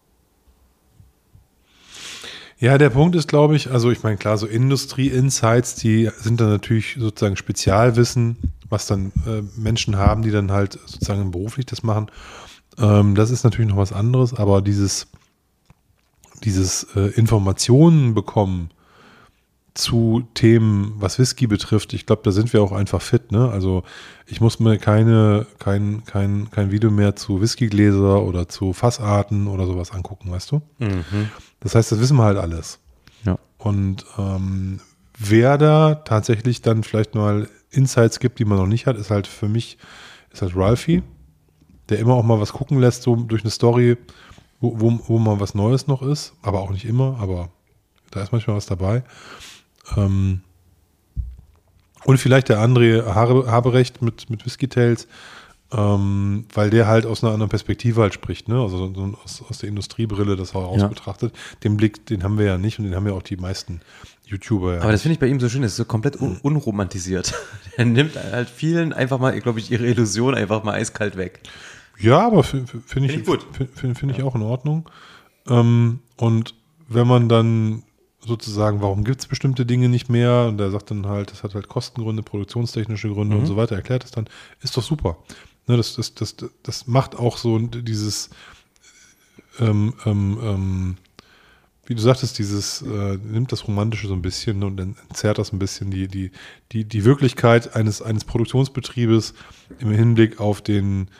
Ja, der Punkt ist, glaube ich, also ich meine, klar, so Industrie-Insights, die sind dann natürlich sozusagen Spezialwissen, was dann äh, Menschen haben, die dann halt sozusagen beruflich das machen. Ähm, das ist natürlich noch was anderes, aber dieses, dieses äh, Informationen bekommen zu Themen, was Whisky betrifft, ich glaube, da sind wir auch einfach fit, ne? Also ich muss mir keine, kein, kein, kein Video mehr zu Whiskygläser oder zu Fassarten oder sowas angucken, weißt du? Mhm. Das heißt, das wissen wir halt alles. Ja. Und ähm, wer da tatsächlich dann vielleicht mal Insights gibt, die man noch nicht hat, ist halt für mich, ist halt Ralphie, der immer auch mal was gucken lässt, so durch eine Story, wo, wo, wo mal was Neues noch ist, aber auch nicht immer, aber da ist manchmal was dabei. Ähm, und vielleicht der André Haberecht mit, mit Whisky Tales, ähm, weil der halt aus einer anderen Perspektive halt spricht, ne? Also so aus, aus der Industriebrille das auch ja. aus betrachtet. Den Blick, den haben wir ja nicht und den haben ja auch die meisten YouTuber. Ja Aber das finde ich bei ihm so schön, das ist so komplett un- unromantisiert. Er nimmt halt vielen einfach mal, glaube ich, ihre Illusion einfach mal eiskalt weg. Ja, aber finde find Find ich, ich gut. Finde find, find ich auch in Ordnung. Ähm, und wenn man dann sozusagen, warum gibt es bestimmte Dinge nicht mehr? Und der sagt dann halt, das hat halt Kostengründe, produktionstechnische Gründe Mhm. und so weiter, erklärt es dann, ist doch super. Ne, das, das, das, das macht auch so dieses, ähm, ähm, ähm, wie du sagtest, dieses, äh, nimmt das Romantische so ein bisschen und dann entzerrt das ein bisschen die, die, die, die Wirklichkeit eines, eines Produktionsbetriebes im Hinblick auf den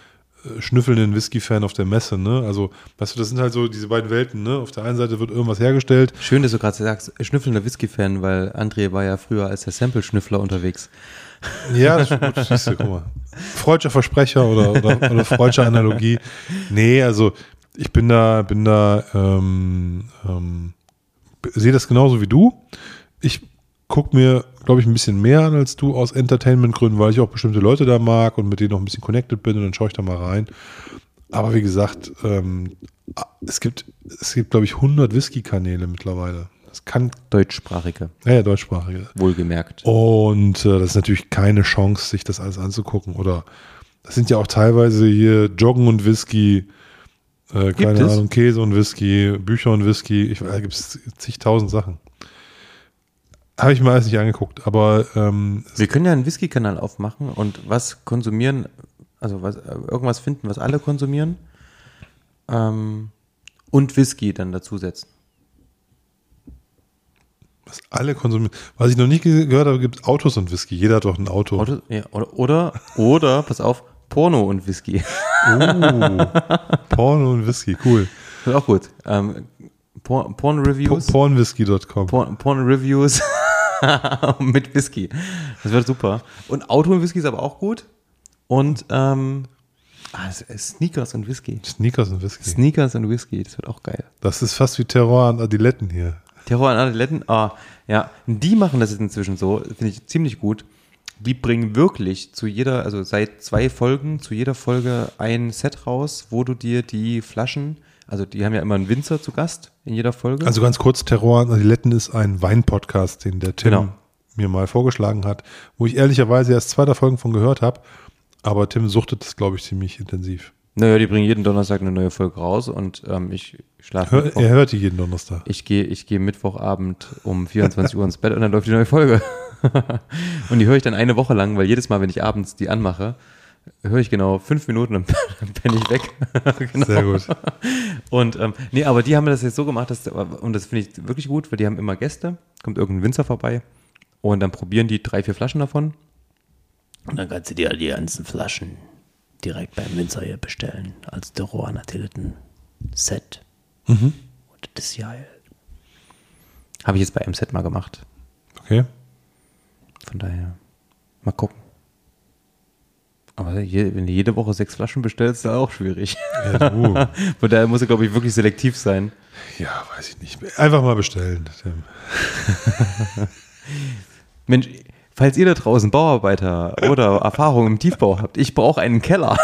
äh, schnüffelnden Whisky-Fan auf der Messe, ne? Also, weißt du, das sind halt so diese beiden Welten, ne? Auf der einen Seite wird irgendwas hergestellt. Schön, dass du gerade sagst, schnüffelnder Whisky-Fan, weil André war ja früher als der Sample-Schnüffler unterwegs. Ja, das ist gut, siehst du, guck mal. Freudscher Versprecher oder, oder, oder Freudscher Analogie. Nee, also ich bin da, bin da, ähm, ähm, sehe das genauso wie du. Ich gucke mir, glaube ich, ein bisschen mehr an als du aus Entertainment-Gründen, weil ich auch bestimmte Leute da mag und mit denen noch ein bisschen connected bin und dann schaue ich da mal rein. Aber wie gesagt, ähm, es gibt, es gibt, glaube ich, hundert Whisky-Kanäle mittlerweile. Das kann Deutschsprachige. Ja, ja, deutschsprachige. Wohlgemerkt. Und äh, das ist natürlich keine Chance, sich das alles anzugucken. Oder das sind ja auch teilweise hier Joggen und Whisky, äh, keine es? Ahnung, Käse und Whisky, Bücher und Whisky. Ich, da gibt es zigtausend Sachen. Habe ich mir alles nicht angeguckt, aber ähm, wir können ja einen Whisky-Kanal aufmachen und was konsumieren, also was, irgendwas finden, was alle konsumieren ähm, und Whisky dann dazusetzen. was alle konsumieren. Was ich noch nicht ge- gehört habe, gibt es Autos und Whisky. Jeder hat doch ein Auto. Oder, ja, oder, oder, oder, pass auf, Porno und Whisky. Oh, Porno und Whisky, cool. Das ist auch gut. Ähm, Por- Porn-Reviews. Pornwhisky Punkt com. Porn- Porn-Reviews mit Whisky. Das wird super. Und Auto und Whisky ist aber auch gut. Und ähm, ah, Sneakers und Whisky. Sneakers und Whisky. Sneakers und Whisky, das wird auch geil. Das ist fast wie Terror an Adiletten hier. Terror an Adiletten, ah, ja, die machen das jetzt inzwischen so, finde ich ziemlich gut. Die bringen wirklich zu jeder, also seit zwei Folgen, zu jeder Folge ein Set raus, wo du dir die Flaschen, also die haben ja immer einen Winzer zu Gast in jeder Folge. Also ganz kurz, Terror an Adiletten ist ein Wein-Podcast, den der Tim Genau. mir mal vorgeschlagen hat, wo ich ehrlicherweise erst zwei der Folgen von gehört habe, aber Tim suchtet das, glaube ich, ziemlich intensiv. Naja, die bringen jeden Donnerstag eine neue Folge raus und ähm, ich schlafe Hör, Mittwoch. er hört die jeden Donnerstag. Ich gehe ich gehe Mittwochabend um vierundzwanzig Uhr ins Bett und dann läuft die neue Folge. Und die höre ich dann eine Woche lang, weil jedes Mal, wenn ich abends die anmache, höre ich genau fünf Minuten und dann bin ich weg. Genau. Sehr gut. Und ähm, nee, aber die haben das jetzt so gemacht, dass, und das finde ich wirklich gut, weil die haben immer Gäste, kommt irgendein Winzer vorbei und dann probieren die drei, vier Flaschen davon. Und dann kannst du dir die ganzen Flaschen direkt beim Winzer hier bestellen, als Terror an Adiletten Set. Mhm. Und das ist geil. Habe ich jetzt bei M Z mal gemacht. Okay. Von daher, mal gucken. Aber je, wenn du jede Woche sechs Flaschen bestellst, ist das auch schwierig. Ja, du. Von daher muss er, glaube ich, wirklich selektiv sein. Ja, weiß ich nicht. Einfach mal bestellen, Tim. Mensch, falls ihr da draußen Bauarbeiter oder Erfahrung im Tiefbau habt, ich brauche einen Keller.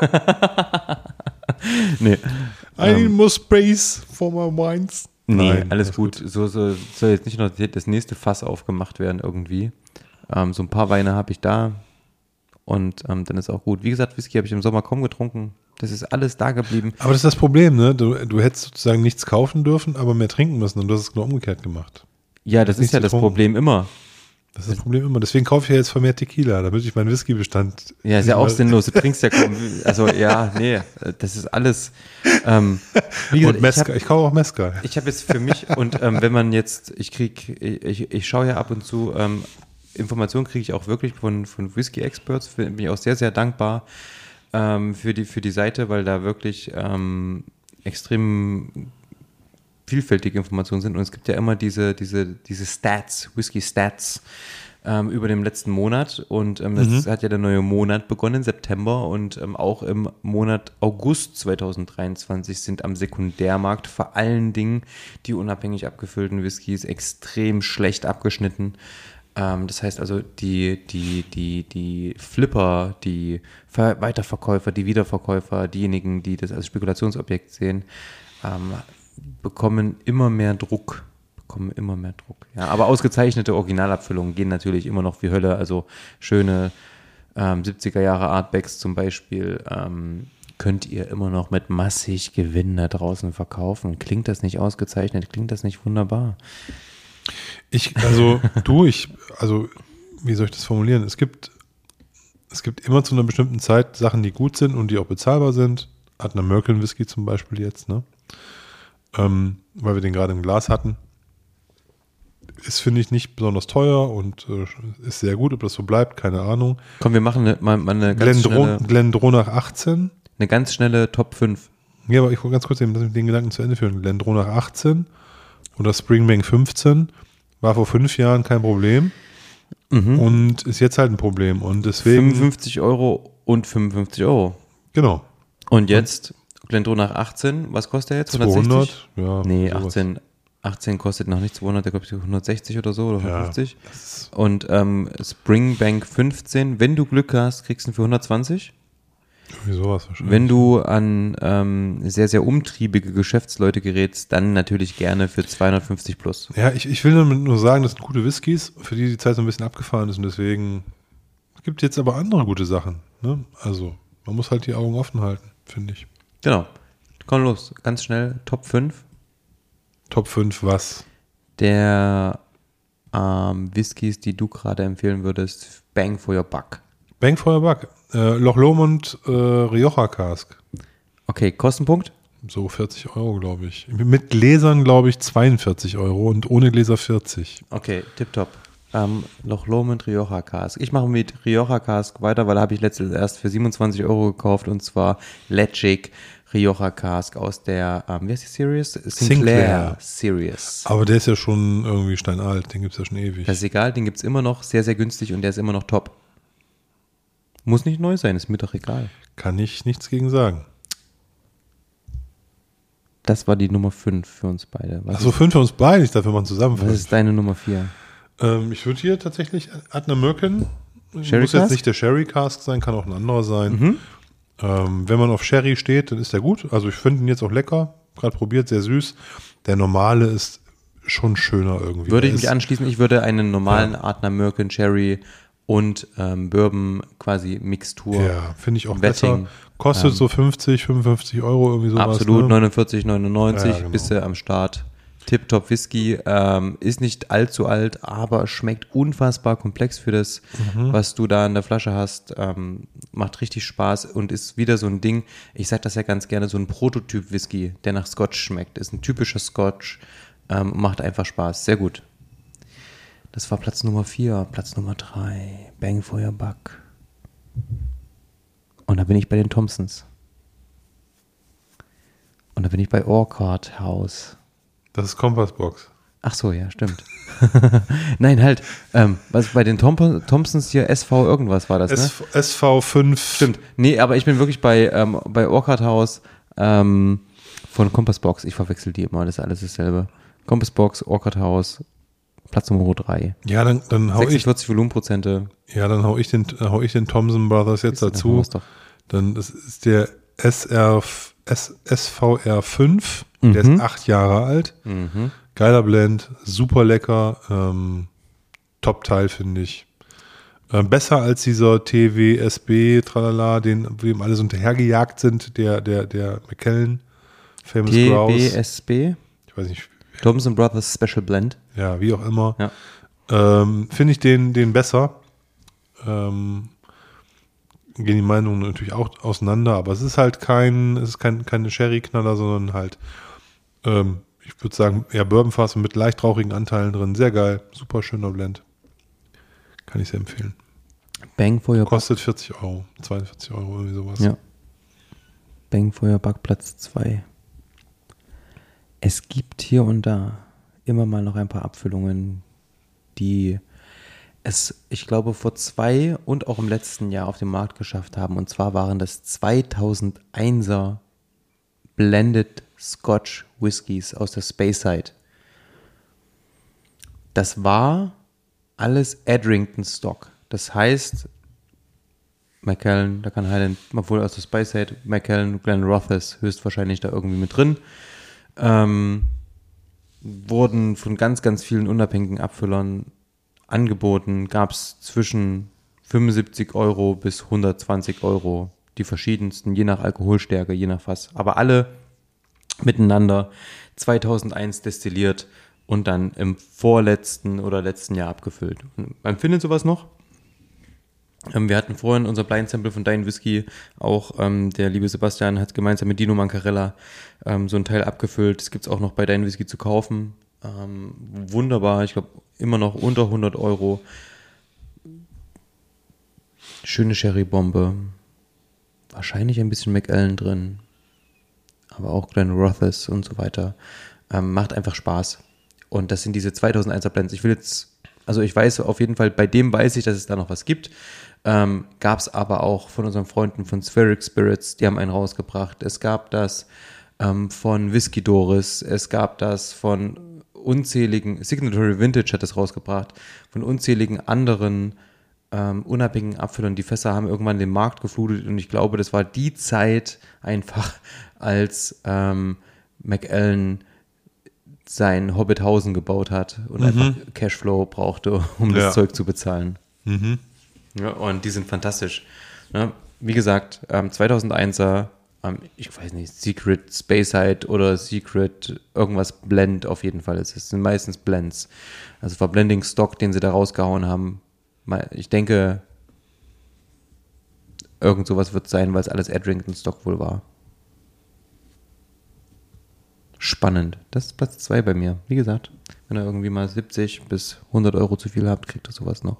nee. I need more space for my wines. Nee, Nein, alles gut. gut. So, so soll jetzt nicht noch das nächste Fass aufgemacht werden irgendwie. Ähm, so ein paar Weine habe ich da und ähm, dann ist auch gut. Wie gesagt, Whisky habe ich im Sommer kaum getrunken. Das ist alles da geblieben. Aber das ist das Problem, ne? Du, du hättest sozusagen nichts kaufen dürfen, aber mehr trinken müssen und du hast es genau umgekehrt gemacht. Ja, das Nichts ist ja das getrunken. Problem immer. Das ist das Problem immer. Deswegen kaufe ich ja jetzt vermehrt Tequila, damit ich meinen Whisky-Bestand... Ja, ist ja auch sinnlos. Du trinkst ja kaum. Also ja, nee, das ist alles. Ähm, wie gesagt, Und Mezcal. ich Ich, habe kaufe auch Mezcal. ich hab jetzt für mich und ähm, wenn man jetzt, ich krieg, ich, ich schaue ja ab und zu, ähm, Informationen kriege ich auch wirklich von, von Whisky Experts. Bin ich auch sehr, sehr dankbar ähm, für, die, für die Seite, weil da wirklich ähm, extrem vielfältige Informationen sind und es gibt ja immer diese, diese, diese Stats, Whisky-Stats ähm, über den letzten Monat und ähm, es Mhm. hat ja der neue Monat begonnen, September und ähm, auch im Monat August zweitausenddreiundzwanzig sind am Sekundärmarkt vor allen Dingen die unabhängig abgefüllten Whiskys extrem schlecht abgeschnitten. Ähm, das heißt also, die, die, die, die Flipper, die Ver- Weiterverkäufer, die Wiederverkäufer, diejenigen, die das als Spekulationsobjekt sehen, ähm, bekommen immer mehr Druck, bekommen immer mehr Druck. Ja, aber ausgezeichnete Originalabfüllungen gehen natürlich immer noch wie Hölle. Also schöne ähm, siebziger Jahre Artbacks zum Beispiel ähm, könnt ihr immer noch mit massig Gewinn da draußen verkaufen. Klingt das nicht ausgezeichnet? Klingt das nicht wunderbar? Ich, also du, ich, also wie soll ich das formulieren? Es gibt, es gibt immer zu einer bestimmten Zeit Sachen, die gut sind und die auch bezahlbar sind. Hatten American Whisky zum Beispiel jetzt, ne? Ähm, weil wir den gerade im Glas hatten. Ist, finde ich, nicht besonders teuer und äh, ist sehr gut. Ob das so bleibt, keine Ahnung. Komm, wir machen eine, mal, mal eine ganz Glendron, schnelle... Glendronach achtzehn. Eine ganz schnelle Top fünf. Ja, aber ich wollte ganz kurz den, den Gedanken zu Ende führen. Glendronach achtzehn oder Springbank fünfzehn war vor fünf Jahren kein Problem Mhm. und ist jetzt halt ein Problem. Und deswegen. fünfundfünfzig Euro und fünfundfünfzig Euro. Genau. Und jetzt Glendronach achtzehn, was kostet der jetzt? zweihundert? Ja. Nee, sowas. achtzehn, achtzehn kostet noch nicht zweihundert, der kostet hundertsechzig oder so oder Ja, hundertfünfzig. das ist- Und ähm, Springbank fünfzehn, wenn du Glück hast, kriegst du ihn für hundertzwanzig. Irgendwie sowas wahrscheinlich. Wenn du an ähm, sehr, sehr umtriebige Geschäftsleute gerätst, dann natürlich gerne für zweihundertfünfzig plus. Ja, ich, ich will damit nur sagen, das sind gute Whiskys, für die die Zeit so ein bisschen abgefahren ist und deswegen es gibt jetzt aber andere gute Sachen. Ne? Also, man muss halt die Augen offen halten, finde ich. Genau. Komm los, ganz schnell, Top fünf Top fünf was? der ähm, Whiskys, die du gerade empfehlen würdest. Bang for your buck. Bang for your buck. Äh, Loch Lomond äh, Rioja Cask. Okay, Kostenpunkt? So vierzig Euro, glaube ich. Mit Gläsern, glaube ich, zweiundvierzig Euro und ohne Gläser vierzig. Okay, tipptopp. Ähm, Loch Lomond Rioja Cask. Ich mache mit Rioja Cask weiter, weil da habe ich letztens erst für siebenundzwanzig Euro gekauft und zwar Legic Rioja Cask aus der, ähm, wie heißt die Series? Sinclair, Sinclair. Series. Aber der ist ja schon irgendwie steinalt, den gibt es ja schon ewig. Das ist egal, den gibt es immer noch, sehr, sehr günstig und der ist immer noch top. Muss nicht neu sein, ist mir doch egal. Kann ich nichts gegen sagen. Das war die Nummer fünf für uns beide. Was, Achso, fünf für uns beide, ich dafür mal was zusammenfassen. ist deine Nummer vier? Ähm, ich würde hier tatsächlich Adna Merkin, Sherry muss Cask? jetzt nicht der Sherry Cask sein, kann auch ein anderer sein. Mhm. Ähm, wenn man auf Sherry steht, dann ist der gut. Also ich finde ihn jetzt auch lecker, gerade probiert, sehr süß. Der normale ist schon schöner irgendwie. Würde ich Der mich ist, anschließen, ich würde einen normalen Adner Merkin Cherry und ähm, Bourbon quasi Mixtur. Ja, finde ich auch Wetting, besser. Kostet ähm, so fünfzig, fünfundfünfzig Euro irgendwie sowas. Absolut, ne? neunundvierzig neunundneunzig, Ja, genau. bist du am Start. Tip-Top Whisky, ähm, ist nicht allzu alt, aber schmeckt unfassbar komplex für das, Mhm. was du da in der Flasche hast. Ähm, macht richtig Spaß und ist wieder so ein Ding, ich sag das ja ganz gerne, so ein Prototyp-Whisky, der nach Scotch schmeckt. Ist ein typischer Scotch, ähm, macht einfach Spaß. Sehr gut. Das war Platz Nummer vier, Platz Nummer drei, Bang for your buck. Und da bin ich bei den Thompsons. Und da bin ich bei Orchard House. Das ist Kompassbox. Ach so, ja, stimmt. Nein, halt, ähm, was bei den Tom Thompsons hier, S V irgendwas war das, ne? S- S V fünf. Stimmt. Nee, aber ich bin wirklich bei, ähm, bei Orchard House ähm, von Compassbox. Ich verwechsel die immer, das ist alles dasselbe. Compassbox, Orchard House, Platz Nummer drei. Ja, dann, dann hau ich, sechsundvierzig Volumenprozente. ja, dann hau ich den, hau ich den Thompson Brothers jetzt Dann haben dazu. wir's doch. Dann das ist der S R, S, S V R fünf. Der Mhm. ist acht Jahre alt. Mhm. Geiler Blend, super lecker. Ähm, Top-Teil, finde ich. Ähm, besser als dieser T W S B, tralala, den, dem alle so hinterhergejagt sind, der, der, der McKellen, Famous T B Grouse. S B, Ich weiß nicht, Thompson Brothers Special Blend. ja, wie auch immer. Ja. Ähm, finde ich den, den besser. Ähm, gehen die Meinungen natürlich auch auseinander, aber es ist halt kein, es ist kein, keine Sherry-Knaller, sondern halt, ähm, ich würde sagen, eher Bourbonfass mit leicht rauchigen Anteilen drin. Sehr geil, super schöner Blend. Kann ich sehr empfehlen. Bang for your buck. Kostet vierzig Euro, zweiundvierzig Euro, irgendwie sowas. Ja. Bang for your buck, Platz zwei. Es gibt hier und da immer mal noch ein paar Abfüllungen, die es, ich glaube, vor zwei und auch im letzten Jahr auf den Markt geschafft haben. Und zwar waren das zweitausendeiner Blended Scotch Whiskys aus der Speyside. Das war alles Adrington Stock. Das heißt, Macallan, da kann Highland, obwohl aus der Speyside, Macallan, Glenrothes höchstwahrscheinlich da irgendwie mit drin. Ähm, wurden von ganz, ganz vielen unabhängigen Abfüllern angeboten, gab es zwischen fünfundsiebzig Euro bis hundertzwanzig Euro, die verschiedensten, je nach Alkoholstärke, je nach Fass, aber alle miteinander zweitausendeins destilliert und dann im vorletzten oder letzten Jahr abgefüllt. Und man findet sowas noch. Ähm, wir hatten vorhin unser Blind Sample von Dein Whisky, auch ähm, der liebe Sebastian hat gemeinsam mit Dino Mancarella ähm, so ein Teil abgefüllt. Das gibt es auch noch bei Dein Whisky zu kaufen. Ähm, wunderbar, ich glaube immer noch unter hundert Euro. Schöne Sherry-Bombe. wahrscheinlich ein bisschen McAllen drin, aber auch Glen Rothes und so weiter. Ähm, macht einfach Spaß. Und das sind diese zweitausendeiner Blends. Ich will jetzt, also ich weiß auf jeden Fall, bei dem weiß ich, dass es da noch was gibt. Ähm, gab es aber auch von unseren Freunden von Spheric Spirits, die haben einen rausgebracht. Es gab das ähm, von Whiskey Doris, es gab das von unzähligen, Signatory Vintage hat das rausgebracht, von unzähligen anderen ähm, unabhängigen Abfüllern. Die Fässer haben irgendwann den Markt geflutet und ich glaube, das war die Zeit einfach, als ähm, McAllen sein Hobbithausen gebaut hat und mhm. einfach Cashflow brauchte, um das ja. Zeug zu bezahlen. Mhm. Ja, und die sind fantastisch. Ja, wie gesagt, ähm, zweitausendeiner, ähm, ich weiß nicht, Secret Speyside oder Secret irgendwas Blend auf jeden Fall. Es sind meistens Blends. Also war Blending Stock, den sie da rausgehauen haben. Ich denke, irgend sowas wird sein, weil es alles Edrington Stock wohl war. Spannend. Das ist Platz zwei bei mir. Wie gesagt, wenn ihr irgendwie mal siebzig bis hundert Euro zu viel habt, kriegt ihr sowas noch.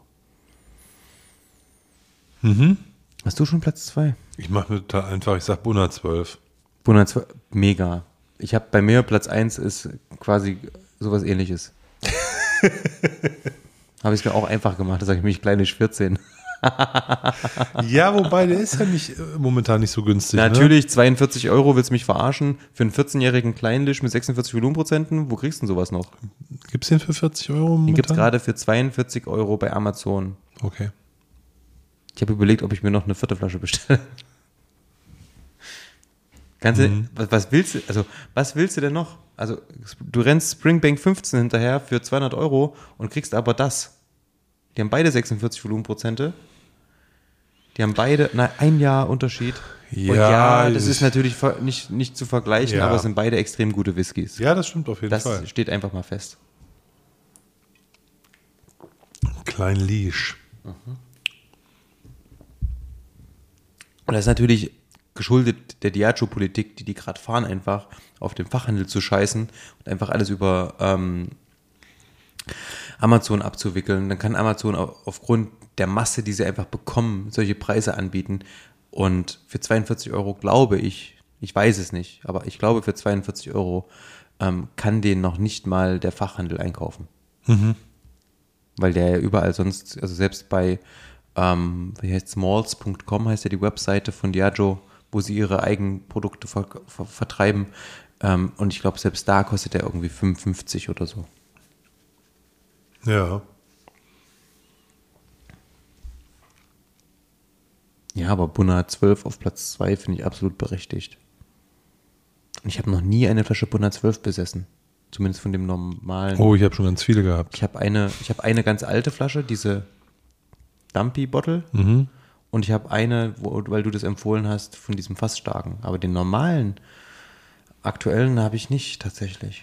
Mhm. Hast du schon Platz zwei? Ich mache mir total einfach, ich sag Bunner zwölf. Bunner zwölf, mega. Ich habe bei mir Platz eins ist quasi sowas ähnliches. Habe ich es mir auch einfach gemacht, da sage ich mich kleinisch vierzehn. Ja, wobei, der ist ja nicht äh, momentan nicht so günstig. Natürlich, ne? zweiundvierzig Euro, willst du mich verarschen? Für einen vierzehnjährigen Kleinlisch mit sechsundvierzig Volumenprozenten, wo kriegst du denn sowas noch? Gibt es den für vierzig Euro momentan? Den gibt es gerade für zweiundvierzig Euro bei Amazon. Okay. Ich habe überlegt, ob ich mir noch eine vierte Flasche bestelle. Kannst du, Mhm. was, was willst du, also, was willst du denn noch? Also, du rennst Springbank fünfzehn hinterher für zweihundert Euro und kriegst aber das. Die haben beide sechsundvierzig Volumenprozente. Die haben beide, na, ein Jahr Unterschied. Ja, und ja, das ist natürlich nicht, nicht zu vergleichen, ja. aber es sind beide extrem gute Whiskys. Ja, das stimmt auf jeden das Fall. Das steht einfach mal fest. Klein Leash. Mhm. Und das ist natürlich geschuldet der Diageo-Politik, die die gerade fahren, einfach auf den Fachhandel zu scheißen und einfach alles über ähm, Amazon abzuwickeln. Dann kann Amazon aufgrund der Masse, die sie einfach bekommen, solche Preise anbieten. Und für zweiundvierzig Euro glaube ich, ich weiß es nicht, aber ich glaube, für zweiundvierzig Euro ähm, kann den noch nicht mal der Fachhandel einkaufen. Mhm. Weil der ja überall sonst, also selbst bei Ähm, wie heißt smalls punkt com heißt ja die Webseite von Diageo, wo sie ihre eigenen Produkte ver- ver- vertreiben. Ähm, und ich glaube, selbst da kostet der irgendwie fünfundfünfzig oder so. Ja. Ja, aber Bunner zwölf auf Platz zwei finde ich absolut berechtigt. Und ich habe noch nie eine Flasche Bunner zwölf besessen. Zumindest von dem normalen. Oh, ich habe schon ganz viele gehabt. Ich habe eine, ich habe eine ganz alte Flasche, diese Dumpy Bottle. Mhm. Und ich habe eine, wo, weil du das empfohlen hast, von diesem Fassstarken. Aber den normalen, aktuellen habe ich nicht tatsächlich.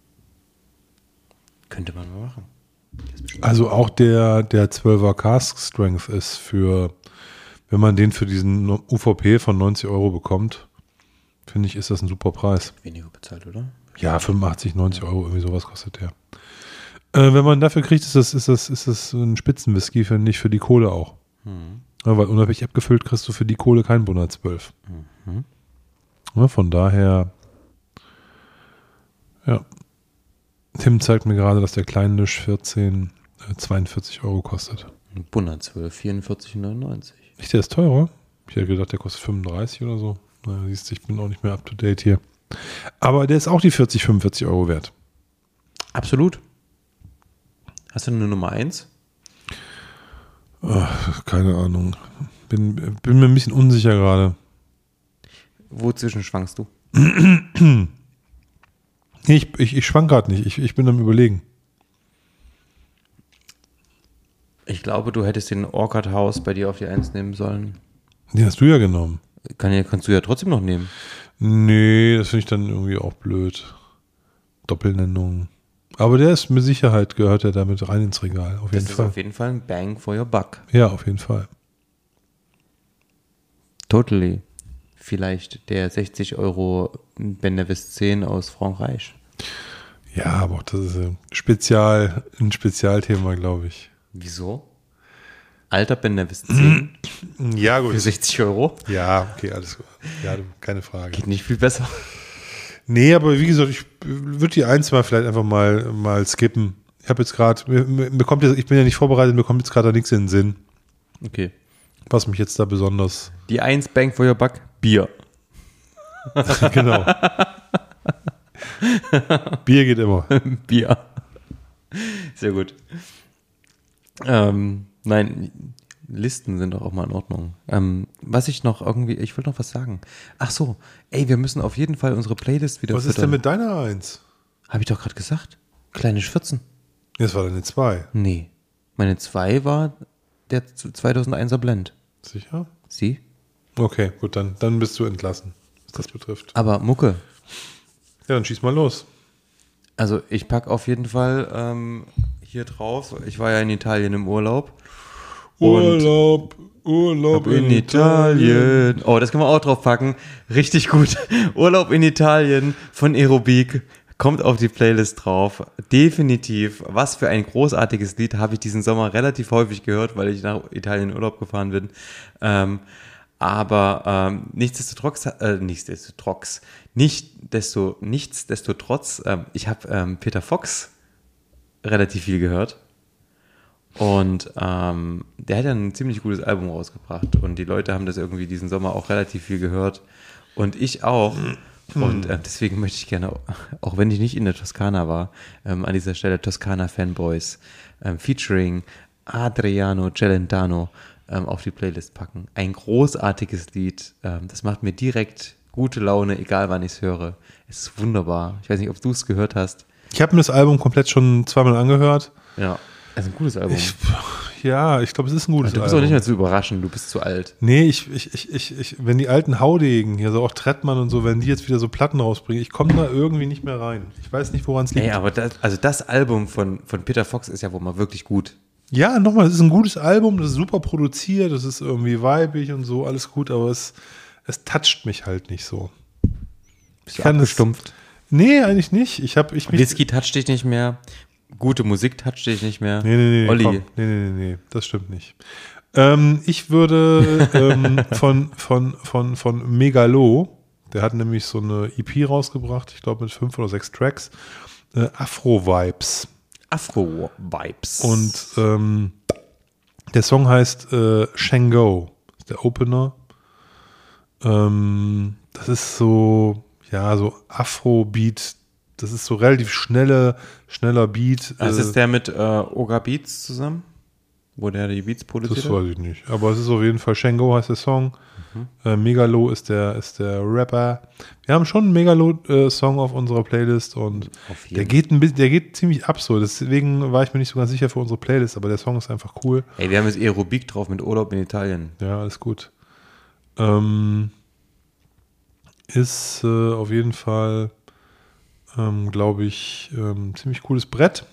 Könnte man mal machen. Also auch der, der zwölfer Cask Strength ist für, wenn man den für diesen U V P von neunzig Euro bekommt, finde ich, ist das ein super Preis. Weniger bezahlt, oder? Ja, fünfundachtzig, neunzig Euro, irgendwie sowas kostet der. Äh, wenn man dafür kriegt, ist das, ist das, ist das ein Spitzenwhisky, finde ich, für die Kohle auch. Mhm. Ja, weil unabhängig abgefüllt kriegst du für die Kohle kein Bunner zwölf. Mhm. Ja, von daher, ja. Tim zeigt mir gerade, dass der Kleinlisch vierzehn, äh, zweiundvierzig Euro kostet. Bunner zwölf, vierundvierzig neunundneunzig. Nicht, der ist teurer. Ich hätte gedacht, der kostet fünfunddreißig oder so. Na, siehst du, ich bin auch nicht mehr up to date hier. Aber der ist auch die vierzig, fünfundvierzig Euro wert. Absolut. Hast du eine Nummer eins? Ach, keine Ahnung. Bin, bin mir ein bisschen unsicher gerade. Wozwischen schwankst du? Ich, ich, ich schwank gerade nicht. Ich, ich bin am Überlegen. Ich glaube, du hättest den Orchard House bei dir auf die eins nehmen sollen. Den hast du ja genommen. Kann, kannst du ja trotzdem noch nehmen. Nee, das finde ich dann irgendwie auch blöd. Doppelnennung. Aber der ist mit Sicherheit, gehört er damit rein ins Regal. Auf jeden Das Fall. ist auf jeden Fall ein Bang for your buck. Ja, auf jeden Fall. Totally. Vielleicht der sechzig Euro Bennevis zehn aus Frankreich. Ja, aber auch das ist ein, Spezial, ein Spezialthema, glaube ich. Wieso? Alter Ben Nevis zehn Ja, gut. für sechzig Euro. Ja, okay, alles gut. Ja, du, keine Frage. Geht nicht viel besser. Nee, aber wie gesagt, ich würde die eins mal vielleicht einfach mal, mal skippen. Ich habe jetzt gerade, mir, mir kommt jetzt, ich bin ja nicht vorbereitet, mir kommt jetzt gerade nichts in den Sinn, Okay. was mich jetzt da besonders. Die eins Bang for your buck, Bier. Genau. Bier geht immer. Bier. Sehr gut. Ähm, nein, Listen sind doch auch mal in Ordnung. Ähm, was ich noch irgendwie, ich wollte noch was sagen. Ach so, ey, wir müssen auf jeden Fall unsere Playlist wieder Was ist denn mit deiner eins? Habe ich doch gerade gesagt. Kleine Schürzen. Das war deine zwei. Nee. Meine zwei war der zweitausendeiner Blend. Sicher? Sie? Okay, gut, dann, dann bist du entlassen, was das betrifft. Aber Mucke. Ja, dann schieß mal los. Also ich packe auf jeden Fall ähm, hier drauf. Ich war ja in Italien im Urlaub. Urlaub, Urlaub in Italien. Oh, das können wir auch drauf packen. Richtig gut. Urlaub in Italien von Aerobik. Kommt auf die Playlist drauf. Definitiv. Was für ein großartiges Lied. Habe ich diesen Sommer relativ häufig gehört, weil ich nach Italien in Urlaub gefahren bin. Ähm, aber ähm, nichtsdestotrotz, äh, nichtsdestotrotz, nicht desto, nichtsdestotrotz, ähm, ich habe ähm, Peter Fox relativ viel gehört. Und ähm, der hat ja ein ziemlich gutes Album rausgebracht. Und die Leute haben das irgendwie diesen Sommer auch relativ viel gehört. Und ich auch. Und äh, deswegen möchte ich gerne, auch wenn ich nicht in der Toskana war, ähm, an dieser Stelle Toskana Fanboys ähm, featuring Adriano Celentano ähm, auf die Playlist packen. Ein großartiges Lied. Ähm, das macht mir direkt gute Laune, egal wann ich es höre. Es ist wunderbar. Ich weiß nicht, ob du es gehört hast. Ich habe mir das Album komplett schon zweimal angehört. Ja, es ist ein gutes Album. Ich, ja, ich glaube, es ist ein gutes du bist Album. auch nicht mehr zu überraschen, du bist zu alt. Nee, ich, ich, ich, ich, ich, wenn die alten Haudegen, hier so auch Trettmann und so, wenn die jetzt wieder so Platten rausbringen, ich komme da irgendwie nicht mehr rein. Ich weiß nicht, woran es liegt. Ey, aber das, also das Album von, von Peter Fox ist ja wohl mal wirklich gut. Ja, nochmal, es ist ein gutes Album, das ist super produziert, das ist irgendwie weibig und so, alles gut, aber es, es toucht mich halt nicht so. Bist du abgestumpft? Nee, eigentlich nicht. Ich habe ich mich. Whisky toucht dich nicht mehr. Gute Musik toucht dich nicht mehr. Nee, nee, nee. Olli. Komm. Nee, nee, nee, nee. Das stimmt nicht. Ähm, ich würde ähm, von, von, von, von Megalo, der hat nämlich so eine E P rausgebracht, ich glaube mit fünf oder sechs Tracks, äh, Afro-Vibes. Afro-Vibes. Und ähm, der Song heißt äh, Shango, ist der Opener. Ähm, das ist so, ja, so Afro-Beat. Das ist so relativ schnelle, schneller Beat. Das ist der mit äh, Oga Beats zusammen? Wo der die Beats produziert Das weiß ich nicht. Aber es ist auf jeden Fall Shango heißt der Song. Mhm. Äh, Megalo ist der, ist der Rapper. Wir haben schon einen Megalo-Song auf unserer Playlist und der geht, ein bisschen, der geht ziemlich ab so. Deswegen war ich mir nicht so ganz sicher für unsere Playlist, aber der Song ist einfach cool. Ey, wir haben jetzt Aerobik drauf mit Urlaub in Italien. Ja, alles gut. Ähm, ist äh, auf jeden Fall Ähm, glaube ich, ähm, ziemlich cooles Brett.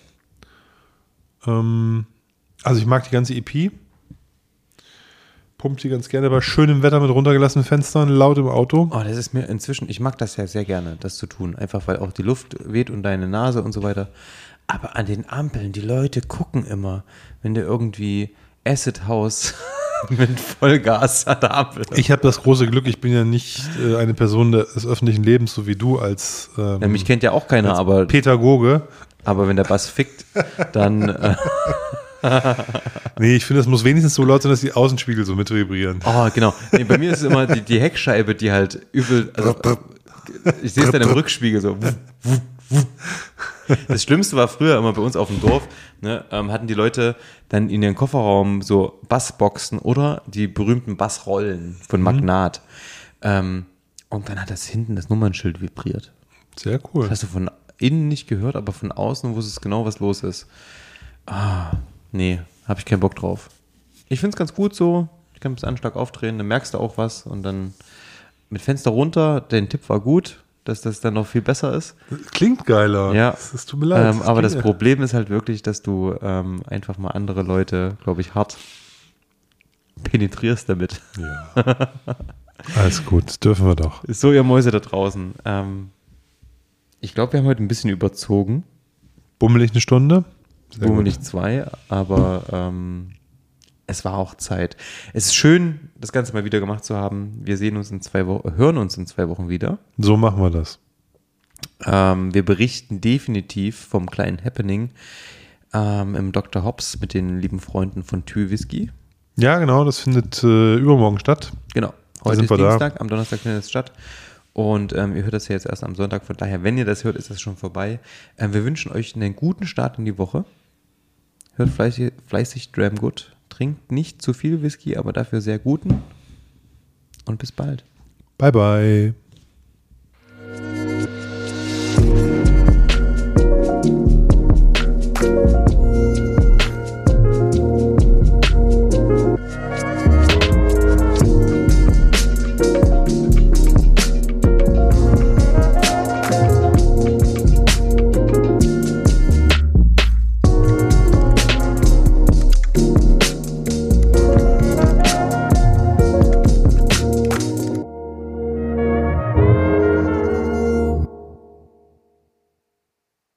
Ähm, also ich mag die ganze E P. Pumpt sie ganz gerne bei schönem Wetter mit runtergelassenen Fenstern, laut im Auto. Oh, das ist mir inzwischen, ich mag das ja sehr gerne, das zu tun. Einfach weil auch die Luft weht und deine Nase und so weiter. Aber an den Ampeln, die Leute gucken immer, wenn du irgendwie Acid House mit Vollgas an der Ampel. Ich habe das große Glück, ich bin ja nicht äh, eine Person des öffentlichen Lebens, so wie du als ähm, Ja, mich kennt ja auch keiner, aber Pädagoge. Aber wenn der Bass fickt, dann äh, nee, ich finde, es muss wenigstens so laut sein, dass die Außenspiegel so mit vibrieren. Oh, genau. Nee, bei mir ist es immer die, die Heckscheibe, die halt übel, also ich sehe es dann im Rückspiegel so. Das Schlimmste war früher immer bei uns auf dem Dorf, ne, ähm, hatten die Leute dann in ihren Kofferraum so Bassboxen oder die berühmten Bassrollen von Magnat. Mhm. Ähm, und dann hat das hinten das Nummernschild vibriert. Sehr cool. Das hast du von innen nicht gehört, aber von außen wusstest du genau, was los ist. Ah, nee, habe ich keinen Bock drauf. Ich finde es ganz gut so. Ich kann ein bisschen Anschlag aufdrehen, dann merkst du auch was und dann mit Fenster runter. Dein Tipp war gut, dass das dann noch viel besser ist. Klingt geiler. Ja. Das, das tut mir leid. Ähm, das aber das klingt- Problem ist halt wirklich, dass du ähm, einfach mal andere Leute, glaube ich, hart penetrierst damit. Ja. Alles gut, das dürfen wir doch. Ist so, ihr Mäuse da draußen. Ähm, ich glaube, wir haben heute ein bisschen überzogen. Bummelig eine Stunde? Sehr Bummel gut. nicht zwei, aber ähm, es war auch Zeit. Es ist schön, das Ganze mal wieder gemacht zu haben. Wir sehen uns in zwei Wochen, hören uns in zwei Wochen wieder. So machen wir das. Ähm, wir berichten definitiv vom kleinen Happening ähm, im Doktor Hobbs mit den lieben Freunden von Tür Whisky. Ja, genau, das findet äh, übermorgen statt. Genau. Da Heute sind ist wir da. Dienstag, am Donnerstag findet es statt. Und ähm, ihr hört das ja jetzt erst am Sonntag. Von daher, wenn ihr das hört, ist das schon vorbei. Ähm, wir wünschen euch einen guten Start in die Woche. Hört fleißig, fleißig Dram Good. Trinkt nicht zu viel Whisky, aber dafür sehr guten. Und bis bald. Bye, bye.